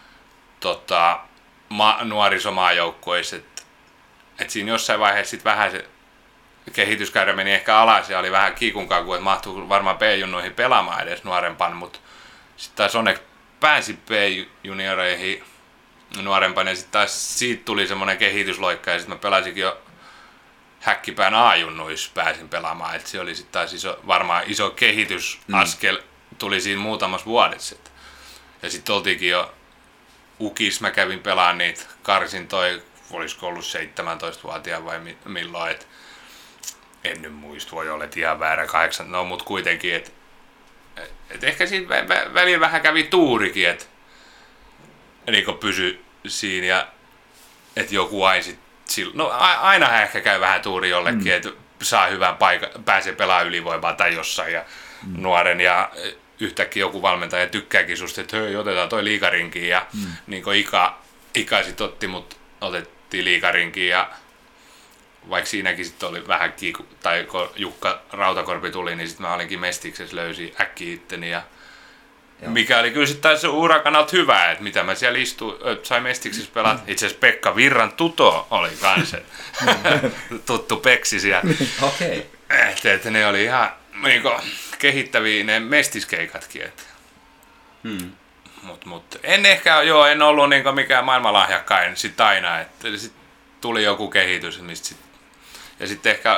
nuorisomaajoukkueissa. Et siinä jossain vaiheessa sit vähän se kehityskäyrä meni ehkä alas ja oli vähän kiikunkaku, että mahtuu varmaan B-junnuihin pelaamaan edes nuorempana, mutta sitten taas onneksi pääsi B-junioreihin nuorempana ja sitten taas siitä tuli semmoinen kehitysloikka ja sitten mä pelasinkin jo Häkkipään A-junnuissa pääsin pelaamaan, että se oli sitten taas varmaan iso kehitysaskel tuli siinä muutamassa vuodessa. Ja sitten oltiinkin jo Ukis, mä kävin pelaan niitä, karsin olisiko ollut 17-vuotiaan vai milloin, et en nyt muista, voi olla, että ihan väärä 8, no mut kuitenkin, että ehkä siinä välillä vähän kävi tuurikin, että niin pysy siinä ja että joku aina sit no aina ehkä käy vähän tuuri jollekin, että saa hyvän paikan, pääsee pelaamaan ylivoimaa tai jossain ja nuoren ja yhtäkkiä joku valmentaja tykkääkin susta, että hei, otetaan toi liigarinkiin ja niin kuin Ika sit otettiin liigarinkiin ja vaikka siinäkin sitten oli vähän tai kun Jukka Rautakorpi tuli, niin sitten mä olinkin Mestiksessä, löysin äkkiä itteni ja mikä oli kyllä sitten taas uran kannalta hyvä, että mitä mä siellä istuin, sai Mestiksessä pelata. Itse asiassa Pekka Virran tuto oli kanssa, tuttu Peksi siellä. Okei. Että ne oli ihan niinku kehittäviä ne mestiskeikatkin. Mut en ollut niinku mikään maailmanlahjakkain sit aina, että sit tuli joku kehitys, mistä ja sitten ehkä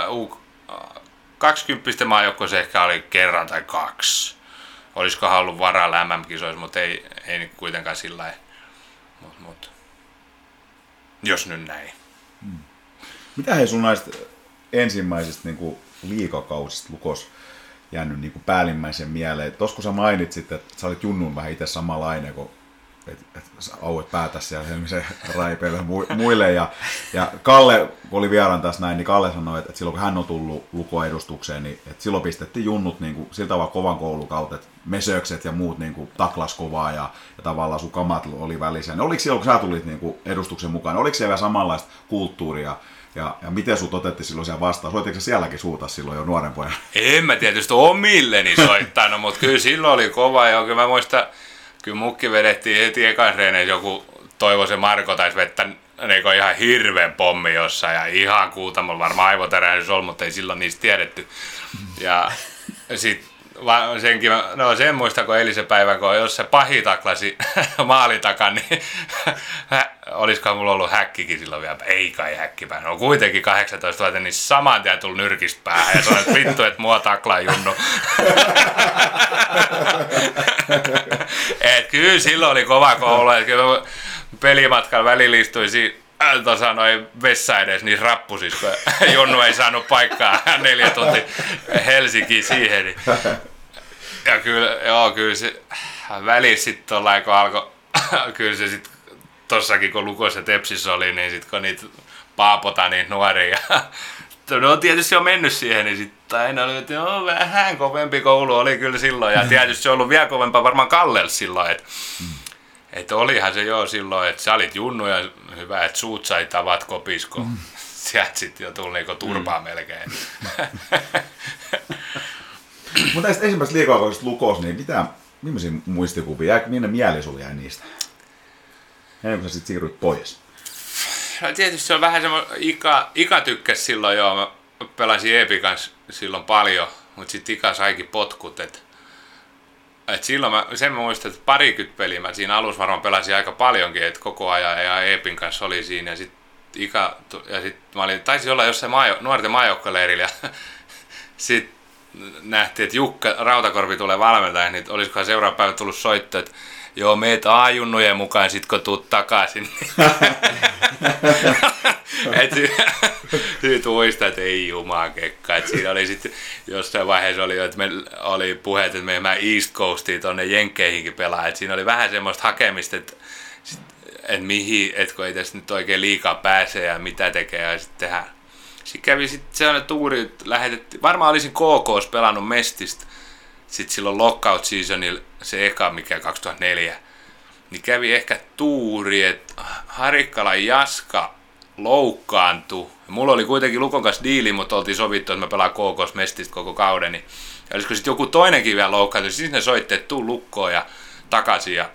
20 maajoukkoissa ehkä oli kerran tai 2. Olisikohan ollut varaa MM-kisoissa, mutta ei nyt kuitenkaan sillä lailla. Mut. Jos nyt näin. Mitä hei sun näistä ensimmäisistä niinku liigakausista Lukos jäänyt niinku päällimmäisen mieleen? Tuossa kun sä mainitsit, että sä olit junnun vähän itse samanlainen, kun auet päätä siellä se raipeille muille. Ja Kalle, kun oli vieraan tässä näin, niin Kalle sanoi, että silloin kun hän on tullut Luko-edustukseen, niin että silloin pistettiin junnut niin kuin, sillä tavalla kovan koulukautta, että mesökset ja muut niin kuin, taklas kovaa ja tavallaan sun kamat oli välissä. Niin oliko silloin, kun sä tulit niin kuin, edustuksen mukaan, niin oliko siellä samanlaista kulttuuria? Ja miten sut otettiin silloin siellä vastaan? Soititko sä sielläkin suuta silloin jo nuoren pojan? En mä tietysti omilleni soittanut, mutta kyllä silloin oli kova ja kyllä mä muistan, kyllä mukki vedettiin heti ekan joku Toivosen Marko taisi vettä niin ihan hirveän pommi jossain ja ihan Kuutamolla varmaan aivotärähdys oli, mutta ei silloin niistä tiedetty. Ja sit senkin, no sen muistan, kun eilisen päivän, kun jos se pahi taklasi maalitakan, niin olisikohan mulla ollut häkkikin silloin vielä, ei kai häkkipää, no kuitenkin 18 vuotta, niin saman tien tuli nyrkistä päähän ja sanoin, että vittu, että mua taklaa Junnu. Et kyllä silloin oli kova koulu, että kyllä pelimatkalla välillä istuin tuossa noin vessa edes niissä rappusissa, kun Junnu ei saanut paikkaa 4 tuntia Helsinkiin siihen. Niin. Ja kyllä se välissä sitten tuollain, kun alkoi, kyllä se sitten tossakin kun Lukossa ja Tepsissä oli, niin sitten kun niitä paapota niitä nuoria, no tietysti on mennyt siihen, niin sitten aina oli, että no, vähän kovempi koulu oli kyllä silloin, ja tietysti se on ollut vielä kovempaa varmaan Kallella silloin, että olihan se jo silloin, että sä olit Junnu ja hyvä, että suut sai tavat kopis, kun sieltä sitten jo tuli niinku turpaa melkein. Mutta näistä ensimmäisestä liiga-aikaisesta Lukossa, niin millaisia muistikuvia, minne mieli sulla jäi niistä? Ennen kuin sä sitten siirryt pois? No tietysti se on vähän semmoinen, Ika tykkäsi silloin joo, mä pelasin Eepin kanssa silloin paljon, mutta sitten Ika saikin potkut, et silloin mä muistan, että 20 peliä mä siinä alussa varmaan pelasin aika paljonkin, että koko ajan ja Eepin kanssa oli siinä ja sitten Ika, ja sitten mä taisin olla jossain nuorten maajoukkoleirillä ja sitten nähtiin, että Jukka Rautakorpi tulee valmentajaksi, niin olisikohan seuraava päivä tullut soitto, että joo, meet A-junnujen mukaan sit kun tuut takaisin. Siitä muistaa, että ei jumakekka. Siinä oli sitten jossain vaiheessa oli, että me oli puheet, että me East Coastiin tonne Jenkkeihinkin pelaa. Että siinä oli vähän semmoista hakemista, että mihin, että kun ei tässä nyt oikein liikaa pääse ja mitä tekee ja sitten tehdään. Sitten kävi sitten sellainen tuuri, että lähetettiin, varmaan olisin KK:ssa pelannut Mestistä. Sitten silloin lockout seasonilla, se eka, mikä 2004, niin kävi ehkä tuuri, että Harikkalan Jaska loukkaantui. Mulla oli kuitenkin Lukon kanssa diili, mutta oltiin sovittu, että mä pelaan KK:ssa Mestistä koko kauden. Niin, ja olisiko sitten joku toinenkin vielä loukkaantui, siis ne soitti, että tuu Lukkoon ja takaisin. Ja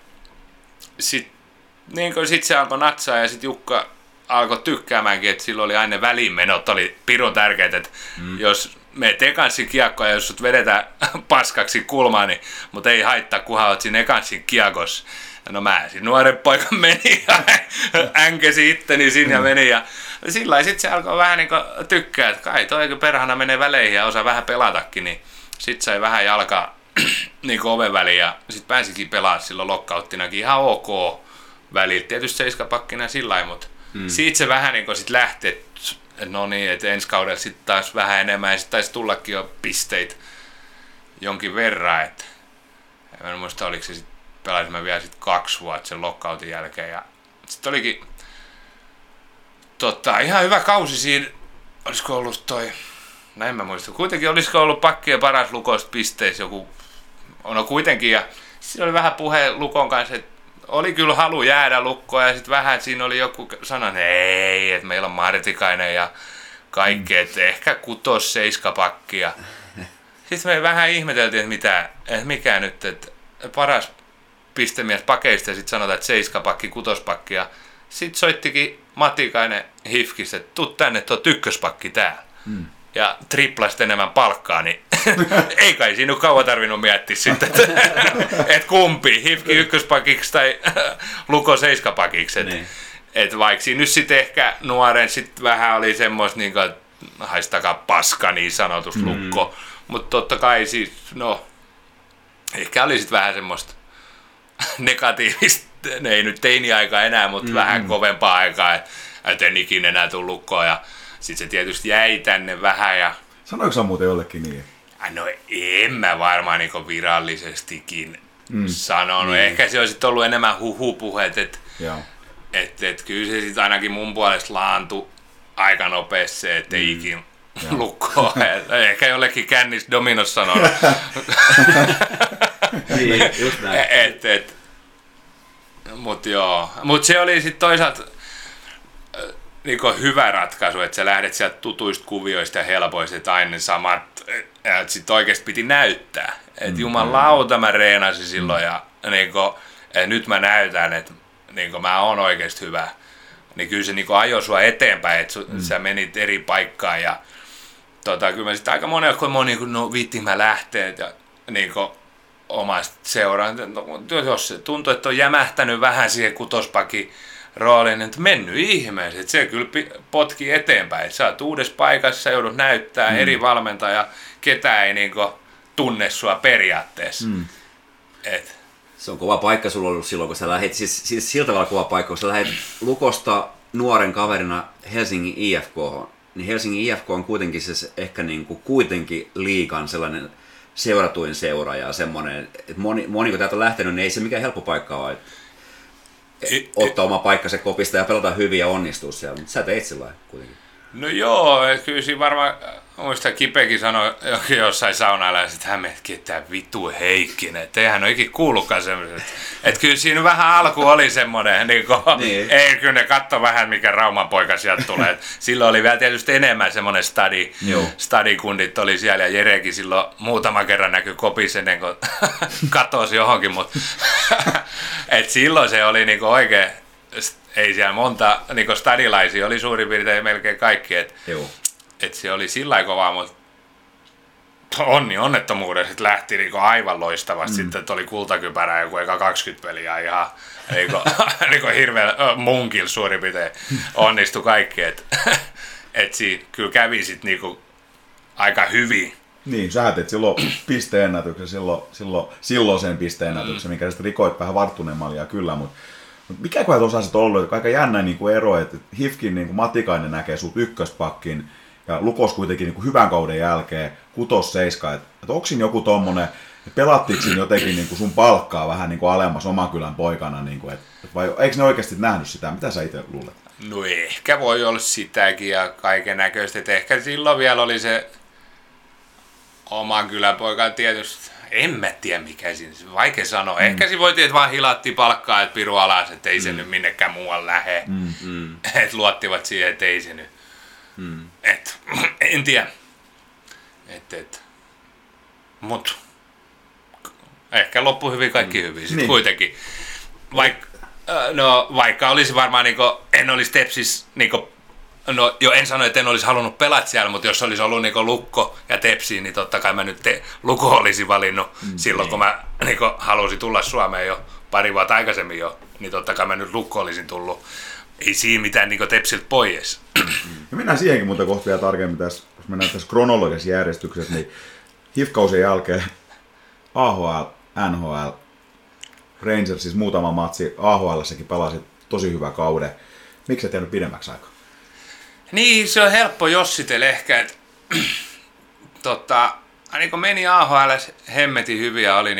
sitten sit se alkoi natsaa ja sitten Jukka alkoi tykkäämäänkin, että silloin oli aina väliinmenot, oli pirun tärkeät, että jos meet ekanssin kiekkoon ja jos sut vedetään paskaksi kulmaan, niin, mutta ei haittaa, kunhan oot siinä ekanssin kiekossa. No mä siinä nuoren poika meni ja änkäsi itteni sinne ja meni ja sillä sitten se alkoi vähän niin kuin tykkää, että kai toi perhana menee väleihin ja osaa vähän pelatakin, niin sit sai vähän jalkaa niin kuin oven väliin ja sit pääsikin pelaamaan silloin lockouttinakin ihan ok välillä. Tietysti seiskapakkina sillä lailla, mutta siitä se vähän niin kuin sit lähti, että no niin, että ensi kaudella sitten taas vähän enemmän ja sitten taisi tullakin jo pisteitä jonkin verran, että en muista oliko se sitten, pelasimme vielä sitten 2 vuotta sen lockoutin jälkeen ja sitten olikin ihan hyvä kausi siinä, olisiko ollut toi, näin mä muistan, kuitenkin olisiko ollut pakkien paras Lukosta pisteissä joku, no kuitenkin ja siinä oli vähän puhe Lukon kanssa, että oli kyllä halu jäädä Lukkoon ja sitten vähän siinä oli joku sana, että ei, että meillä on Martikainen ja kaikki, että ehkä 6-7 pakkia. Sitten me vähän ihmeteltiin, että mikä nyt, että paras pistemies pakeista ja sitten sanotaan, että 7 pakki, 6 pakki. Ja sitten soittikin Matikainen Hifkistä, että tuu tänne, tuo ykköspakki täällä. Ja triplasta enemmän palkkaa, niin ei kai siinä kauan tarvinnut miettiä sitten, että kumpi, Hifki ykköspakiksi tai Luko 7-pakiksi. Että vaikka siinä nyt sitten ehkä nuoren sitten vähän oli semmoista, niin kuin, haistakaa paska niin sanotus Lukko. Mutta totta kai siis, no, ehkä oli sitten vähän semmoista negatiivista, ei nyt teini-aikaa enää, mutta vähän kovempaa aikaa, että en ikinä enää tullut Lukkoon. Ja sitten se tietysti jäi tänne vähän. Ja sanoiko sä muuten jollekin niin? No en mä varmaan niin virallisestikin sanonut. Ehkä se olisi ollut enemmän huhupuheet, että kyllä se sitten ainakin mun puolesta laantui aika nopeasti se, ettei ikinä Lukkoa. Ehkä jollekin kännis Dominos sanonut. Niin, just näin. Mutta se oli sitten toisaalta niin hyvä ratkaisu, että sä lähdet sieltä tutuista kuvioista ja helpoista, että aina samat, että sit oikeasti piti näyttää. Että jumalauta mä reenasin silloin ja nyt mä näytän, että mä oon oikeasti hyvä. Niin kyllä se ajoi sua eteenpäin, että sä menit eri paikkaan ja kyllä mä sitten aika moni no viittiin mä lähteet ja omasta seuraan. Jos se tuntuu, että on jämähtänyt vähän siihen 6-pakin rooliin, että mennyt ihmeessä, että se kyllä potki eteenpäin, että sä oot uudessa paikassa, joudut näyttää eri valmentaja, ketään ei niinku tunne sua periaatteessa. Et. Se on kova paikka sulla ollut silloin, kun sä lähdit, siis sillä tavalla kova paikka, kun sä lähdit Lukosta nuoren kaverina Helsingin IFK:hon, niin Helsingin IFK on kuitenkin se ehkä niinku kuitenkin liigan sellainen seuratuin seura ja semmoinen, että moni kun täältä on lähtenyt, niin ei se mikään helppo paikka ole. Ottaa oma paikkansa kopista ja pelata hyvin ja onnistua siellä, mutta sä teit sillä lailla kuitenkin. No joo, kyllä siinä varmaan, muista Kipekin sanoi jossain saunailla, että hän meidät tää vitu Heikkinen, että eihän ole ikinä kuullutkaan semmoiset. Että kyllä siinä vähän alku oli semmoinen, niin. Ei kyllä ne katso vähän mikä Rauman poika sieltä tulee. Silloin oli vielä tietysti enemmän semmoinen stadikundit oli siellä ja Jerekin silloin muutama kerran näkyi kopissa ennen kuin katosi johonkin, mutta et silloin se oli niinku oikein. Ei siellä monta niin stadilaisia, oli suurin piirtein melkein kaikki, että se oli sillä kovaa, mutta onnettomuudessa lähti niin aivan loistavasti, sitten että oli kultakypärä joku eka 20 peliä ihan niin hirveän munkilla suurin piirtein onnistui kaikki, että siinä kyllä kävi sitten niin aika hyvin. Niin, sä teit silloin pisteennätyksen, silloisen pisteennätyksen, minkä sitten rikoit vähän varttuneemmalia kyllä, mutta mikä koet osa sitten ollut, että aika jännä niin ero, että HIFKin niin Matikainen näkee sut ykköspakkin ja Lukos kuitenkin niin hyvän kauden jälkeen 6-7, että onko siinä joku tommonen, pelattiinko siinä jotenkin niin sun palkkaa vähän niin alemmas oman kylän poikana, niin kuin, vai eikö ne oikeasti nähnyt sitä, mitä sä itse luulet? No ehkä voi olla sitäkin ja kaiken näköistä, että ehkä silloin vielä oli se oman kylän poika tietysti. En mä tiedä mikä siinä, vaikea sanoa. Ehkä siinä voitiin, että vaan hilattiin palkkaa, että piru alas, että ei se nyt minnekään muualle lähe. Että luottivat siihen, että ei se nyt. Et, en tiedä. Mut ehkä loppu hyvin, kaikki hyvin sitten kuitenkin. Vaikka olisi varmaan, en olisi Tepsis, en sano, että en olisi halunnut pelata siellä, mutta jos olisi ollut Lukko ja Tepsi, niin totta kai mä nyt Lukko olisi valinnut silloin, kun mä halusin tulla Suomeen jo pari vuotta aikaisemmin jo, niin totta kai mä nyt Lukko olisin tullut. Ei siinä mitään Tepsiltä pois. Ja mennään siihenkin muuten kohta vielä tarkemmin, jos mennään tässä kronologisessa järjestyksessä, niin HIF-kausien jälkeen AHL, NHL, Rangers, siis muutama matsi, AHL-säkin pelasit tosi hyvä kauden. Miksi et jäänyt pidemmäksi aikaa? Niin, se on helppo jossitella ehkä, että meni AHL hemmetin hyviä, oli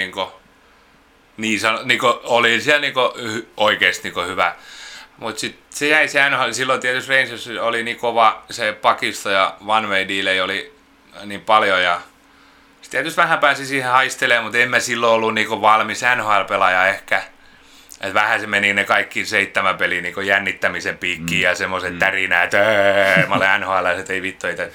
oli siellä oikeesti hyvä. Mutta sitten se jäi se NHL, silloin tietysti Rangers oli niin kova se pakisto ja one way delay oli niin paljon ja sitten tietysti vähän pääsi siihen haistelemaan, mutta en mä silloin ollut valmis NHL-pelaaja ehkä. Et vähän se meni ne kaikki 7 peliä jännittämisen piikkiin ja semmoiset tärinää, että mä olen NHL, että ei vittu itse.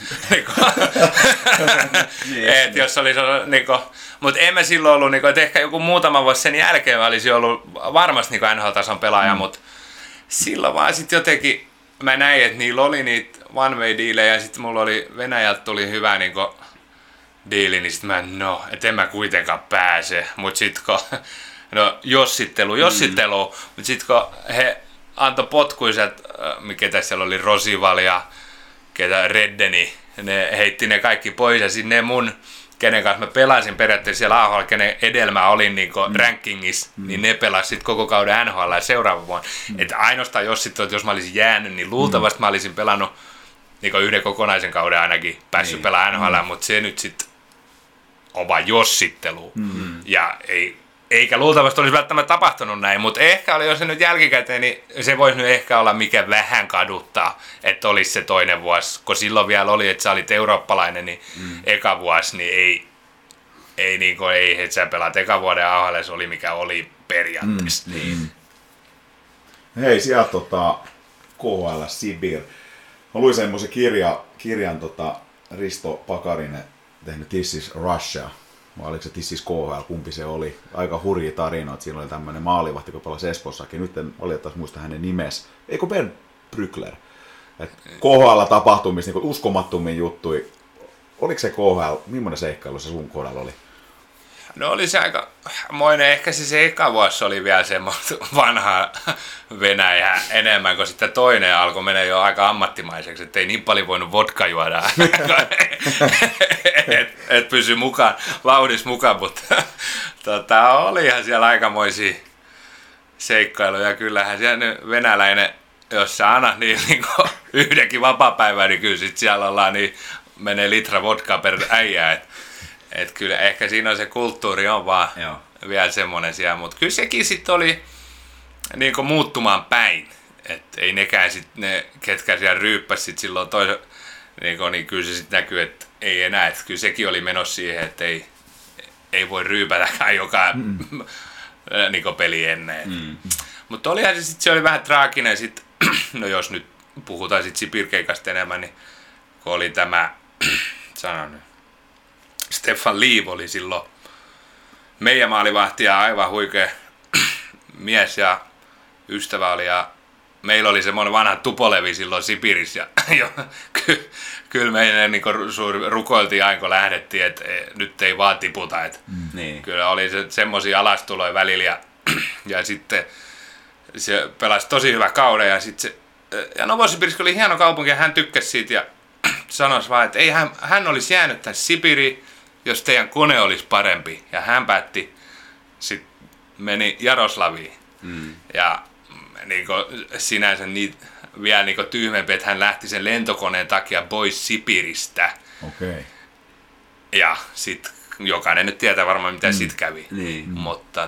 Et jos oli mutta en mä silloin ollut, että ehkä joku muutama vuosi sen jälkeen mä olisin ollut varmasti NHL-tason pelaaja, mutta silloin vaan sitten jotenkin mä näin, että niillä oli niitä one-way dealejä ja sitten mulla oli Venäjältä tuli hyvä diili, niin sitten mä että en mä kuitenkaan pääse, mutta sitten kun jossittelu, mutta sitten kun he antoi potkuiset, ketä siellä oli Rosival ja ketä Reddeni, ne heitti ne kaikki pois ja sinne mun, kenen kanssa mä pelasin periaatteessa siellä AHL, kenen edelmä olin rankingissa, niin ne pelasivat koko kauden NHL ja seuraavan vuonna. Että ainoastaan jos mä olisin jäänyt, niin luultavasti mä olisin pelannut yhden kokonaisen kauden ainakin päässyt pelaamaan NHL, mutta se nyt sitten on vaan jossittelu. Ja eikä luultavasti olisi välttämättä tapahtunut näin, mutta ehkä oli, jos se nyt jälkikäteen, niin se voisi nyt ehkä olla mikä vähän kaduttaa, että olisi se toinen vuosi. Kun silloin vielä oli, että sä olit eurooppalainen, niin eka vuosi, niin ei että sä pelaat eka vuoden AHL, se oli mikä oli periaatteessa. Hei, sieltä KHL Sibir. Mä luin semmoisen kirjan Risto Pakarinen tehnyt This is Russia. Vai oliko se This is KHL, kumpi se oli. Aika hurjia tarinoita. Siinä oli tämmöinen maalivahti, kun pelasi Espoossakin. Nyt en valitettavasti muista hänen nimes. Eikö Ben Brückler? KHL-tapahtumissa niin uskomattomia juttui. Oliko se KHL, millainen seikkailu se sun kohdalla oli? No oli se aika moinen, ehkä se eka vuosi oli vielä semmoista vanhaa Venäjää enemmän, kun sitten toinen alkoi mennä jo aika ammattimaiseksi, ettei niin paljon voinut vodka juoda, et pysy mukaan, vauhdissa mukaan, mutta olihan siellä aikamoisia seikkailuja, kyllähän siellä nyt venäläinen, jos sä annat niin yhdenkin vapaapäivän, niin kyllä sit siellä ollaan, niin menee litra vodkaa per äijä, et kyllä ehkä siinä on se kulttuuri on vaan vielä semmoinen siellä, mutta kyllä sekin sitten oli niin muuttumaan päin, että ei nekään sitten ne, ketkä siellä ryyppäs sit silloin toisen, niin kyllä se sitten näkyy, että ei enää, että kyllä sekin oli menossa siihen, että ei voi ryypätäkään joka niin peli ennen. Mutta olihan se sitten, se oli vähän traaginen sitten, no jos nyt puhutaan sitten Sibirkeikasta enemmän, niin kun oli tämä, sanon nyt, Stefan Liiv oli silloin meidän maalivahti ja aivan huikea mies ja ystävä oli ja meillä oli semmoinen vanha Tupolevi silloin Sibirissä ja kyllä meidän niin rukoiltiin aina kun lähdettiin, että nyt ei vaan tiputa. Niin. Kyllä oli semmoisia alastuloja välillä ja sitten se pelasi tosi hyvä kauden ja sitten ja Novosibirsk oli hieno kaupunki ja hän tykkäsi siitä ja sanoi vaan, että ei hän olisi jäänyt tänne Sibiriin, jos teidän kone olisi parempi. Ja hän päätti, sitten meni Jaroslaviin. Ja niinku, sinänsä vielä niinku tyhmempi, että hän lähti sen lentokoneen takia pois Sibiristä. Okay. Ja sitten jokainen nyt tietää varmaan, mitä sit kävi. Mutta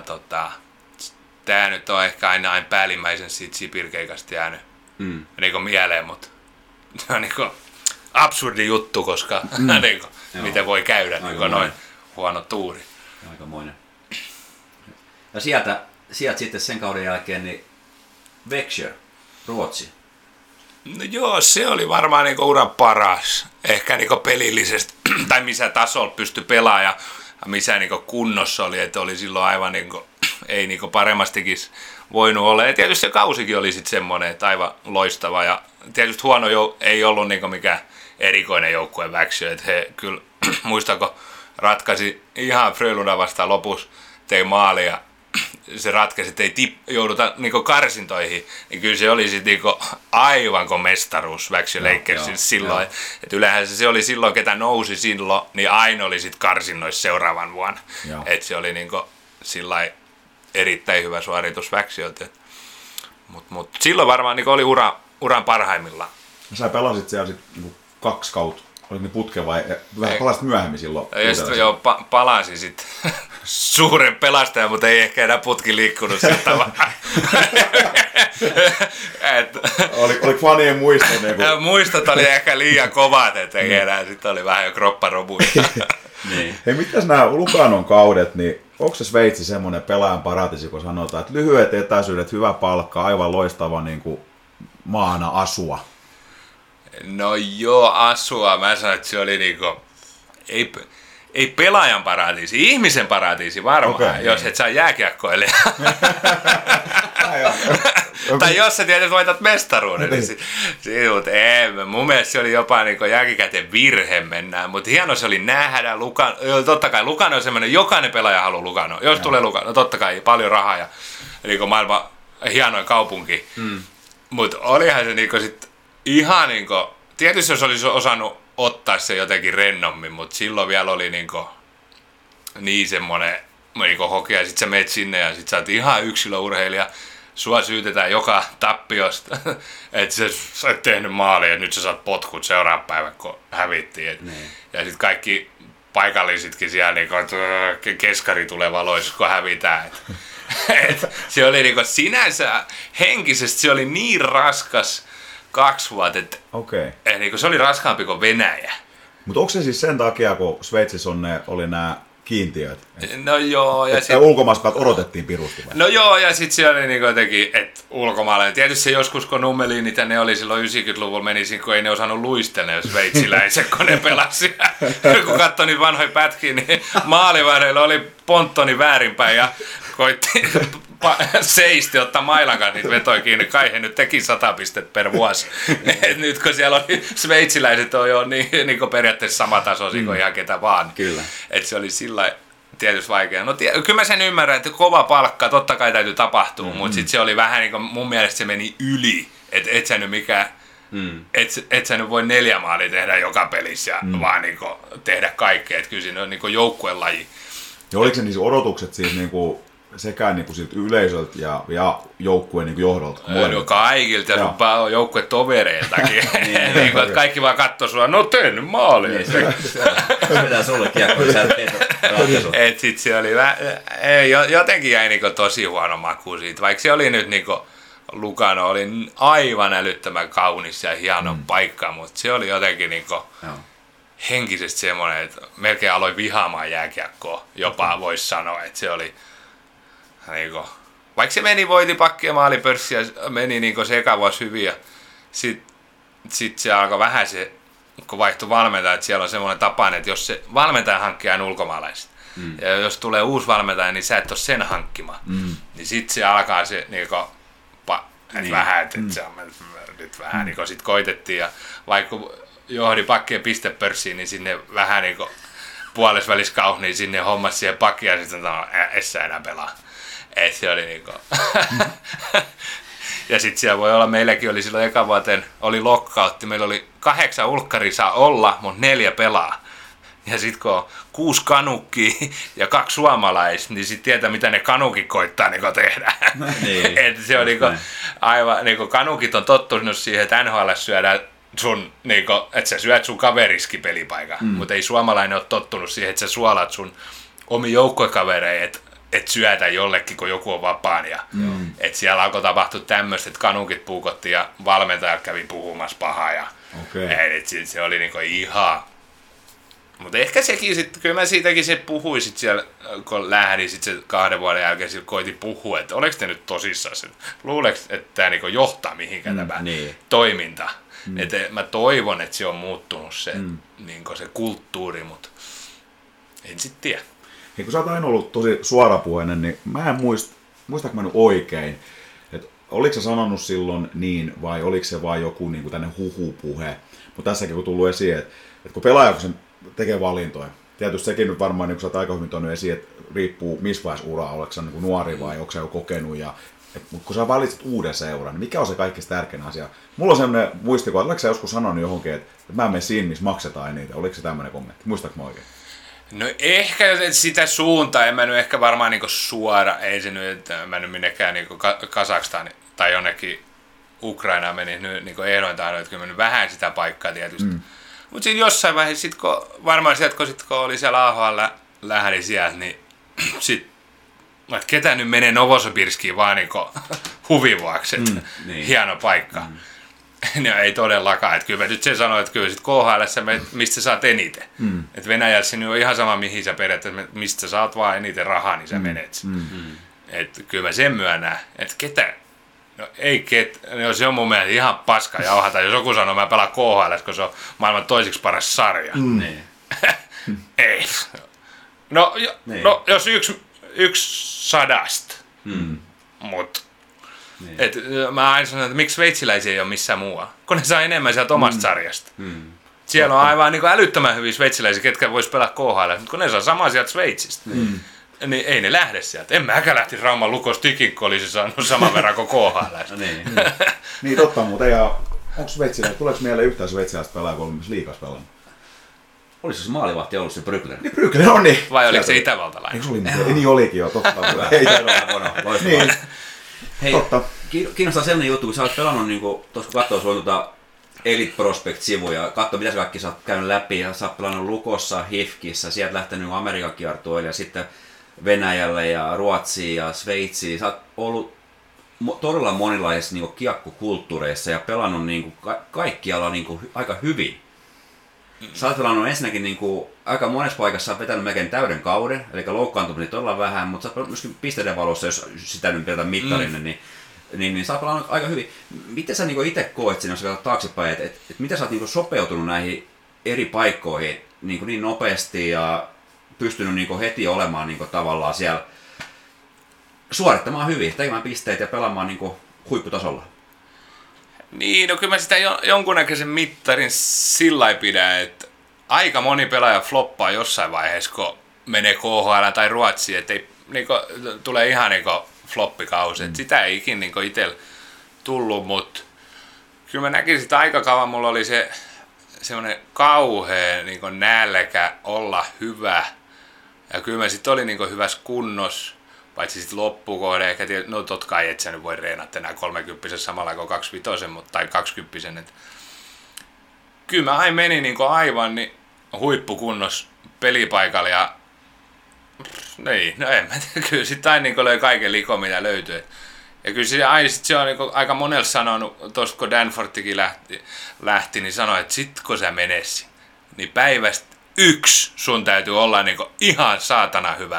tämä nyt on ehkä aina päällimmäisen siitä Sibirkeikasta jäänyt niinku mieleen, mutta se on niinku absurdi juttu, koska niinku, miten voi käydä niin noin huono tuuri. Aikamoinen. Ja sieltä sitten sen kauden jälkeen niin Växjö, Ruotsi. No joo, se oli varmaan niinku uran paras. Ehkä niinku pelillisesti, tai missä tasolla pystyi pelaamaan ja missä niinku kunnossa oli, että oli silloin aivan niinku, ei niinku paremmastikin voinut olla. Ja tietysti se kausikin oli sitten semmoinen, että aivan loistava ja tietysti huono ei ollut niinku mikään erikoinen joukkue Växjö, että he kyllä, muistako, ratkaisi ihan Frölunda vastaan lopussa, tei maali ja se ratkaisi, että ei jouduta niinku karsintoihin, niin kyllä se oli sitten niinku aivan kuin mestaruus Växjö Lakers silloin. Että yleensä se oli silloin, ketä nousi silloin, niin aina oli sitten karsinnoissa seuraavan vuonna. Että se oli niinku sillai erittäin hyvä suoritus Växjöltä. Mut silloin varmaan niinku oli uran parhaimmillaan. Sä pelasit siellä sitten niinku 2 kautta. Oliko ne putke vai vähän palasit myöhemmin silloin? Ja sitten palasin sitten suuren pelastajan, mutta ei ehkä enää putki liikkunut sillä tavalla. Oliko fanien muistot? Muistot oli ehkä liian kovat, että ei enää. Sitten oli vähän jo kropparobuista. Niin. Hei, mitäs nämä Luganon kaudet, niin onko se Sveitsi semmoinen pelaajan paratisi, kun sanotaan, että lyhyet etäisyydet, hyvä palkka, aivan loistava niin kuin maana asua? No joo, asua. Mä sanoin, että se oli niinku, ei pelaajan paratiisi, ihmisen paratiisi varmaan, jos et saa jääkiekkoille. Tai jos sä tietysti voitat mestaruuden, niin mutta mun mielestä se oli jopa niinku jälkikäteen virhe mennään, mutta hieno se oli nähdä. Totta kai Lugano on semmoinen, jokainen pelaaja haluaa Lugano. Jos tulee Lugano, totta kai paljon rahaa ja niinku maailman hienoin kaupunki. Mutta olihan se niinku sit ihan niinku, tietysti jos olisi osannut ottaa se jotenkin rennommin, mutta silloin vielä oli niinku niin semmoinen niinku hoki, ja sit sä meet sinne ja sit sä oot ihan yksilöurheilija, sua syytetään joka tappiosta, että sä oot tehnyt maali ja nyt sä saat potkut seuraavan päivän, kun hävittiin. Ja sit kaikki paikallisitkin siellä niinku, keskari tulee valoissa, kun hävitään. Se oli niinku sinänsä henkisesti se oli niin raskas 2 vuotta, että niin se oli raskaampi kuin Venäjä. Mutta onko se siis sen takia, kun Sveitsissä oli nämä kiintiöt? No joo. Ja että ulkomaaskat odotettiin pirusti vai? No joo, ja sitten se oli niinku jotenkin, että ulkomaalainen. Tietysti se joskus, kun Nummeliin ne oli silloin 90-luvulla menisin, kun ei ne osannut luistella, jos sveitsiläiset, kun ne pelasi. Kun katsoi niitä vanhoja pätkiä, niin maalivahdeilla oli ponttoni väärinpäin ja koitti seisti ottaa mailan kanssa niitä vetoja kiinni. Kai he nyt teki 100 pistettä per vuosi. Nyt kun siellä oli sveitsiläiset on jo niin periaatteessa samatasoisia kuin ihan ketä vaan. Kyllä. Että se oli sillä tietysti vaikea. No kyllä mä sen ymmärrän, että kova palkka, totta kai täytyy tapahtua, mutta sitten se oli vähän niin kuin, mun mielestä se meni yli. Että et sä nyt et sä nyt voi 4 maalia tehdä joka pelissä ja vaan niin kuin tehdä kaikkea. Että kyllä siinä on niin kuin joukkuelaji. Ja oliko se niissä odotukset siis niinku sekä niinku siltä yleisöltä ja joukkueen niinku johdolta? No kaikilta ja sun joukkuetovereiltakin. Niin, että kaikki vaan katsoi sua, no tee nyt maali. Pitää sulle kiekko, sä et sit se oli jotenkin jäi niinku tosi huono maku siitä, vaikka se oli nyt niinku Lugano oli aivan älyttömän kaunis ja hieno paikka, mutta se oli jotenkin niinku henkisesti semmoinen, että melkein aloin vihaamaan jääkiekkoa, jopa voisi sanoa, että se oli niinku, vaikka se meni voiti pakki ja maalipörssi ja meni niinku se eka vuosi hyvin ja sit se alkoi vähän se, kun vaihtui valmentaja, että siellä on semmoinen tapana, että jos se valmentaja hankkii aina ulkomaalaiset ja jos tulee uusi valmentaja, niin sä et ole sen hankkimaan, niin sit se alkaa se niinku, vähän, että se on nyt vähän niinku sit koitettiin ja vaikka johdi pakkien pistepörssiin, niin sinne vähän niinku puolesvälis kauhniin sinne hommas siihen pakkiin ja sitten sanoo, et sä enää pelaa. Et se oli niinku ja sit siellä voi olla, meilläkin oli silloin eka vuoteen, oli lockoutti, meillä oli 8 ulkkari saa olla, mutta 4 pelaa. Ja sit kun on 6 kanukkia ja 2 suomalaista, niin sit tietää mitä ne kanukit koittaa niinku tehdä. Niin. Et se on niinku, aivan, niinku kanukit on tottunut siihen, että NHL syödään sun, niinku, että sä syöt sun kaveriski pelipaikan, mutta ei suomalainen ole tottunut siihen, että sä suolat sun omi joukkokavereja, että syötä jollekin, kun joku on vapaan. Ja, että siellä alkoi tapahtua tämmöistä, että kanukit puukotti ja valmentajat kävi puhumassa pahaa. Ja, se oli niinku ihan. Mutta ehkä sekin sitten, kyllä mä siitäkin se puhuin sit siellä, kun lähdin sit se 2 vuoden jälkeen, sillä koitin puhua, että oleks te nyt tosissaan sen. Luuleeko, että tämä niinku johtaa mihinkään tämä toiminta? Että mä toivon, että se on muuttunut se, niinku se kulttuuri, mutta en sitten tiedä. Hei, kun sä oot aina ollut tosi suorapuheinen, niin mä en muistaako mä nyt oikein, että oliko sä sanonut silloin niin vai oliko se vaan joku niinku tämmöinen huhupuhe? Mutta tässäkin on tullut esiin, että kun pelaaja kun sen tekee valintoja, tietysti sekin nyt varmaan, niin kun sä oot aika hyvin tuonut esiin, että riippuu missä vaiheessa uraa, oletko sä niin nuori vai onko sä jo kokenut. Mutta kun sä valitset uuden seuran, niin mikä on se kaikkein tärkein asia? Mulla on sellainen muistikuva, että oletko sä joskus sanonut johonkin, että mä menen siinä, missä maksetaan eniten. Oliko se tämmöinen kommentti? Muistatko mä oikein? No ehkä sitä suuntaa, en mä nyt ehkä varmaan niinku suora, ei se nyt, että mä nyt minnekään niinku Kazakstan tai jonnekin Ukrainaan meni nyt niinku ehdointaan, että kyllä mä nyt vähän sitä paikkaa tietysti. Mutta sitten jossain vaiheessa, varmaan sieltä, kun oli siellä AHL lähdin sieltä, niin sitten, että ketä nyt menee Novosibirskiin vaan niinku huvin vuoksi, että hieno paikka. No ei todellakaan, että kyllä mä nyt sen sanoin, että kyllä sit KHL:ssä mistä sä saat eniten. Että Venäjällä nyt on ihan sama mihin sä periaatteessa, mistä sä saat vaan eniten rahaa, niin sä menet. Että kyllä mä sen myönnän, että ketä. No ei no se on mun mielestä ihan paska jauhata, jos joku sanoo, mä pelaan KHL, kun se on maailman toiseksi paras sarja. Ei. No jos yksi 100. Mut. Et mä aina sanon, että miksi sveitsiläisiä ei ole missään muualla, kun ne saa enemmän sieltä omasta sarjasta. Siellä on aivan niin älyttömän hyviä sveitsiläisiä, ketkä vois pelaa KHL, mutta kun ne saa samaa sieltä Sveitsistä. Niin ei ne lähde sieltä. En mäkään lähti Rauman Lukos Tikin, kun olisi saanut saman verran kuin KHL. Niin totta muuten. Ja onko sveitsiläistä, tuleeko mieleen yhtään sveitsiläistä pelaa, kun on myös liigas pelannut? Oliko se maalivahti ollut se Brygler? Niin Brygler on niin. Vai oliko se itävaltalainen? Eikö se oli? Niin olikin jo, totta. Ei niin. Hei, totta. Kiinnostaa sellainen juttu, kun sä oot pelannut, niin tuossa kun katsoo sulla Elite Prospect-sivuja, katso mitä sä kaikki sä oot käynyt läpi, ja sä oot pelannut Lukossa, HIFKissä, sieltä lähtenyt Amerikan kiertueelle ja sitten Venäjälle ja Ruotsiin ja Sveitsiin. Sä oot ollut todella monilaisissa niin kiekkokulttuureissa ja pelannut niin kaikkialla niin aika hyvin. Sä oot pelannut ensinnäkin niin aika monessa paikassa, sä oot vetänyt melkein täyden kauden, eli loukkaantuminen todella vähän, mutta sä oot pelannut myöskin pisteiden valossa, jos sitä nyt pidetään mittarina, niin sä oot pelannut aika hyvin. Miten sä niin itse koet sinne, jos sä katsot taaksepäin, että miten sä oot niin sopeutunut näihin eri paikkoihin niin nopeasti ja pystynyt niin heti olemaan niin tavallaan siellä suorittamaan hyvin, tekemään pisteitä ja pelaamaan niin huipputasolla? Niin, no kyllä mä sitä jonkunnäköisen mittarin sillä lailla pidän, että aika moni pelaaja floppaa jossain vaiheessa, kun menee KHL tai Ruotsiin, että niinku, tulee ihan niinku floppikausi. Sitä ei ikin niinku itsellä tullut, mutta kyllä mä näkisin, että aika kauan mulla oli semmoinen kauhea niinku nälkä olla hyvä. Ja kyllä mä sit olin niinku hyvässä kunnossa, paitsi sit loppukohde, ehkä no totta kai et sä nyt voi reenata enää 30 samalla kuin 25 tai 20. Et kyllä mä aina menin niinku aivan niin huippukunnossa pelipaikalla ja niin, no en mä tiedä, kyllä sit aina niinku löi kaiken liko mitä löytyy. Ja kyllä se on niinku aika monella sanonut, tuosta kun Danforttikin lähti, niin sanoi, että sit kun sä menesit, niin päivästä 1 sun täytyy olla niinku ihan saatana hyvä.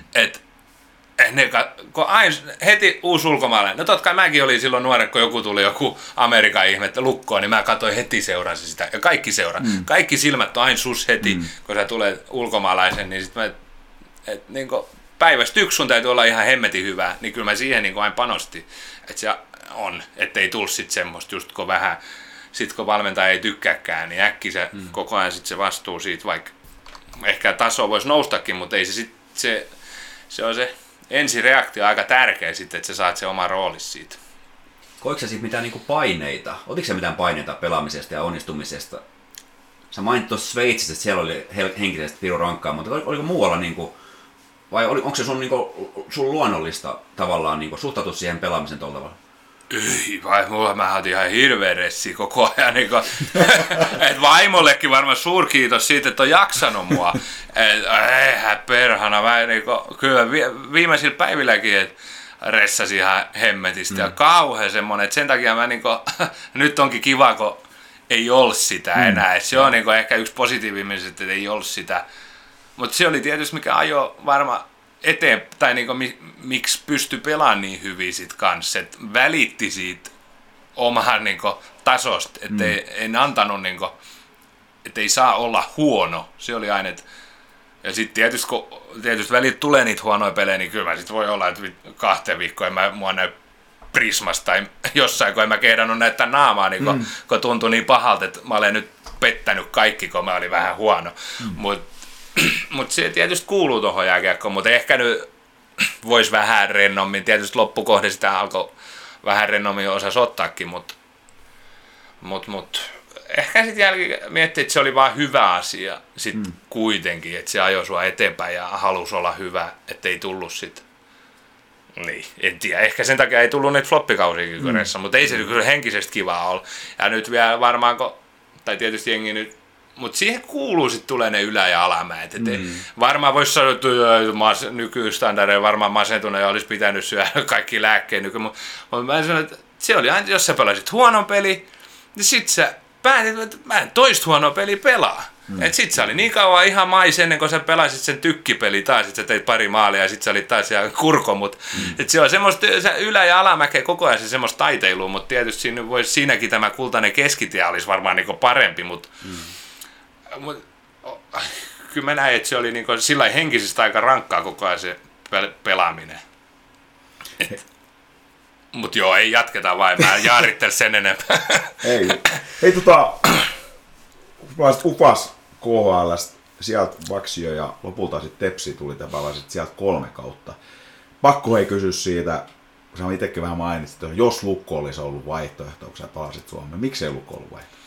Kun aina heti uusi ulkomaalainen, no totta kai mäkin olin silloin nuori, kun joku tuli joku Amerikan ihmettä lukkoon, niin mä katsoin heti seurasi sitä. Ja kaikki seuraa. Kaikki silmät on aina sus heti, kun sä tulet ulkomaalaisen, niin sit mä, niinku, päivästä 1 sun täytyy olla ihan hemmetin hyvää, niin kyllä mä siihen niinku aina panostin. Että se on, ettei tul sit semmoista, just kun vähän, sit kun valmentaja ei tykkääkään, niin äkkiä koko ajan sit se vastuu siitä, vaikka ehkä taso voisi noustakin, mutta ei se sit, se on se ensireaktio aika tärkeä sitten, että sä saat se oma roolis siitä. Koitko sä siitä mitään niinku paineita? Otitko sä mitään paineita pelaamisesta ja onnistumisesta? Sä mainit tuossa Sveitsissä, että siellä oli henkisesti pirun rankkaa, mutta oliko muualla niinku, vai onko se sun luonnollista tavallaan niinku suhtautua siihen pelaamisen tuolla tavalla? Ei, mä otin ihan hirveä ressi koko ajan. Niin et vaimollekin varmaan suurkiitos siitä, että on jaksanut mua. Eihän perhana, mä kyllä viimeisillä päivilläkin, että ressasin ihan hemmetistä ja kauhean semmonen, että sen takia mä nyt onkin kiva, kun ei ole sitä enää. Et se on ehkä yksi positiivinen, että ei ole sitä. Mutta se oli tietysti mikä ajoi varmaan eteen, tai miksi pystyi pelaamaan niin hyvin sit kanssa, että välitti siitä oman tasosta, että en antanut, että ei saa olla huono. Se oli aina, ja sitten tietysti kun välit tulee niitä huonoja pelejä, niin kyllä sit voi olla, että 2 viikkoa mua näy Prismasta tai jossain, kun en mä kehdannut näyttää naamaa, kun tuntui niin pahalta, että mä olen nyt pettänyt kaikki, kun mä olin vähän huono. Mutta se tietysti kuuluu tuohon jääkiekkoon, mutta ehkä nyt voisi vähän rennommin. Tietysti loppukohde sitä alkoi vähän rennommin osasi ottaakin, mutta ehkä sitten jälkeen miettii, että se oli vaan hyvä asia sitten kuitenkin, että se ajoi sua eteenpäin ja halusi olla hyvä, ettei tullut sitten. Niin, en tiedä. Ehkä sen takia ei tullut niitä floppikausiakin Koreassa, mutta ei se kyllä henkisesti kivaa olla. Ja nyt vielä varmaan, tai tietysti jengi nyt, mutta siihen kuuluu sitten tulee ne ylä- ja alamäet. Varmaan voisi sanoa, että nykystandardeilla varmaan masentunut ja olisi pitänyt syödä kaikki lääkkeet. Mutta mä sanoin, että se oli aina, jos sä pelasit huonon peli, niin sit sä päätit, että mä en toista huonoa peliä pelaa. Et sit sä oli niin kauan ihan mais ennen kuin sä pelasit sen tykkipeli taas, että sä teit pari maalia ja sit sä olit taas siellä kurko. Et se on semmoista ylä- ja alamäkeä koko ajan se semmoista taiteilua, mutta tietysti siinäkin tämä kultainen keskitie olisi varmaan parempi, mutta kyllä mä näin, että se oli sillä henkisesti aika rankkaa koko ajan se pelaaminen. Mutta joo, ei jatketa vain, mä en jaarittele sen enempää. Hei Upas KHL:stä, sieltä Vaksio ja lopulta sitten Tepsi tuli tavallaan sieltä 3 kautta. Pakko ei kysyä siitä, kun sä itsekin vähän mainitsit, että jos Lukko olisi ollut vaihtoehto, kun sä palasit Suomeen. Miksi ei Lukko ollut vaihtoehto?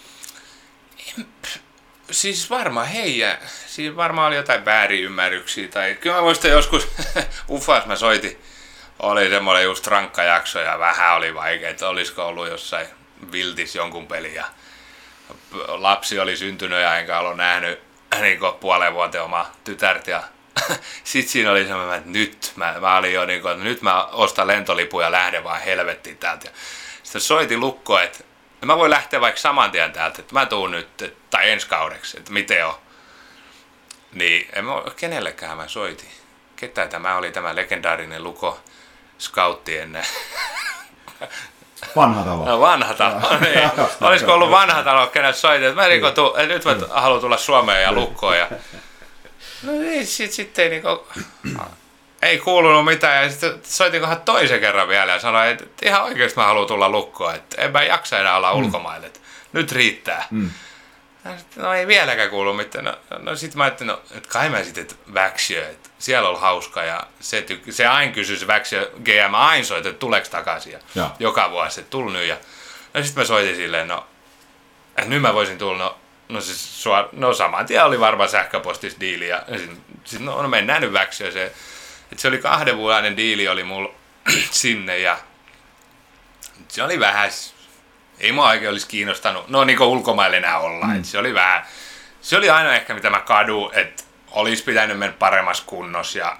Siis varmaan siinä varmaan oli jotain väärinymmärryksiä. Tai kyllä mä muistan joskus Ufas mä soitin. Oli semmoinen just rankka jakso ja vähän oli vaikea, että olisiko ollut jossain viltis jonkun peli. Ja lapsi oli syntynyt ja enkä ollut nähnyt puolen vuoteen omaa tytärtä. Ja sitten siinä oli semmoinen, että nyt mä olin jo että nyt mä ostan lentolipun ja lähden vaan helvettiin täältä. Sitten soitin Lukkoon, että mä voin lähteä vaikka saman tien täältä, että mä tuun nyt, tai ensi kaudeksi, että miten on. Niin, kenellekään mä soitin. Ketä tämä oli tämä legendaarinen Lukko scoutti ennen? Vanha talo. No, vanha talo, niin. Olisiko ollut vanha talo, kenet soitin, että nyt mä haluan tulla Suomeen ja Lukkoon. Ja no niin, sitten ei kuulunut mitään ja sitten soitinkohan toisen kerran vielä ja sanoin, että ihan oikeasti mä haluan tulla Lukkoon, että en mä jaksa enää olla ulkomaille, että nyt riittää. No ei vieläkään kuulu mitään. No sit mä ajattelin, että kai mä sitten Växjö, että siellä on hauska ja se aina kysyy se Växjö GM aina soit, että tuleeko takaisin ja joka vuosi, että tull nyt. No sit mä soitin silleen, että nyt mä voisin tulla, no saman tien oli varmaan sähköpostis diili ja sit no mennään nyt Växjö. Se oli 2 vuoden diili oli mulla sinne ja se oli vähän, ei mua oikein olisi kiinnostanut, no niin kuin ulkomaille enää olla, se oli aina ehkä mitä mä kadun, että olisi pitänyt mennä paremmassa kunnossa ja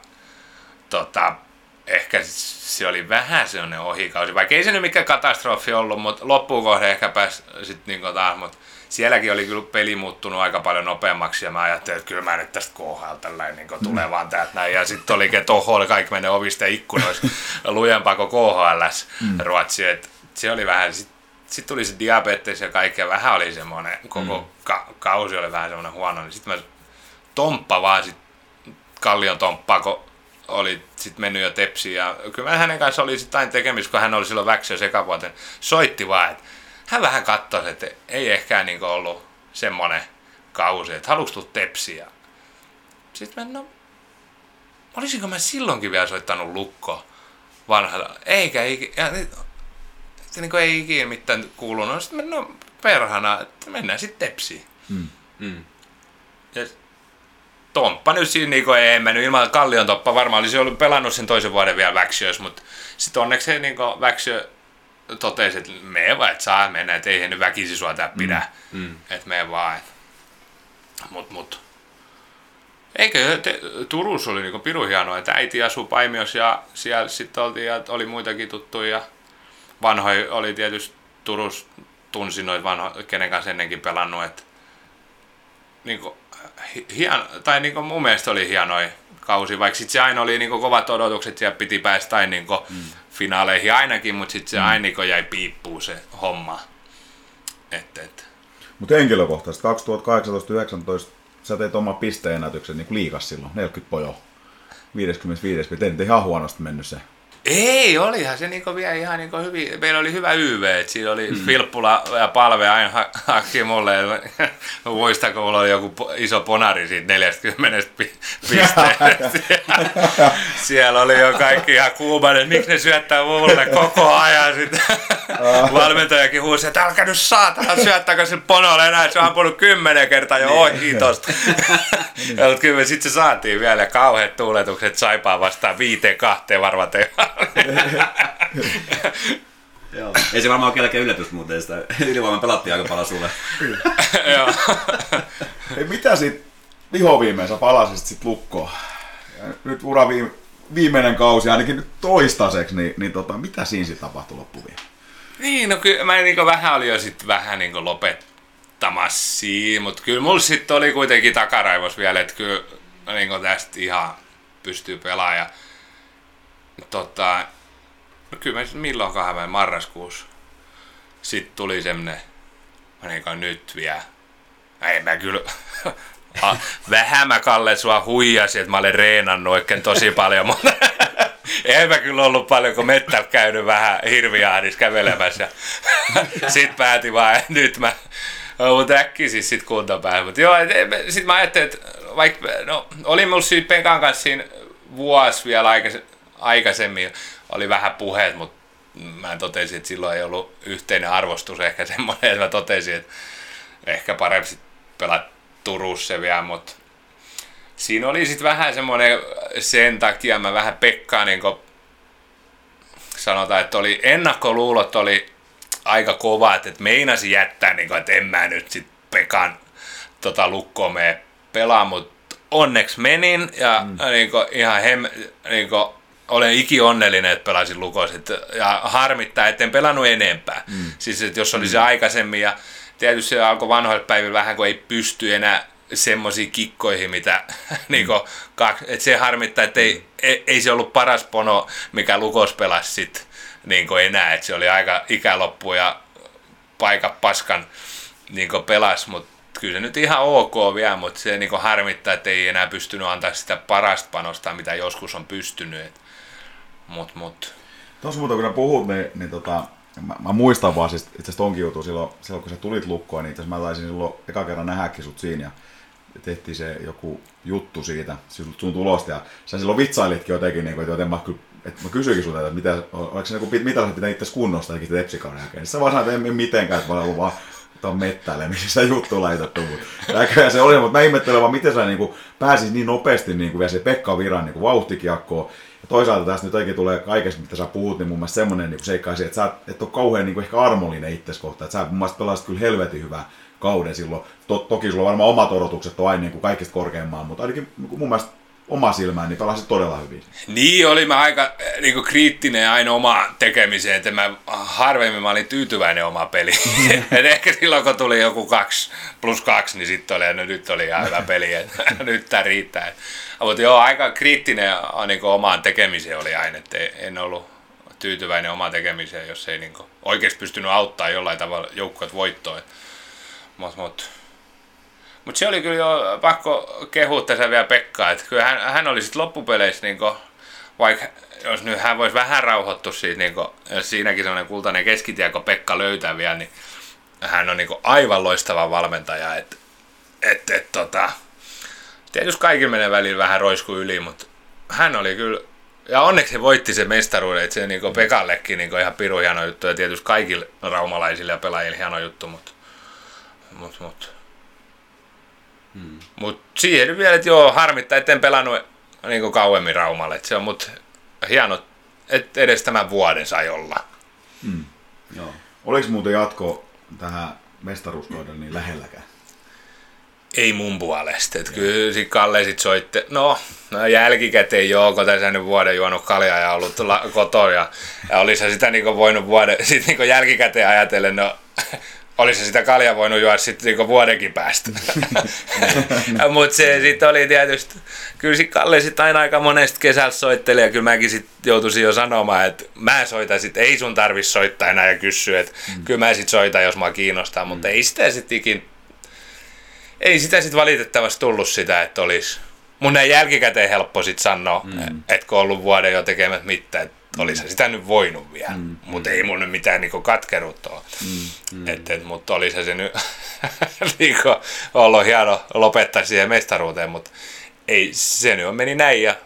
ehkä se oli vähän sellainen ohikausi, vaikka ei se nyt mikään katastrofi ollut, mutta loppuun kohde ehkä pääsi sitten niin taas, mutta sielläkin oli kyllä peli muuttunut aika paljon nopeammaksi ja mä ajattelin, että kyllä mä nyt tästä KHL tällainen niin tulee vaan täältä näin. Ja sitten olikin, että oho, kaikki menee ovista ja ikkunoissa lujempaa kuin KHL:ssä Ruotsi. Et se oli vähän, sitten tuli se diabetes ja kaikkea, vähän oli semmoinen, koko kausi oli vähän semmoinen huono. Niin sitten mä Tomppa vaan, Kallion Tomppaa, kun oli sitten mennyt jo Tepsiin. Ja kyllä mä hänen kanssa oli sitten aina tekemistä, kun hän oli silloin Växjö sekavuoten. Soitti vaan, että hän vähän katsoi, että ei ehkä niin ollut semmoinen kausi, että haluatko tulla Tepsiin. Sitten mä, olisinko mä silloinkin vielä soittanut Lukko vanhalla? Eikä ei ikinä mitään kuulunut. Sitten mä, perhana, että mennään sitten Tepsiin. Ja Tomppa nyt siinä niin ei mennyt ilman Kallion Toppa. Varmaan olisi ollut pelannut sen toisen vuoden vielä Växjössä, mutta sitten onneksi se niin Växjö totesi, että mene vaan, että saa mennä, että ei he nyt väkisi sua tää pidä. Että mene vaan. Mut. Eikö Turussa oli niinku pirun hienoa, että äiti asui Paimiossa ja siellä sitten oltiin ja oli muitakin tuttuja. Vanhoja oli tietysti Turussa, tunsin noita vanhoja, kenen kanssa ennenkin pelannut. Että niinku, tai niinku mun mielestä oli hienoja kausi, vaikka sitten se aina oli niinku kovat odotukset ja piti päästä aina niinku finaaleihin ainakin, mutta sitten se aina niinku jäi piippuun se homma. Mutta henkilökohtaisesti 2018-2019 sä teit oma pisteennätyksen niin liigas silloin, 40 pojoa, 55 piste, ei ihan huonosti mennyt se. Ei, olihan se niinku vielä ihan niinku hyvin, meillä oli hyvä YV, että siinä oli Filppula ja Palve aina haki mulle, muistan kun mulla oli joku iso ponari siitä 40 pisteestä. Siellä oli jo kaikki ihan kuuman, että miksi ne syöttää mulle koko ajan sitten. Valmentajakin huusi, että älkää nyt saatana syöttäkö sille ponolle enää, se on ampunut 10 kertaa jo ohi tosta. Mutta kyllä sitten se saatiin vielä ja kauheat tuuletukset Saipaa vastaan 5-2 varmaan Joo. Ei se varmaan ole kellekään yllätys muuten, sitä ylivoiman pelattiin aika paljon sulle. Mitä sit vihoviimeen sä palasit sit Lukkoon? Ja nyt ura viimeinen kausi, ainakin nyt toistaiseksi, niin mitä siinä sit tapahtui loppuviin? Niin, no kyllä mä niinku vähän oli jo sit vähän niinku lopettamassa siinä, mutta kyllä mulla sit oli kuitenkin takaraivos vielä, että kyllä niinku tästä ihan pystyy pelaamaan. No kyllä mä milloinkohan marraskuussa sitten tuli semmonen, nyt vielä. Ei mä kyllä, vähän mä Kalle sua huijasin, että mä olen reenannut oikein tosi paljon, mutta ei mä kyllä ollut paljon, kun mettällä käynyt vähän hirviahdissa kävelemässä. Sitten päätin vaan, että nyt mä mutta äkkisin sit kuntopäähän. Mutta joo, sit mä ajattelin, että vaikka, oli mulla siis Pekan kanssa siinä vuosi vielä aikaisemmin, oli vähän puheet, mutta mä totesin, että silloin ei ollut yhteinen arvostus ehkä semmoinen, että mä totesin, että ehkä parempi sit pelata Turussa vielä, mutta siinä oli sitten vähän semmoinen, sen takia mä vähän Pekkaa niin sanotaan, että oli ennakkoluulot oli aika kovat, että meinasin jättää, niin kuin, että en mä nyt sit Pekan Lukkoon mene pelaa, mutta onneksi menin ja ihan olen onnellinen, että pelasin Lukossa ja harmittaa, etten pelannut enempää. Siis että jos oli se aikaisemmin ja tietysti se alkoi vanhoilla päivillä vähän, kun ei pysty enää semmoisiin kikkoihin, mitä että se harmittaa, että ei se ollut paras pono, mikä Lukos pelasi sit enää, että se oli aika ikäloppu ja paikat paskan pelasi, mutta kyllä se nyt ihan ok vielä, mutta se harmittaa, että ei enää pystynyt antaa sitä parasta panosta, mitä joskus on pystynyt. Mut. Tuossa muuta kun puhut, niin mä muistan vaan, siis itse asiassa tonkin juttu silloin kun sä tulit Lukkoon, niin itse asiassa mä taisin silloin eka kerran nähdäkin sut siinä ja tehtiin se joku juttu siitä sun tulosta ja sä silloin vitsailitkin jotenkin, niin kuin, että mä kysyinkin sulta, että oliko se mitä sä pitää itse kunnosta jotenkin Tepsikauden jälkeen. Sä vaan sanoit, että en mitenkään, että mä olen ollut vaan mettäilemistä se juttu laitettu, mutta se oli, mutta mä ihmettelen vaan, miten sä niin pääsit niin nopeasti niin vielä se Pekka Viran niin vauhtikiekkoon. Ja toisaalta tässä nyt jotenkin tulee kaikesta, mitä sä puhut, niin mun mielestä semmoinen niin seikka asia, että sä et ole kauhean niin ehkä armollinen itses kohtaan. Että sä mun mielestä pelasit kyllä helvetin hyvää kauden silloin. Toki sulla on varmaan omat odotukset on aina niin kaikista korkeammaan, mutta ainakin mun mielestä oma silmään, niin pelasit todella hyvin. Niin, olin mä aika niin kriittinen aina omaan tekemiseen, että harvemmin mä olin tyytyväinen omaan peliin. Et ehkä silloin, kun tuli joku 2+2, niin sitten oli, no nyt oli ihan hyvä peli, että nyt tää riittää. Mutta joo, aika kriittinen niin omaan tekemiseen oli aina, että en ollut tyytyväinen omaan tekemiseen, jos ei niin oikeasti pystynyt auttaa jollain tavalla joukkueet voittoon. Mutta se oli kyllä jo pakko kehua tässä vielä Pekkaa, että kyllä hän oli sitten loppupeleissä, niin vaikka jos nyt hän voisi vähän rauhoittua siitä, niin jos siinäkin sellainen kultainen keskitie, kun Pekka löytää vielä, niin hän on niin aivan loistava valmentaja. Tietysti kaikilla menee välillä vähän roisku yli, mutta hän oli kyllä, ja onneksi se voitti se mestaruuden, että se niin Pekallekin niin ihan pirun hieno juttu, ja tietysti kaikille raumalaisille ja pelaajille hieno juttu, mutta siihen vielä, että joo, harmittaa, etten pelannut niin kauemmin Raumalle. Se on mut hieno, että edes tämän vuoden sai olla. Joo. Oliko muuten jatko tähän mestaruuskaudelle niin lähelläkään? Ei mun puolesta. Kyllä sit Kalle sit soitti. No jälkikäteen joo, kun tässä nyt vuoden juonut kaljaa ja ollut kotona. Ja olisi sitä niinku voinut sit niinku jälkikäteen ajatellen, no olisi sitä kaljaa voinut juoda sitten niinku vuodenkin päästä. Mutta se sitten oli tietysti, kyllä sit Kalle sitten aina aika monesti kesällä soitteli ja kyllä mäkin sitten joutuisin jo sanomaan, että mä soitan sitten, ei sun tarvitse soittaa enää ja kysyä, että kyllä mä sitten soitan, jos mua kiinnostaa, mutta ei sitä sitten valitettavasti tullut sitä, että olisi. Mun ei jälkikäteen helppo sitten sanoa, että kun on ollut vuoden jo tekemät mitään, että olisi sitä nyt voinut vielä, mutta ei mun nyt mitään niinku katkeruutta ole. Mutta olisi se nyt niinku ollut hieno lopettaa siihen mestaruuteen, mutta ei, se nyt meni näin. Ja,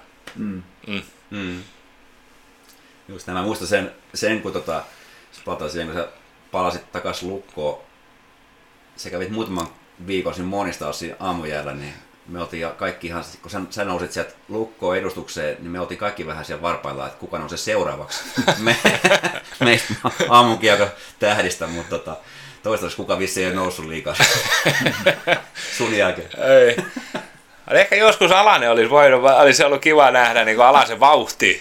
Just näin, mä muistan sen kun kun sä palasit takaisin Lukkoon, sä kävit muutaman viikon siinä Monistassa siinä aamujäällä, niin me oltiin kaikki ihan, kun sä nousit sieltä Lukkoon edustukseen, niin me oltiin kaikki vähän siellä varpailla, että kuka nousee seuraavaksi. Meistä aamunkin aika tähdistä, mutta toistaiseksi kuka vissi ei ole noussut liikaa sun jälkeen. Ei. Ehkä joskus Alanen olisi ollut kiva nähdä niin Alasen vauhti.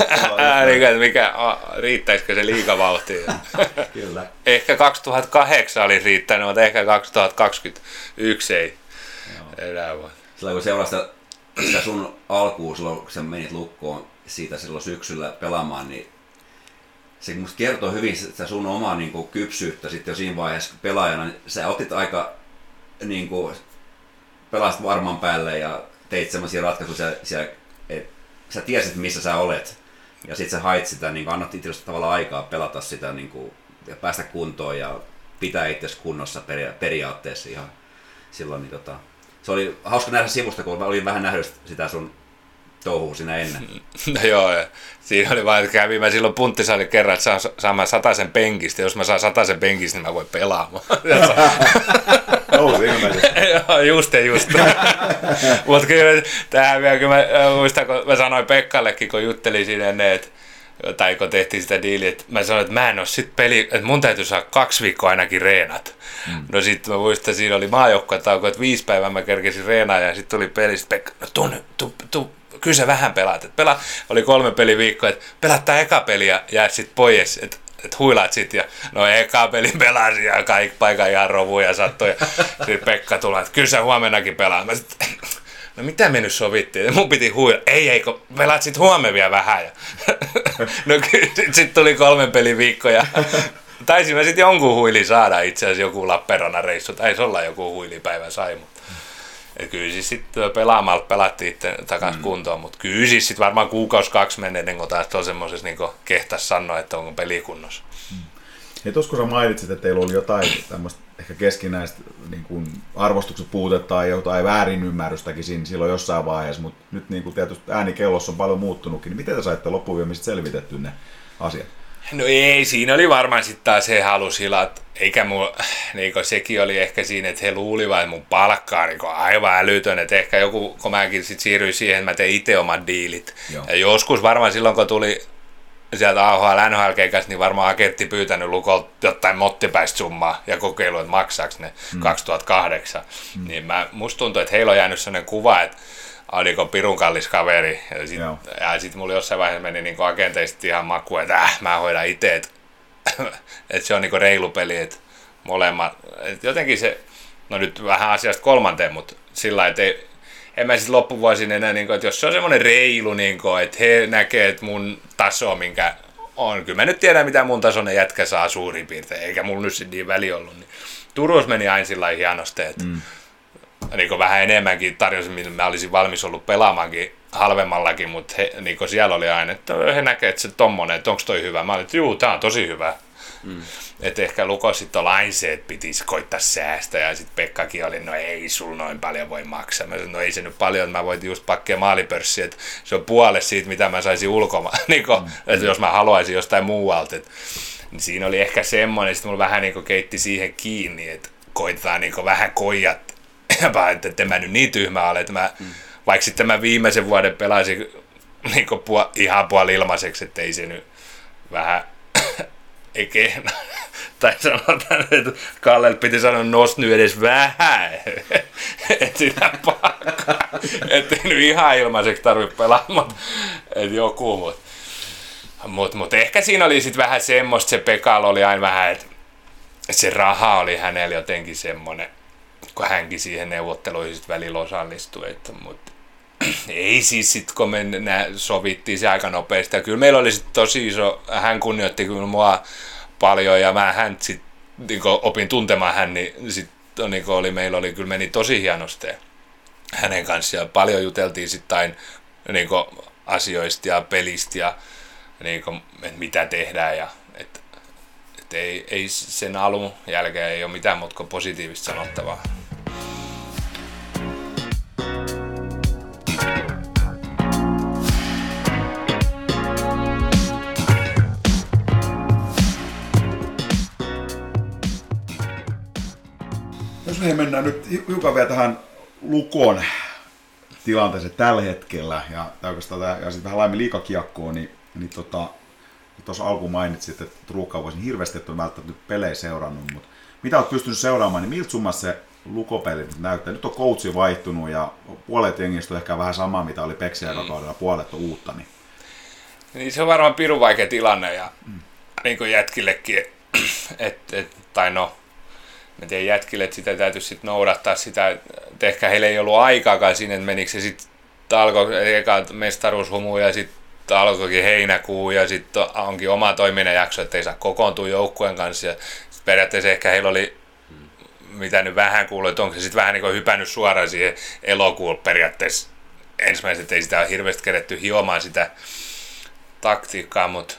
Riittäisikö se liikavauhti? Kyllä. Ehkä 2008 olisi riittänyt, mutta ehkä 2021 ei. Enää voi. Silloin kun seurasi sitä sun alkuun, silloin kun sä menit Lukkoon siitä silloin syksyllä pelaamaan, niin se musta kertoo hyvin sitä sun omaa niin kuin, kypsyyttä sitten jo siinä vaiheessa pelaajana. Niin sä otit aika, niin kuin, pelasit varman päälle ja teit semmoisia ratkaisuja, että sä tiesit missä sä olet. Ja sit sä hait sitä, niin kuin, annat itsellesi tavallaan aikaa pelata sitä niin kuin, ja päästä kuntoon ja pitää itsesi kunnossa periaatteessa ihan silloin. Niin, se oli hauska nähdä sivusta, kun olin vähän nähnyt sitä sun touhua siinä ennen. No joo, ja siinä oli vaan, että kävin mä silloin punttisalin kerran, että saan 100 penkistä. Jos mä saan 100 penkistä, niin mä voin pelaamaan. Nousi ilmeisesti. Joo, just. Mutta kyllä tähän vielä, kun mä muistan, kun mä sanoin Pekkallekin, kun juttelin siinä ennen, tai kun tehtiin sitä diiliä, että mä sanoin, että mä en oo sit että mun täytyy saada 2 viikkoa ainakin reenat. No sit mä muistan, siinä oli maajoukkuetauko, että 5 päivää mä kerkesin reenaa ja sit tuli peli, sit Pekka, no tuu, kyllä sä vähän pelaat. Oli 3 peliviikkoa, että pelaat tää eka peli ja jää sit pois, että huilaat sit ja no eka peli pelasin ja kaikki paikan ihan rovuun ja sattui ja sit Pekka tulee, että kyllä sä huomennakin pelaat. Mä sit, no mitä me nyt sovittiin? Mun piti huilaa. Ei, kun pelaat sit huomenna vielä vähän. Ja no kyllä sit tuli 3 peliviikkoa ja taisin mä sit jonkun huili saada itse asiassa joku Lappeenrannan reissu. Taisi olla joku huilipäivä sai, mutta kyllä siis sitten pelaamalla pelattiin itse takaisin kuntoon, mutta kyllä siis sitten varmaan 1-2 kuukausia menee ennen kuin taas on semmoisessa niin kehtas sanoa, että onko pelikunnossa. Hei, tuossa kun sä mainitsit, että teillä oli jotain tämmöistä ehkä keskinäistä niin kuin arvostuksen puutetta tai jotain väärinymmärrystäkin silloin jossain vaiheessa, mutta nyt niin kuin tietysti äänikellossa on paljon muuttunutkin, niin miten te saitte loppuviimeiset selvitetty ne asiat? No ei, siinä oli varmaan sitten taas he halusivat, eikä mun, niin sekin oli ehkä siinä, että he luulivat, että mun palkka on niin aivan älytön, että ehkä joku, kun mäkin sitten siirryin siihen, että mä tein itse omat diilit. Joo. Ja joskus varmaan silloin, kun tuli sieltä AHL NHL-keikasta, niin varmaan agentti pyytänyt Lukolta jotain mottipäistä summaa ja kokeilu, että maksaako ne 2008. Niin musta tuntuu, että heillä on jäänyt sellainen kuva, että oliko pirun kallis kaveri. Ja sitten mulla jossain vaiheessa meni niinku agenteista ihan maku, että mä hoidan itse, että se on niinku reilu peli, että molemmat. Et jotenkin se, no nyt vähän asiasta kolmanteen, mutta sillä lailla, että en mä sitten loppuvuosin enää, niinku, että jos se on semmoinen reilu, niinku, että he näkee, että mun taso, minkä on, kyllä mä nyt tiedän, mitä mun tasoinen jätkä saa suurin piirtein, eikä mulla nyt niin väli ollut. Niin Turussa meni aina sillä lailla hienosti, että niin vähän enemmänkin tarjosin, millä mä olisin valmis ollut pelaamaankin halvemmallakin, mutta niin siellä oli aina, että he näkee, että se tommonen, että onko toi hyvä. Mä olin, että juu, tää on tosi hyvä. Että ehkä Luko sitten oli aina se, että pitisi koittaa säästää, ja sitten Pekkakin oli, no ei sul noin paljon voi maksaa. Mä sanoin, no ei se nyt paljon, että mä voin just pakkea maalipörssiä, että se on puolet siitä, mitä mä saisin ulkomaan, niin että jos mä haluaisin jostain muualta. Niin siinä oli ehkä semmoinen, sitten mulla vähän niin keitti siihen kiinni, että koitetaan niin vähän koijat, että en mä nyt niin tyhmä ole, että vaikka sitten mä viimeisen vuoden pelasin niin ihan puoli ilmaiseksi, että ei se nyt vähän tai sanotaan, että Kallelle piti sanoa, nost nyt edes vähän, että sitä pakkaa, ettei nyt ihan ilmaiseksi tarvitse pelaa, että joku, mutta ehkä siinä oli sitten vähän semmoista, se Pekalla oli aina vähän, että se raha oli hänellä jotenkin semmoinen, kun hänkin siihen neuvotteluihin sit välillä osallistui, mutta ei siis sit, kun me sovittiin se aika nopeasti, ja kyllä meillä oli sit tosi iso, hän kunnioitti kyllä mua paljon, ja mä hän sit, niin opin tuntemaan hän, niin sit niin meillä oli, kyllä meni tosi hienosti hänen kanssaan, ja paljon juteltiin sitten niin asioista ja pelistä, ja niin että mitä tehdään, ja että ei sen alun jälkeen ei ole mitään muuta kuin positiivista sanottavaa. Jos me mennään nyt hiukan vielä tähän Lukon tilanteeseen tällä hetkellä ja sitten vähän laajemmin liigakiekkoon, niin tuossa alkuun mainitsit, että Ruuhkaa voisin hirveästi, että on välttämättä nyt pelejä seurannut, mutta mitä olet pystynyt seuraamaan, niin miltä summa se Lukopeli näyttää? Nyt on coachi vaihtunut ja puolet jengistä on ehkä vähän sama, mitä oli Peksiä-kaudella, puolet on uutta. Niin se on varmaan pirun vaikea tilanne ja niin kuin jätkillekin, tai no, mä tiedän jätkille, että sitä täytyy sitten noudattaa sitä, että ehkä heillä ei ollut aikaakaan siinä, että menikö se sitten alkoi eka mestaruushumu ja sitten alkoikin heinäkuu ja sitten onkin oma toiminnan jakso, että ei saa kokoontua joukkueen kanssa ja periaatteessa ehkä heillä oli, mitä nyt vähän kuuluu, että onko se sitten vähän niin kuin hypännyt suoraan siihen elokuulle periaatteessa ensimmäisenä, että ei sitä ole hirveästi keretty hiomaan sitä taktiikkaa, mutta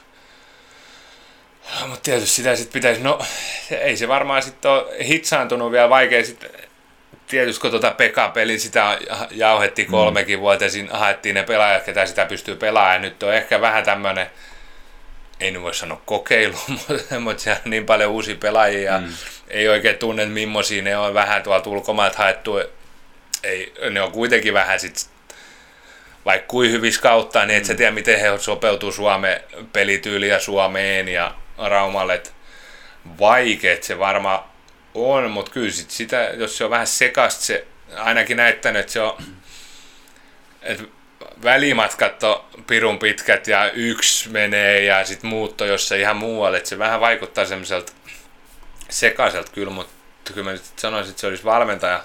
tietysti sitä sitten pitäisi, no ei se varmaan sitten ole hitsaantunut vielä vaikea sitten, tietysti kun Pekka-peli sitä jauhettiin 3 vuotta ja siinä haettiin ne pelaajat, ketä sitä pystyy pelaamaan ja nyt on ehkä vähän tämmöinen, ei nyt voi sanoa kokeilu, mutta siellä on niin paljon uusia pelaajia ja ei oikein tunne, että millaisia ne on vähän tuolta ulkomailta haettu, ei, ne on kuitenkin vähän sitten, vaikka kuin hyvissä kautta, niin et sä tiedä, miten he sopeutuu Suomen pelityyliin ja Suomeen ja Raumalle, että vaikeet se varmaan on, mutta kyllä sit sitä, jos se on vähän sekasta, se ainakin näyttänyt, että se on, että välimatkat on pirun pitkät ja yksi menee ja sitten muut on jossain ihan muualle, että se vähän vaikuttaa semmoiselta sekaiselta kyllä, mutta kyllä mä nyt sanoisin, että se olisi valmentaja,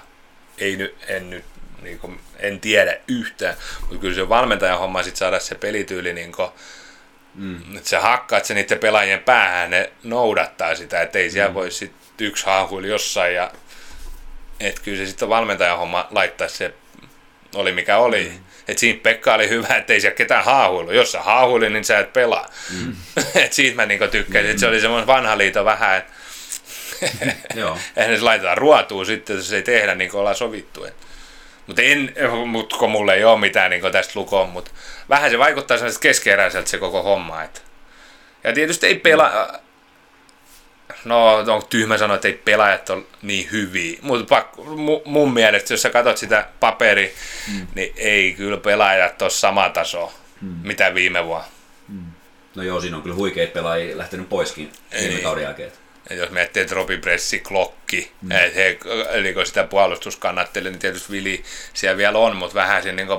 en tiedä yhtään, mutta kyllä se valmentajan homma sitten saada se pelityyli niin että se hakkaat se niiden pelaajien päähän, ne noudattaa sitä, että ei siellä voi sitten yksi haahuilla jossain ja että kyllä se sitten on valmentajan homma laittaa se oli mikä oli. Et siinä Pekka oli hyvä, ettei siellä ketään haahuilu. Jos sä haahuili, niin sä et pelaa. Et siitä mä niinku tykkäsin, että se oli semmoinen vanha liito vähän, että eihän se laitetaan ruotuun sitten, jos ei tehdä niin kuin ollaan sovittu. Mutta kun mulla ei ole mitään niin tästä lukoon, mutta vähän se vaikuttaa sellaiselta keskeeräiseltä se koko homma. Ja tietysti ei pelaa, no on tyhmä sanoa, että ei pelaajat ole niin hyviä, mutta mun mielestä, jos sä katsot sitä paperia, niin ei kyllä pelaajat ole sama taso, mitä viime vuonna. No joo, siinä on kyllä huikeita pelaajia lähtenyt poiskin viime kauden jälkeen. Et jos miettii, että Robi Pressi, Klokki, että he kun sitä puolustuskannattelee, niin tietysti Vili siellä vielä on, mutta vähän se niin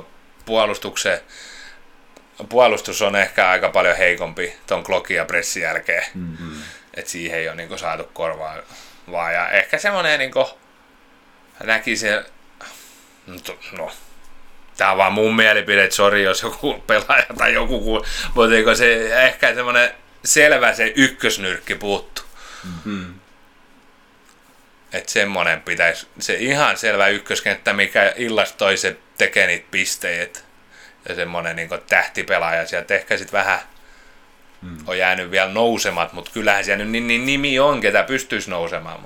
puolustus on ehkä aika paljon heikompi ton Klokki ja Pressin jälkeen. Että siihen ei ole niin saatu korvaa vaan. Ja ehkä semmoinen niin näki se, no tää on vaan mun mielipide, että sori jos joku pelaaja tai joku, mutta se ehkä semmoinen selvä se ykkösnyrkki puuttu. Että semmonen pitäisi, se ihan selvä ykköskenttä, mikä illasta toiset tekee niitä pisteitä. Ja semmonen niin tähtipelaaja sieltä ehkä sit vähän on jäänyt vielä nousemat, mutta kyllähän siellä nyt niin nimi on, ketä pystyisi nousemaan.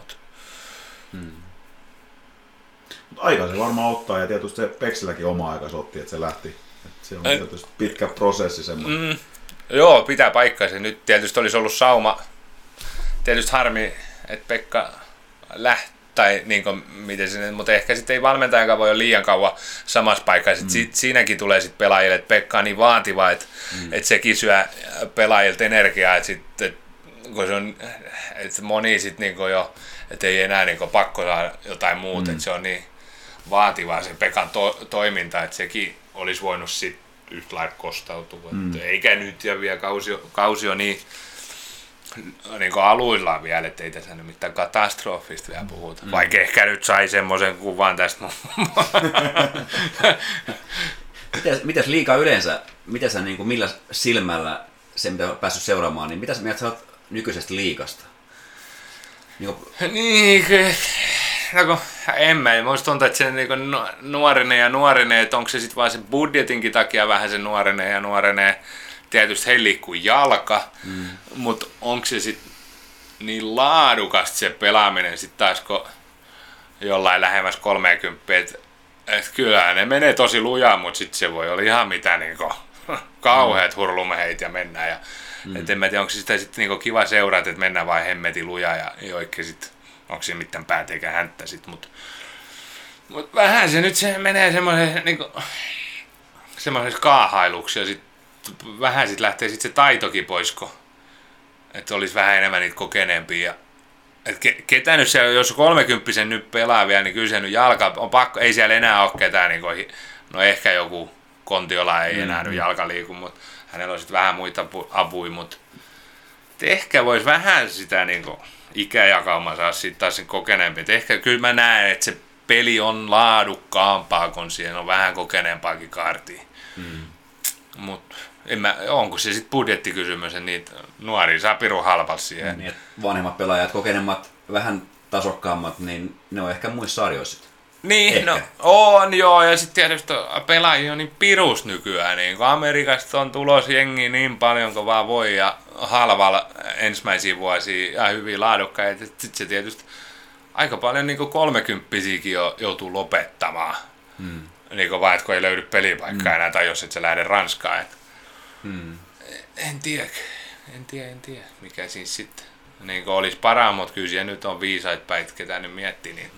Aika se varmaan ottaa, ja tietysti se Peksilläkin oma aika otti, että se lähti. Että se on tietysti pitkä prosessi semmoinen. Joo, pitää paikkansa. Nyt tietysti olisi ollut sauma. Tietysti harmi, että Pekka lähti, tai niin kuin, miten se, mutta ehkä sitten ei valmentajakaan voi olla liian kauan samassa paikassa. Siinäkin tulee sitten pelaajille, että Pekka on niin vaativa, että sekin syö pelaajilta energiaa, että sitten kun se on, että moni sitten niin jo, että ei enää niin pakko saada jotain muuta, että se on niin vaativaa se Pekan toiminta, että sekin olisi voinut sitten yhtä lailla kostautua. Eikä nyt ja vielä kausi on niin aluillaan vielä, ettei tässä nyt mitään katastrofista vielä puhuta. Vaikka ehkä nyt sai semmoisen kuvan tästä. Mitäs liiga yleensä, millä silmällä se, mitä olet päässyt seuraamaan, niin mitä mieltä sä oot nykyisestä liigasta? Musta tuntuu, että se nuorenee, että onko se sitten vaan sen budjetinkin takia vähän se nuorenee. Tietysti heillä liikkuu jalka, mutta onko se sitten niin laadukasta se pelaaminen sitten taas, kun jollain lähemmäs 30, että kyllähän ne menee tosi lujaa, mutta sitten se voi olla ihan mitä niinku kauheat hurlumeheit ja mennään. Ja, et en mä tiedä, onko se sitä sitten niinku kiva seurata, että mennään vaan hemmetin lujaa ja oikein sitten, onko se mitään päät eikä hänttä sitten, mutta vähän se nyt se menee semmoisen niinku, kaahailuksi ja sitten vähän sitten lähtee sit se taitokin poisko, että olisi vähän enemmän niitä kokeneempia. Ketä nyt siellä, jos 30 nyt pelaa vielä, niin kyllä se nyt jalka on pakko, ei siellä enää ole ketään, niin kuin, no ehkä joku Kontiola ei enää nyt jalka liiku, mutta hänellä on sitten vähän muita apuja, mutta ehkä voisi vähän sitä niin kuin, ikäjakaumaa saa sitten taas sen kokeneempi. Ehkä kyllä mä näen, että se peli on laadukkaampaa, kun siihen on vähän kokeneempaakin kaartia. Mutta onko se sitten budjettikysymys, että niitä nuoria saa pirun halpalla siihen. Niin, vanhemmat pelaajat, kokeneemmat, vähän tasokkaammat, niin ne on ehkä muissa sarjoissa. Niin, ehkä. No on joo, ja sitten tietysti pelaajia on niin pirus nykyään, niin kun Amerikasta on tulos jengi niin paljon kuin vaan voi, ja halvalla ensimmäisiä vuosia ja hyvin laadukkaita, sitten se tietysti aika paljon niin 30-vuotiaitakin joutuu lopettamaan. Niin kuin vaan, että kun ei löydy pelipaikkaa enää, tai jos et sä lähde Ranskaan. En tiedä, mikä siinä sitten niin olisi paraa, mutta kyllä siellä nyt on viisaita päitä, ketä nyt miettii niitä.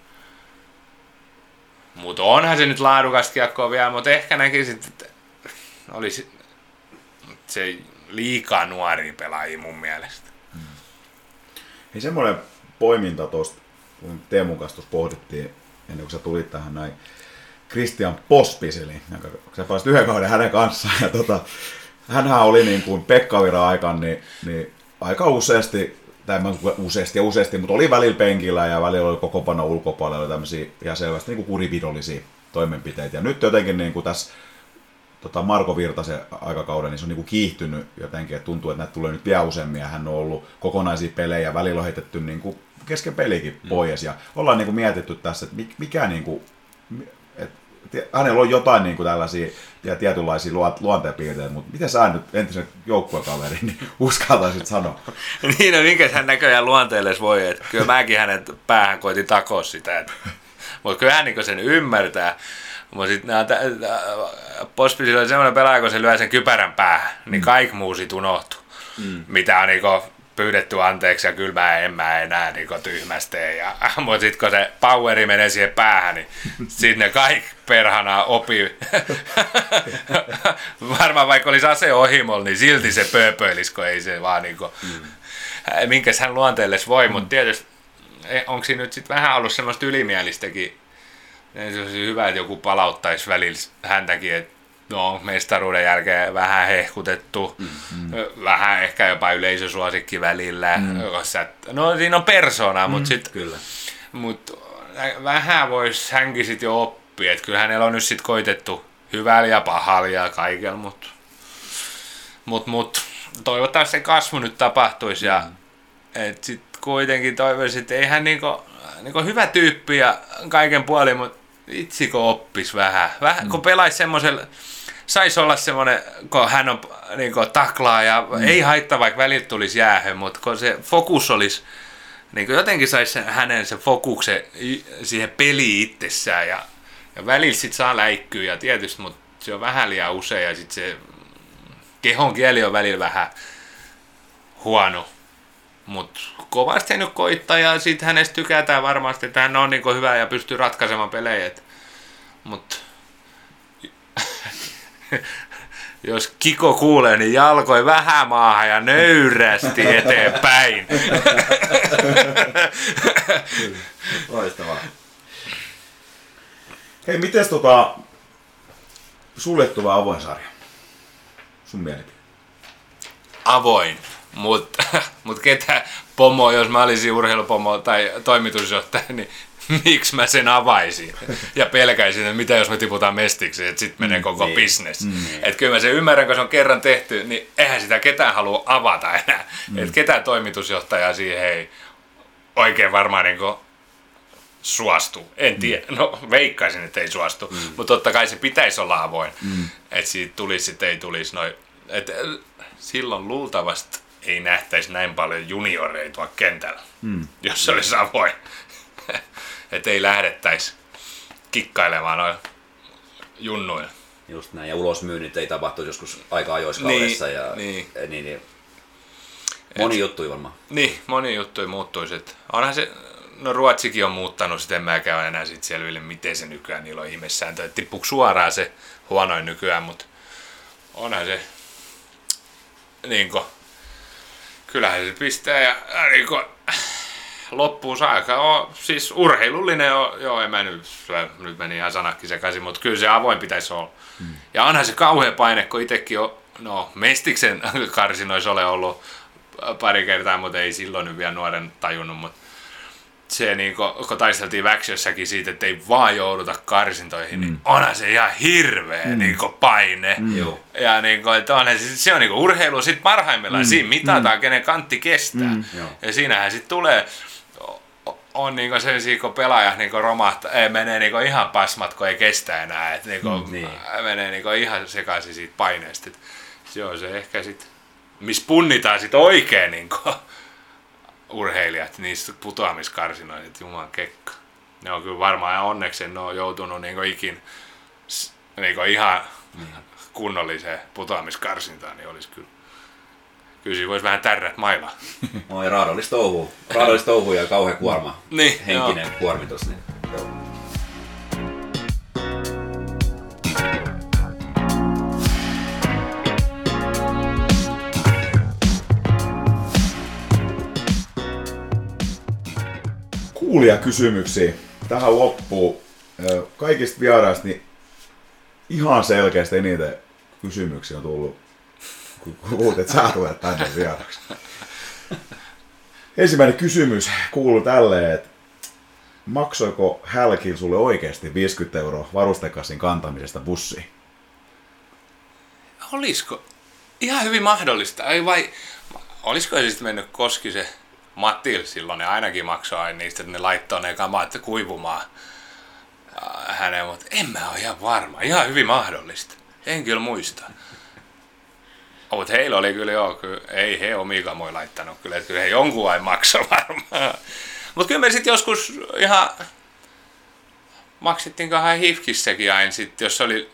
Mutta onhan se nyt laadukasta kiekkoa vielä, mutta ehkä näkisin, että olisi se liikaa nuoria pelaajia mun mielestä. Hei, semmoinen poiminta tuosta, kun Teemun kanssa tuossa pohdittiin, ennen kuin sä tulit tähän näin, Christian Pospisil, sä pääsit yhden kauden hänen kanssaan, ja hänhän oli niin kuin Pekka-viran aikaan niin aika useasti, mutta oli välillä penkillä ja välillä oli kokoonpanon ulkopuolella tämmöisiä ihan selvästi niin kuin kuripidollisia toimenpiteitä. Ja nyt jotenkin niin kuin tässä Marko Virtasen aikakauden, niin se on niin kuin kiihtynyt jotenkin, että tuntuu, että näitä tulee nyt vielä useammin, ja hän on ollut kokonaisia pelejä, välillä on heitetty niin kuin kesken pelikin pois, ja ollaan niin kuin mietitty tässä, että mikä niin kuin, hänellä on jotain niin kuin tällaisia tietynlaisia luonteenpiirteitä, mutta miten sä nyt entisen joukkuekaveri niin uskaltaisit sanoa? Niin, no minkä hän näköjään luonteelle voi, että kyllä mäkin hänen päähän koitin takoa sitä, mutta kyllä hän niin sen ymmärtää. Mutta sitten Pospisilla on semmoinen pelaaja, kun se lyö sen kypärän päähän, niin kaikki muu sit unohtuu. Mitä on niinku pyydetty anteeksi ja kyllä en mä enää niinku tyhmästi. Mutta sitten kun se poweri menee siihen päähän, niin sitten ne kaikki perhana opii. Varmaan vaikka olisi ase ohimolla, niin silti se pööpöilisi, kun ei se vaan niinku, minkäs hän luonteelle voi. Mutta tietysti onko siinä nyt sitten vähän ollut semmoista ylimielistäkin. Se olisi hyvä, että joku palauttaisi välillä häntäkin, että no, mestaruuden jälkeen vähän hehkutettu, vähän ehkä jopa yleisösuosikki välillä. No siinä on persoona, mutta vähän voisi hänkin sitten jo oppia. Että kyllä hänellä on nyt sitten koitettu hyvällä ja pahalla ja kaikella, mutta toivottavasti se kasvu nyt tapahtuisi. Ja sitten kuitenkin toivoisin, että ei hän niinku hyvä tyyppi ja kaiken puolin, mutta itsikö oppisi vähän kun pelaisi semmoisella, saisi olla semmoinen, kun hän on niinku taklaa ja ei haittaa vaikka välillä tulisi jäähän, mutta kun se fokus olisi, niinku jotenkin saisi hänen se fokuksen siihen peliin itsessään ja välillä sit saa läikkyä ja tietysti, mutta se on vähän liian usein ja sitten se kehon kieli on välillä vähän huono. Mutta kovasti nyt koittaa ja siitä hänestä tykätään varmasti, että hän on niin hyvä ja pystyy ratkaisemaan pelejä. Mutta jos Kiko kuulee, niin jalkoi vähän maahan ja nöyrästi eteenpäin. Loistavaa. Hei, mites suljettu vai avoin sarja? Sun mielipide? Avoin. Mut ketä pomo, jos mä olisin urheilupomo tai toimitusjohtaja, niin miksi mä sen avaisin? Ja pelkäisin, että mitä jos me tiputaan mestiksi, että sit menee koko business. Että kyllä mä sen ymmärrän, kun se on kerran tehty, niin eihän sitä ketään halua avata enää. Että ketään toimitusjohtajaa siihen ei oikein varmaan niin suostu. En tiedä, no veikkaisin, että ei suostu, mutta totta kai se pitäisi olla avoin. Että siitä tulisi, sitten ei tulisi noin. Silloin luultavasti ei nähtäisi näin paljon junioreita tuolla kentällä, jos se olisi avoin. Että ei lähdettäisi kikkailemaan noin junnuilla. Just näin, ja ulosmyynnit ei tapahtuisi joskus aika ajoiskaudessa. Niin. Moni juttui varmaan. Niin, moni juttui muuttuisi. Onhan se, no Ruotsikin on muuttanut, sitten en mä käy enää sit selville, miten se nykyään niillä on ihmeessääntö. Tippuuko suoraan se huonoin nykyään, mutta onhan se kyllähän se pistää ja loppuun saakka. Siis urheilullinen on, en mä nyt meni ihan sanakki sekaisin, mutta kyllä se avoin pitäisi olla. Ja onhan se kauhea paine, kun itsekin on, Mestiksen karsinoissa ole ollut pari kertaa, mutta ei silloin nyt vielä nuoren tajunnut, mutta se kun taisteltiin Väksiössäkin siitä, että ei vaan jouduta karsintoihin, niin onhan se ihan hirveä paine. Ja että onhan se on urheilu sit parhaimmillaan, siinä mitataan kenen kantti kestää. Ja siinähän sitten tulee, on sellaisia, kun pelaaja romahtaa, menee ihan pasmat, kun ei kestä enää, että menee ihan sekaisin siitä paineesta. Se on se ehkä sitten, missä punnitaan sitten oikein urheilijat niistä putoamiskarsinoista, että juman kekka. Ne on kyllä varmaan, ja onneksi ne on joutunut ikin ihan kunnolliseen putoamiskarsintaan, niin olisi kyllä siinä voisi vähän tärrät mailaa. Oi, raadollista touhua ja kauhean kuorma, henkinen kuormitus. Niin, joo. Kuulijakysymyksiä tähän loppuun. Kaikista vieraista niin ihan selkeästi eniten kysymyksiä on tullut, kun kuulet, että sä tulet tänne vieraksi. Ensimmäinen kysymys kuuluu tälleen, että maksoiko Hälkin sulle oikeasti 50 € varustekassin kantamisesta bussiin? Olisiko? Ihan hyvin mahdollista. Vai olisiko se sitten mennyt Koskisen Mattil silloin, ne ainakin maksoi niistä, että ne laittoi ne kamat kuivumaan hänen, mutta en mä ole ihan varma. Ihan hyvin mahdollista. En kyllä muista. Mutta heillä oli kyllä joo, kyllä, ei he omia kamoja laittanut kyllä, että kyllä he jonkun ajan maksoi varmaan. Mutta kyllä me sitten joskus ihan maksittiinkohan Hifkissäkin aina sitten, jos oli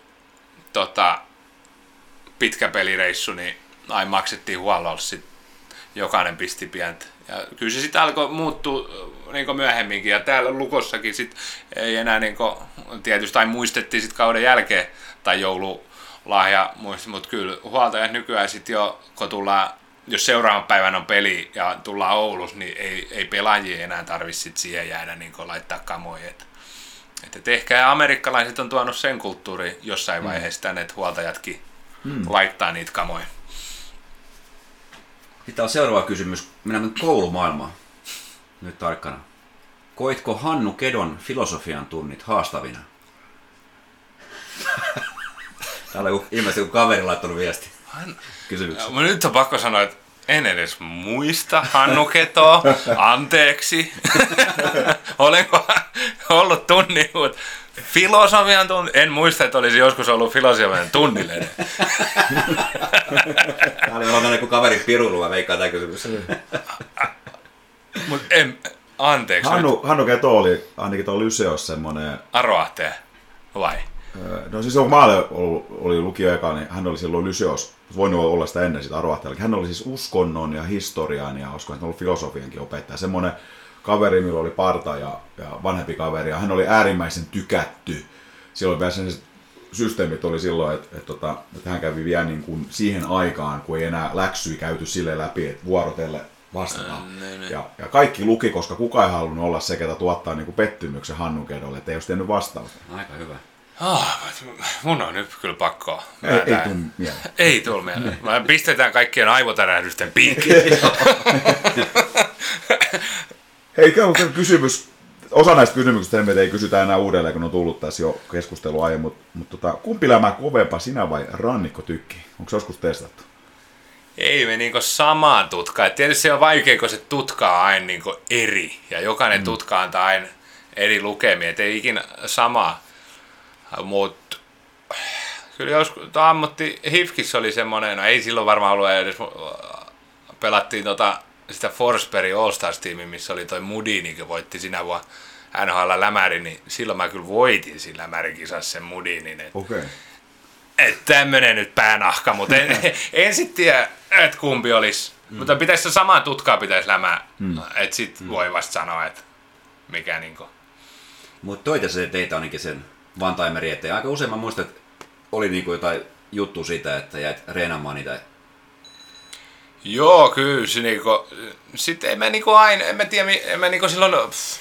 pitkä pelireissu, niin aina maksettiin huollolla sitten jokainen pisti pientä. Ja kyllä se sitten alkoi muuttua niin myöhemminkin ja täällä Lukossakin sitten ei enää niin tietysti tai muistettiin sitten kauden jälkeen tai joululahja muisti, mutta kyllä huoltajat nykyään sitten jo, kun tullaan, jos seuraavan päivän on peli ja tullaan Oulussa, niin ei pelaajia enää tarvitse sitten siihen jäädä niin laittaa kamoja. Et ehkä amerikkalaiset on tuonut sen kulttuurin jossain vaiheessa tänne, että huoltajatkin laittaa niitä kamoja. Sitten on seuraava kysymys. Mennään koulumaailmaan. Nyt tarkkana. Koitko Hannu Kedon filosofian tunnit haastavina? Täällä on ilmeisesti kun kaveri laittanut viesti. Kysymyksen. Nyt on pakko sanoa, että en edes muista Hannu Ketoa. Anteeksi. Olenko ollut tunni, mutta filosofian tunti. En muista, että olisi joskus ollut filosofian tunnille. Tää oli vähän kuin kaverin pirulla, mä veikkaan tää kysymys. Mut anteeksi. Hannu Keto oli ainakin tuolla Lyseossa semmoinen... Aroahteen, vai? No siis kun mä oli lukioeka, niin hän oli silloin Lyseossa. Voinut olla sitä ennen sitä Aroahteella. Hän oli siis uskonnon ja historian ja olisiko hän ollut filosofiankin opettaja. Semmoinen kaveri, millä oli parta ja vanhempi kaveri. Ja hän oli äärimmäisen tykätty. Silloin vielä sellaiset systeemit oli silloin, että hän kävi vielä niin kuin siihen aikaan, kun ei enää läksyä käyty silleen läpi, että vuorotelle vastataan. Ja kaikki luki, koska kukaan ei halunnut olla se, ketä tuottaa niin kuin pettymyksen Hannu Kedolle, että ei olisi tehnyt vastausta. Aika hyvä. Mun on nyt kyllä pakko. Ei tule mieleen. Ei tule mieleen. Pistetään kaikkien aivotärähdysten piikkiin. Hei, kysymys. Osa näistä kysymyksistä ei kysytä enää uudelleen, kun on tullut tässä jo keskustelua aiemmin, mutta kumpi lämää kovempaa, sinä vai Rannikko Tykki? Onko se joskus testattu? Ei me niinku samaan tutkaan. Tietysti se on vaikea, kun se tutkaa aina niinku eri. Ja jokainen tutka antaa aina eri lukemia. Et ei ikinä samaa. Mutta kyllä joskus ammutti Hifkissä oli semmoinen, no ei silloin varmaan ollut edes, pelattiin sitä Forsberg All-Stars-tiimiä, missä oli toi Moody, niin voitti sinä vuonna NHL-lämäri, niin silloin mä kyllä voitin siinä lämärikisassa sen Moodinin. Okei. Että tämmönen nyt päänahka, mutta en sit tiedä, että kumpi olisi. Mutta pitäisi se samaa tutkaa pitäisi lämää, että sit voi vasta sanoa, että mikä niinku. Mutta toita se teitä ainakin sen one-timeri eteen. Aika usein mä muistan, että oli niinku jotain juttu siitä, että jäit reenaamaan niitä. Joo, kyllä se niinku, sitten en mä niinku aina, en mä niinku silloin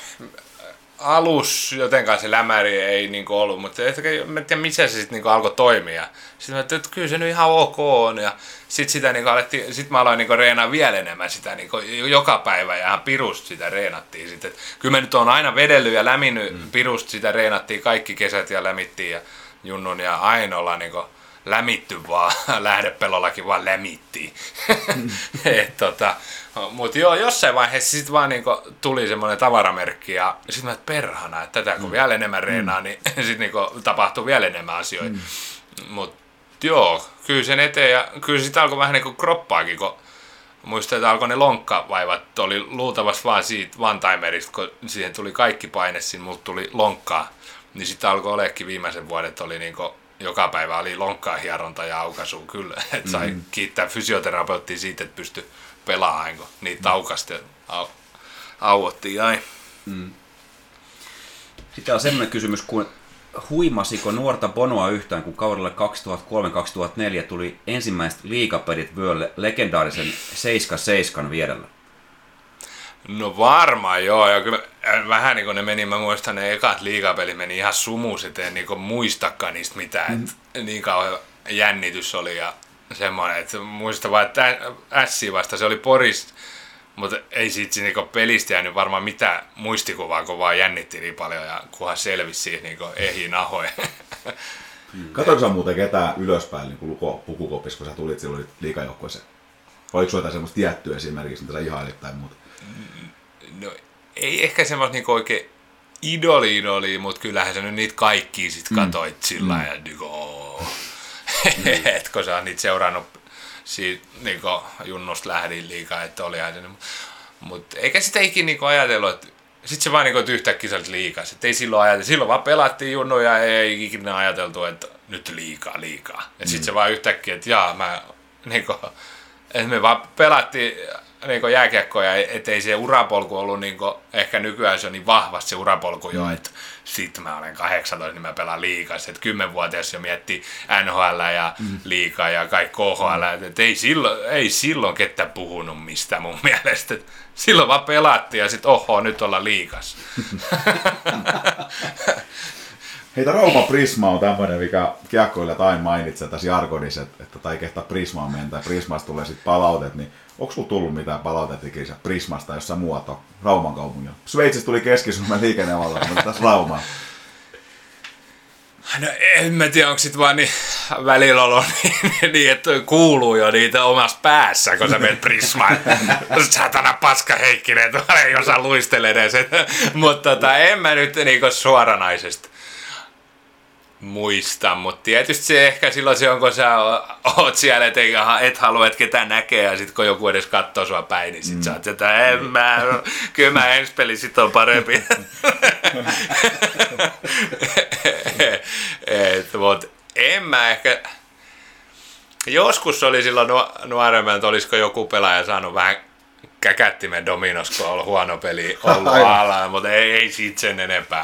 alus jotenkaan se lämäri ei niinku ollut, mutta en tiedä missä se sitten niinku alkoi toimia. Sitten mä ajattelin, että kyllä se nyt ihan ok on, ja sitten sitä niinku alettiin, sit mä aloin niinku reenaa vielä enemmän sitä niinku joka päivä, ja ihan pirusta sitä reenattiin sitten. Kyllä mä nyt on aina vedellyt ja läminyt, pirusta sitä reenattiin kaikki kesät ja lämittiin, ja Junnun ja Ainolla niinku lämitty vaan, lähdepelollakin vaan lämittiin. Mutta joo, jossain vaiheessa sitten vaan niinku tuli semmoinen tavaramerkki ja sitten mä perhana, että tätä kun vielä enemmän reenaa, niin sitten niinku tapahtuu vielä enemmän asioita. Mutta joo, kyllä sen eteen ja kyllä sitten alkoi vähän niinku kroppaakin, kun muistan, että alkoi ne lonkkavaivat, oli luultavasti vaan siitä one-timerista, kun siihen tuli kaikki paine, siinä multa tuli lonkkaa, niin sitten alkoi oleekin viimeisen vuodet oli niinku joka päivä oli lonkkaa hieronta ja aukaisu kyllä, että sai kiittää fysioterapeuttia siitä, että pystyi pelaamaan, kun niitä aukasti ja auottiin aina. Sitten on semmoinen kysymys, kuin huimasiko nuorta Bonoa yhtään, kun kaudella 2003-2004 tuli ensimmäiset liigapelit vyölle legendaarisen 7-7 vierellä? No varmaan joo, ja kyllä vähän niin kuin ne meni, mä muistan ne ekat liigapelit meni ihan sumuiset, en niin muistakaan niistä mitään, että niin kauan jännitys oli ja semmoinen, että muistan vaan, että Ässiä vasta se oli Porista, mutta ei siitä niin pelistä jäänyt varmaan mitään muistikuvaa, kun vaan jännitti niin paljon ja kunhan selvisi siihen niin ehjiin ahoin. Katoinko sä muuten ketään ylöspäin niin pukukopissa, kun sä tulit silloin liigajoukkueeseen? Oliko sulla jotain semmoista tiettyä esimerkiksi, mitä sä ihailit tai muuta? No ei ehkä semmoista niinku oikein idoli, mutta kyllähän sä nyt niitä kaikkia sit katoit sillä ja et kun sä oot niitä seurannut siitä niinku junnusta lähdin liikaa, että olihan se, mutta eikä sitä ikinä niinku ajatellut, että sit se vaan niinku, että yhtäkkiä sä olit liikas, että ei silloin ajateltu, silloin vaan pelattiin junnuja ja ei ikinä ajateltu, että nyt liikaa, ja sit se vaan yhtäkkiä, että niinku, että me vaan pelattiin niinku jääkiekkoja, ettei se urapolku ollut niinku, ehkä nykyään se on niin vahvasti se urapolku jo, että sit mä olen 18, niin mä pelaan liikaa. Että 10-vuotias jo miettii NHL ja liikaa ja kaikki KHL. Että ei silloin ketään puhunut mistään mun mielestä. Et silloin vaan pelattiin ja sit nyt ollaan liikas. Heitä Rauma Prisma on tämmöinen, mikä kiekkoilijat aina mainitsee tässä jargonissa, että tai kehtaa Prismaan mennä, Prismasta tulee sitten palautet, niin onko sulla tullut mitään palautetta ikinä Prismasta jossain muuta Rauman kaupungilla? Sveitsissä tuli Keski-Suomen liikennevalta, mutta tässä Raumaan. No en mä tiedä, onko sit vaan niin välillä ollut niin, että kuuluu jo niitä omassa päässä, kun sä menet Prismaan. Satana paska Heikkinen, tuolla ei osaa luistella edes. Mutta en mä nyt niinku suoranaisesti muista, mutta tietysti se ehkä silloin se on, kun sä oot siellä, et halua, että ketään näkee, ja sit kun joku edes katsoo sua päin, niin sit sä oot, että kyllä mä ensi peli sit on parempi. Mutta en mä ehkä, joskus oli silloin nuoremman, että olisiko joku pelaaja saanut vähän käkättimen Dominos, kun on ollut huono peli ollut alla, mutta ei siitä sen enempää.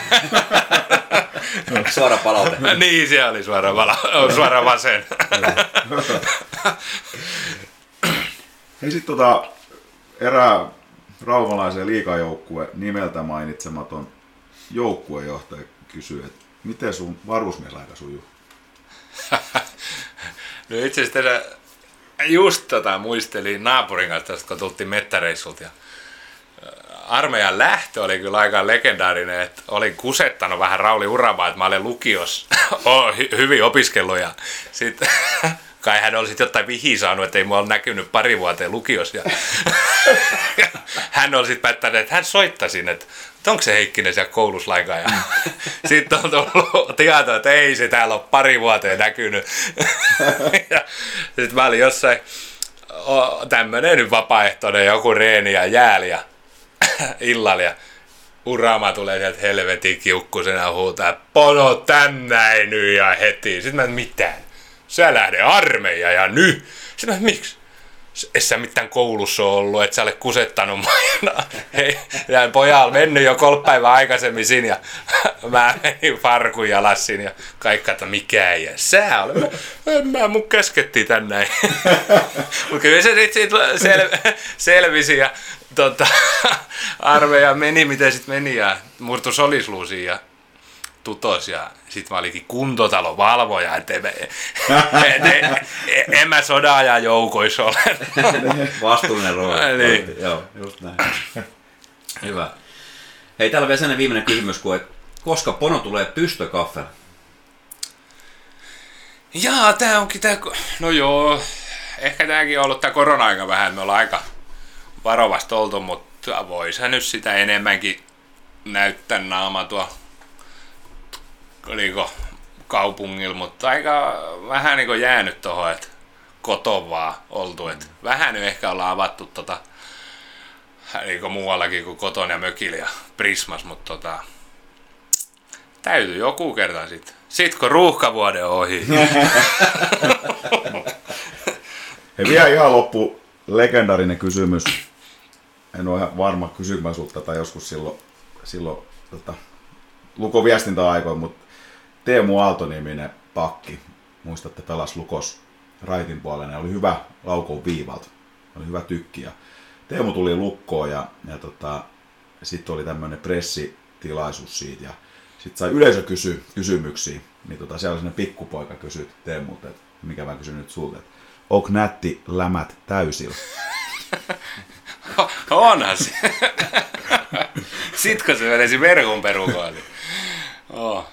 Suora palaute. Niin, se oli suora vasen. Hei sit erää raumalaisen liigajoukkue nimeltä mainitsematon joukkuejohtaja kysyy, että miten sun varusmiesaika sujuu? No itse asiassa just muistelin naapurin kanssa, kun tultiin mettäreissulta. Armeijan lähtö oli kyllä aika legendaarinen, että olin kusettanut vähän Rauli Urabaa, että mä olin lukiossa hyvin opiskellut ja sitten kai hän oli sitten jotain vihiä saanut, että ei mua ole näkynyt pari vuoteen lukiossa. Ja hän oli sitten päättänyt, että hän soittaisi, että onko se Heikkinen siellä koulussa lainkaan. Ja sitten on tullut tietoa, että ei se täällä ole pari vuoteen näkynyt. Ja sitten mä olin jossain tämmöinen nyt vapaaehtoinen joku reeni ja jääli ja illalla ja Urama tulee sieltä helvetin kiukkusena huutaa, Pono tänne nyt ja heti. Sitten mä mitään? Sä lähde armeijaan ja nyt. Sitten mä miksi? Et sä mitään koulussa on ollut, et sä ole kusettanut mainaa. Hei, pojalla mennyt jo 3 päivää aikaisemmin siinä ja mä menin farkun jalassin ja kaikki, että mikä ei jää. Sä ole. Mun käskettiin tänne. Mutta kyllä se siitä selvisi ja armeija meni, miten sit meni ja murtu solisluusiin ja tutos ja sit mä olikin kuntotalon valvoja, että en mä sodan-ajan joukoissa ole. Vastuullinen rooli. Niin. Joo, just näin. Hyvä. Hei, täällä on vielä sellainen viimeinen kysymys, koska Pono tulee Pystökaffelle? Jaa, tää onkin tää, no joo, ehkä tääkin on ollut tää korona-aika vähän, me ollaan aika varovasti oltu, mutta voisihan nyt sitä enemmänkin näyttää naama tuo niinku kaupungilla, mutta aika vähän niinku jäänyt tohon, että koton vaan oltu, että vähän nyt ehkä ollaan avattu niinku muuallakin kuin koton ja mökillä ja Prismas, mutta täytyy joku kerta sit kun ruuhkavuode on ohi. Hei, vielä ihan loppu legendaarinen kysymys. En ole ihan varma kysymään sulta tai joskus silloin Luko-viestintäaikoin, mutta Teemu Aalto-niminen pakki, muistatte, pelasi Lukos raitin puolella ja oli hyvä laukoon viivalta, oli hyvä tykki. Ja Teemu tuli Lukkoon ja sitten oli tämmöinen pressitilaisuus siitä ja sitten sai yleisö kysymyksiä, niin siellä oli sellainen pikkupoika kysyi Teemulta, että mikä mä kysyn nyt sulta, että onko nätti lämät täysillä? Onhan se. Sitten kun se menisi verkon perukoon. Oh.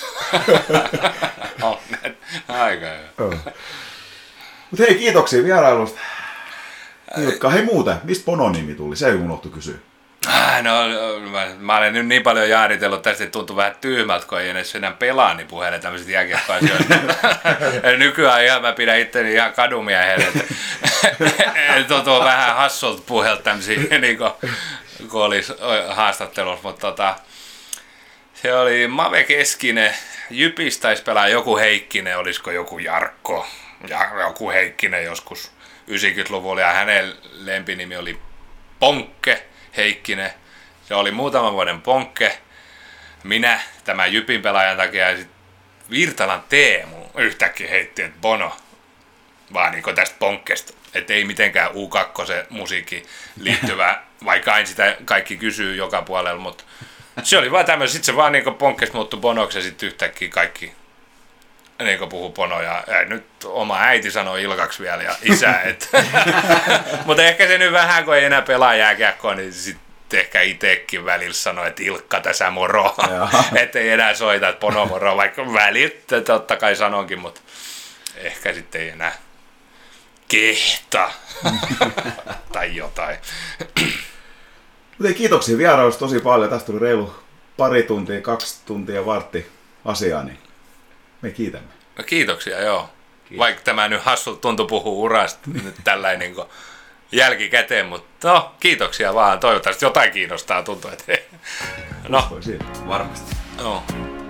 Aika hyvä. Mut hei, kiitoksia vierailusta. Hei muuten, mistä Ponon nimi tuli? Se ei unohtu kysyä. No, mä olen nyt niin paljon jaaritellut tästä, että tuntuu vähän tyhmältä, kun ei edes enää pelaa, niin puhelee tämmöiset jääkiekkoasioista. Nykyään ihan mä pidän itteni ihan kadumiehelle, että tuntuu vähän hassulta puhelta tämmöisiä, niin kun olisi haastattelussa, mutta se oli Mave Keskinen, Jypistä taisi pelaa joku Heikkinen, olisiko joku Jarkko, ja joku Heikkinen joskus 90-luvulla, ja hänen lempinimi oli Ponkke Heikkinen. Se oli muutaman vuoden Ponkke. Minä tämän Jypin pelaajan takia, ja sitten Virtalan Teemu yhtäkkiä heitti, että Bono, vaan niin tästä Ponkkesta. Että ei mitenkään U2-musiikki liittyvä, vaikka aina sitä kaikki kysyy joka puolella, mutta se oli vaan tämmöinen, sitten se vaan niin Ponkkesta muuttui Bonoksi, ja sitten yhtäkkiä kaikki niin puhuu Bono, ja nyt oma äiti sanoi Ilkaksi vielä, ja isä, mutta ehkä se nyt vähän, kun ei enää pelaa jääkiekkoa, niin sitten ehkä itsekin välillä sanoi, että Ilkka tässä moro, ettei enää soita, että Bono moro, vaikka välillä totta kai sanonkin, mutta ehkä sitten ei enää kehtaa tai jotain. Mutta kiitoksia vierailusta tosi paljon. Tästä tuli reilu pari tuntia, 2 tuntia, vartti asiaa, niin me kiitämme. No kiitoksia, joo. Kiitos. Vaikka tämä nyt hassulta tuntui puhua urasta nyt tällainen niin jälkikäteen, mutta no, kiitoksia vaan. Toivottavasti jotain kiinnostaa, tuntuu, että no. Varmasti. No.